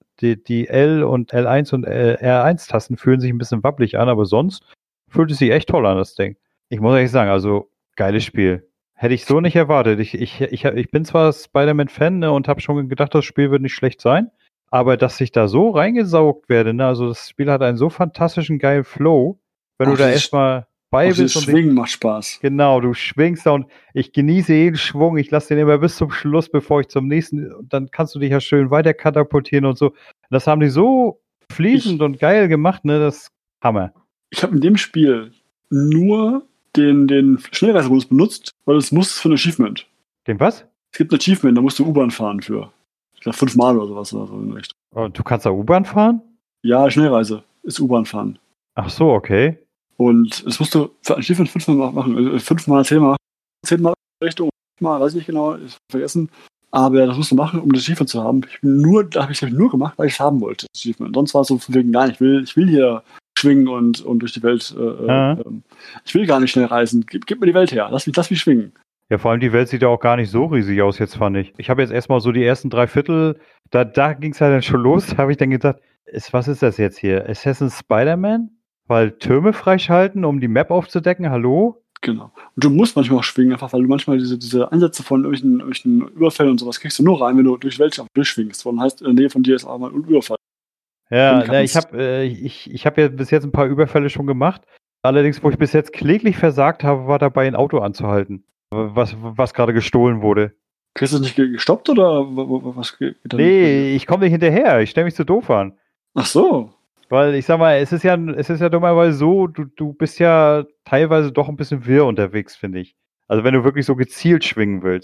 Speaker 1: L und L1 und R1-Tasten fühlen sich ein bisschen wabbelig an, aber sonst fühlt es sich echt toll an, das Ding. Ich muss ehrlich sagen, also geiles Spiel. Hätte ich so nicht erwartet. Ich bin zwar Spider-Man-Fan, ne, und habe schon gedacht, das Spiel wird nicht schlecht sein, aber dass ich da so reingesaugt werde, ne, also das Spiel hat einen so fantastischen geilen Flow, wenn du da erstmal bei bist.
Speaker 3: Das Schwingen macht Spaß.
Speaker 1: Genau, du schwingst da und ich genieße jeden Schwung. Ich lasse den immer bis zum Schluss, bevor ich zum nächsten, dann kannst du dich ja schön weiter katapultieren und so. Das haben die so fließend und geil gemacht, ne, das ist Hammer.
Speaker 3: Ich habe in dem Spiel nur den Schnellreisemodus benutzt, weil es muss für ein Achievement.
Speaker 1: Den was?
Speaker 3: Es gibt ein Achievement, da musst du U-Bahn fahren für. Ich glaube 5-mal oder sowas oder so in Richtung.
Speaker 1: Oh, du kannst da U-Bahn fahren?
Speaker 3: Ja, Schnellreise ist U-Bahn fahren.
Speaker 1: Ach so, okay.
Speaker 3: Und das musst du für ein Achievement 5-mal machen. 5-mal, 10-mal. 10-mal Richtung, 5-mal, weiß ich nicht genau, ist vergessen. Aber das musst du machen, um das Achievement zu haben. Da habe ich nur gemacht, weil ich es haben wollte, das Achievement. Sonst war es so von wegen, nein, ich will hier schwingen und durch die Welt. Ich will gar nicht schnell reisen. Gib mir die Welt her. Lass mich schwingen.
Speaker 1: Ja, vor allem die Welt sieht ja auch gar nicht so riesig aus jetzt, fand ich. Ich habe jetzt erstmal so die ersten 3 Viertel, da ging es halt dann schon los, da habe ich dann gedacht, was ist das jetzt hier? Assassin's Spider-Man? Weil Türme freischalten, um die Map aufzudecken, hallo?
Speaker 3: Genau. Und du musst manchmal auch schwingen, einfach weil du manchmal diese Ansätze von irgendwelchen Überfällen und sowas kriegst du nur rein, wenn du durch die Welt durchschwingst. Das heißt, in der Nähe von dir ist auch mal ein Überfall.
Speaker 1: Ja, ich hab ja bis jetzt ein paar Überfälle schon gemacht. Allerdings, wo ich bis jetzt kläglich versagt habe, war dabei, ein Auto anzuhalten, was gerade gestohlen wurde.
Speaker 3: Kriegst du es nicht gestoppt oder was geht da?
Speaker 1: Nee, ich komme nicht hinterher. Ich stelle mich zu doof an.
Speaker 3: Ach so.
Speaker 1: Weil ich sag mal, es ist ja dummerweise so, du bist ja teilweise doch ein bisschen wirr unterwegs, finde ich. Also wenn du wirklich so gezielt schwingen willst.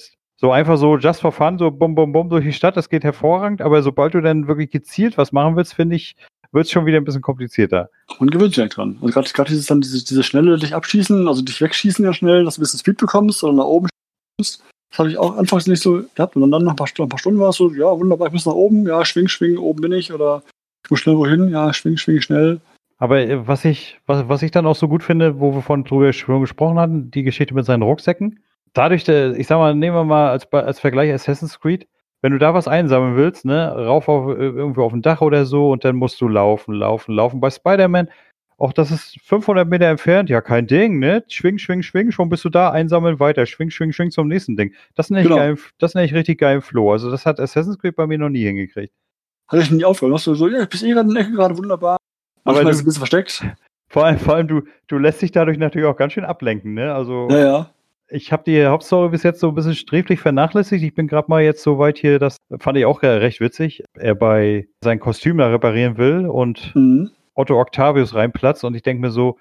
Speaker 1: So einfach so just for fun, so bum, bum, bum durch die Stadt, das geht hervorragend, aber sobald du dann wirklich gezielt was machen willst, finde ich, wird es schon wieder ein bisschen komplizierter.
Speaker 3: Man gewöhnt sich eigentlich dran. Also gerade diese schnelle dich abschießen, also dich wegschießen ja schnell, dass du ein bisschen Speed bekommst oder nach oben schießt. Das habe ich auch anfangs nicht so gehabt. Und dann nach ein paar Stunden war es so, ja, wunderbar, ich muss nach oben, ja, schwing, oben bin ich. Oder ich muss schnell wohin, ja, schwing, schnell.
Speaker 1: Aber was ich dann auch so gut finde, wo wir von drüber schon gesprochen hatten, die Geschichte mit seinen Rucksäcken. Dadurch, ich sag mal, nehmen wir mal als Vergleich Assassin's Creed, wenn du da was einsammeln willst, ne, rauf irgendwo auf ein Dach oder so und dann musst du laufen. Bei Spider-Man, auch das ist 500 Meter entfernt, ja, kein Ding, ne, schwing, schon bist du da, einsammeln, weiter, schwing zum nächsten Ding. Das nenne ich richtig geilen Flow. Also das hat Assassin's Creed bei mir noch nie hingekriegt.
Speaker 3: Hatte ich nie aufgehört. Machst du so, ja, ich bin gerade in der Ecke, gerade wunderbar. Manchmal ist es ein bisschen versteckt.
Speaker 1: Vor allem du lässt dich dadurch natürlich auch ganz schön ablenken, ne, also...
Speaker 3: Ja.
Speaker 1: Ich habe die Hauptstory bis jetzt so ein bisschen sträflich vernachlässigt. Ich bin gerade mal jetzt so weit hier, das fand ich auch recht witzig. Er bei sein Kostüm da reparieren will und Otto Octavius reinplatzt und ich denke mir so,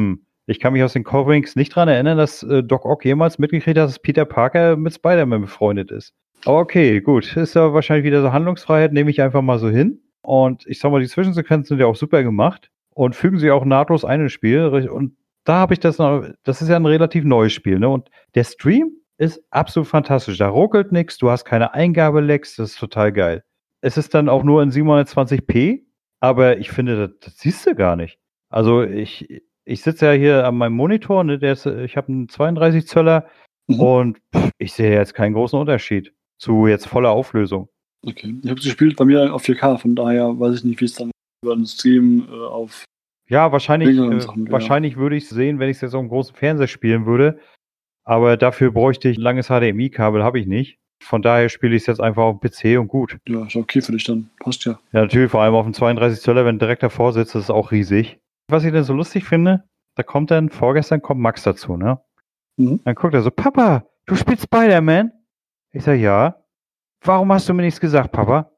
Speaker 1: ich kann mich aus den Comics nicht dran erinnern, dass Doc Ock jemals mitgekriegt hat, dass Peter Parker mit Spider-Man befreundet ist. Aber okay, gut, ist ja wahrscheinlich wieder so Handlungsfreiheit, nehme ich einfach mal so hin. Und ich sag mal, die Zwischensequenzen sind ja auch super gemacht und fügen sich auch nahtlos ein ins Spiel und da habe ich das ist ja ein relativ neues Spiel, ne? Und der Stream ist absolut fantastisch. Da ruckelt nichts, du hast keine Eingabelecks, das ist total geil. Es ist dann auch nur in 720p, aber ich finde, das siehst du gar nicht. Also ich sitze ja hier an meinem Monitor, ne? Ich habe einen 32 Zöller und ich sehe jetzt keinen großen Unterschied zu jetzt voller Auflösung.
Speaker 3: Okay, ich habe es gespielt bei mir auf 4K, von daher weiß ich nicht, wie es dann über den Stream auf...
Speaker 1: Ja, wahrscheinlich würde ich es sehen, wenn ich es jetzt auf einem großen Fernseher spielen würde. Aber dafür bräuchte ich ein langes HDMI-Kabel, habe ich nicht. Von daher spiele ich es jetzt einfach auf dem PC und gut.
Speaker 3: Ja, ist okay für dich dann. Passt ja.
Speaker 1: Ja, natürlich, vor allem auf dem 32 Zöller, wenn direkt davor sitzt, das ist auch riesig. Was ich denn so lustig finde, vorgestern kommt Max dazu, ne? Dann guckt er so, Papa, du spielst Spider-Man? Ich sage, ja. Warum hast du mir nichts gesagt, Papa?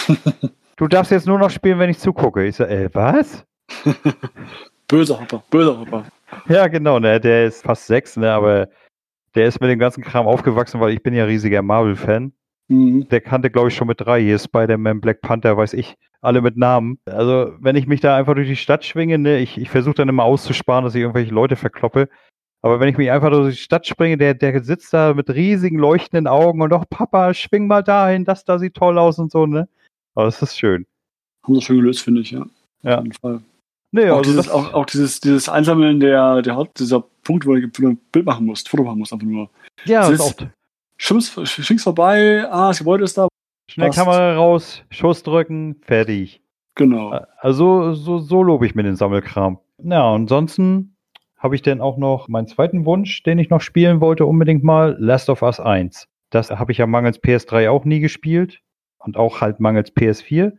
Speaker 1: Du darfst jetzt nur noch spielen, wenn ich zugucke. Ich sage, was?
Speaker 3: Böser Hopper.
Speaker 1: Ja, genau, ne, der ist fast 6, ne, aber der ist mit dem ganzen Kram aufgewachsen, weil ich bin ja riesiger Marvel-Fan. Der kannte, glaube ich, schon mit 3 hier Spider-Man, Black Panther, weiß ich, alle mit Namen. Also, wenn ich mich da einfach durch die Stadt schwinge, ne, ich versuche dann immer auszusparen, dass ich irgendwelche Leute verkloppe. Aber wenn ich mich einfach durch die Stadt springe, der sitzt da mit riesigen leuchtenden Augen und doch, Papa, schwing mal dahin, das da sieht toll aus und so, ne. Aber das ist schön.
Speaker 3: Haben sie schön gelöst, finde ich, ja.
Speaker 1: Ja.
Speaker 3: Auf jeden Fall.
Speaker 1: Nee,
Speaker 3: auch
Speaker 1: also
Speaker 3: dieses Einsammeln dieser Punkt, wo du ein Bild machen musst, Foto machen musst, einfach nur.
Speaker 1: Ja, das ist auch.
Speaker 3: Schwingst vorbei, das Gebäude ist da.
Speaker 1: Schnell Kamera raus, Schuss drücken, fertig.
Speaker 3: Genau.
Speaker 1: Also so lobe ich mir den Sammelkram. Ja, ansonsten habe ich dann auch noch meinen zweiten Wunsch, den ich noch spielen wollte, unbedingt mal, Last of Us 1. Das habe ich ja mangels PS3 auch nie gespielt und auch halt mangels PS4.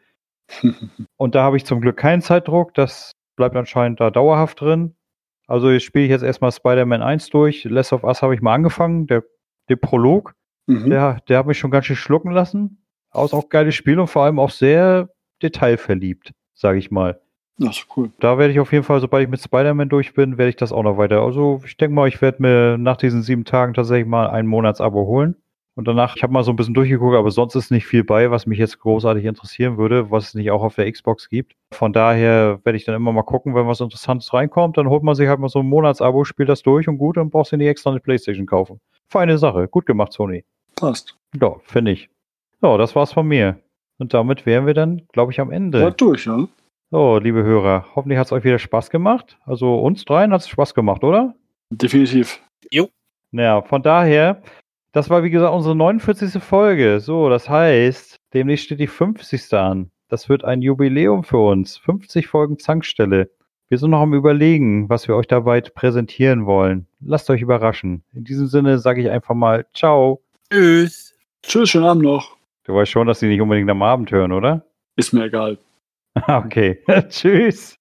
Speaker 1: Und da habe ich zum Glück keinen Zeitdruck, das bleibt anscheinend da dauerhaft drin. Also jetzt spiele ich jetzt erstmal Spider-Man 1 durch. Last of Us habe ich mal angefangen, der Prolog. Der hat mich schon ganz schön schlucken lassen. Aber ist auch ein geiles Spiel und vor allem auch sehr detailverliebt, sage ich mal.
Speaker 3: Das ist cool.
Speaker 1: Da werde ich auf jeden Fall, sobald ich mit Spider-Man durch bin, werde ich das auch noch weiter. Also ich denke mal, ich werde mir nach diesen 7 Tagen tatsächlich mal ein Monatsabo holen. Und danach, ich habe mal so ein bisschen durchgeguckt, aber sonst ist nicht viel bei, was mich jetzt großartig interessieren würde, was es nicht auch auf der Xbox gibt. Von daher werde ich dann immer mal gucken, wenn was Interessantes reinkommt, dann holt man sich halt mal so ein Monatsabo, spielt das durch und gut, dann brauchst du nicht extra eine Playstation kaufen. Feine Sache, gut gemacht, Sony.
Speaker 3: Passt.
Speaker 1: Ja, finde ich. So, das war's von mir. Und damit wären wir dann, glaube ich, am Ende.
Speaker 3: Ja, durch, ja.
Speaker 1: So, liebe Hörer, hoffentlich hat es euch wieder Spaß gemacht. Also uns dreien hat es Spaß gemacht, oder?
Speaker 3: Definitiv.
Speaker 2: Jo.
Speaker 1: Naja, von daher, das war wie gesagt unsere 49. Folge. So, das heißt, demnächst steht die 50. an. Das wird ein Jubiläum für uns. 50 Folgen Zankstelle. Wir sind noch am Überlegen, was wir euch dabei präsentieren wollen. Lasst euch überraschen. In diesem Sinne sage ich einfach mal Ciao.
Speaker 2: Tschüss.
Speaker 3: Tschüss, schönen Abend noch.
Speaker 1: Du weißt schon, dass die nicht unbedingt am Abend hören, oder?
Speaker 3: Ist mir egal.
Speaker 1: Okay. Tschüss.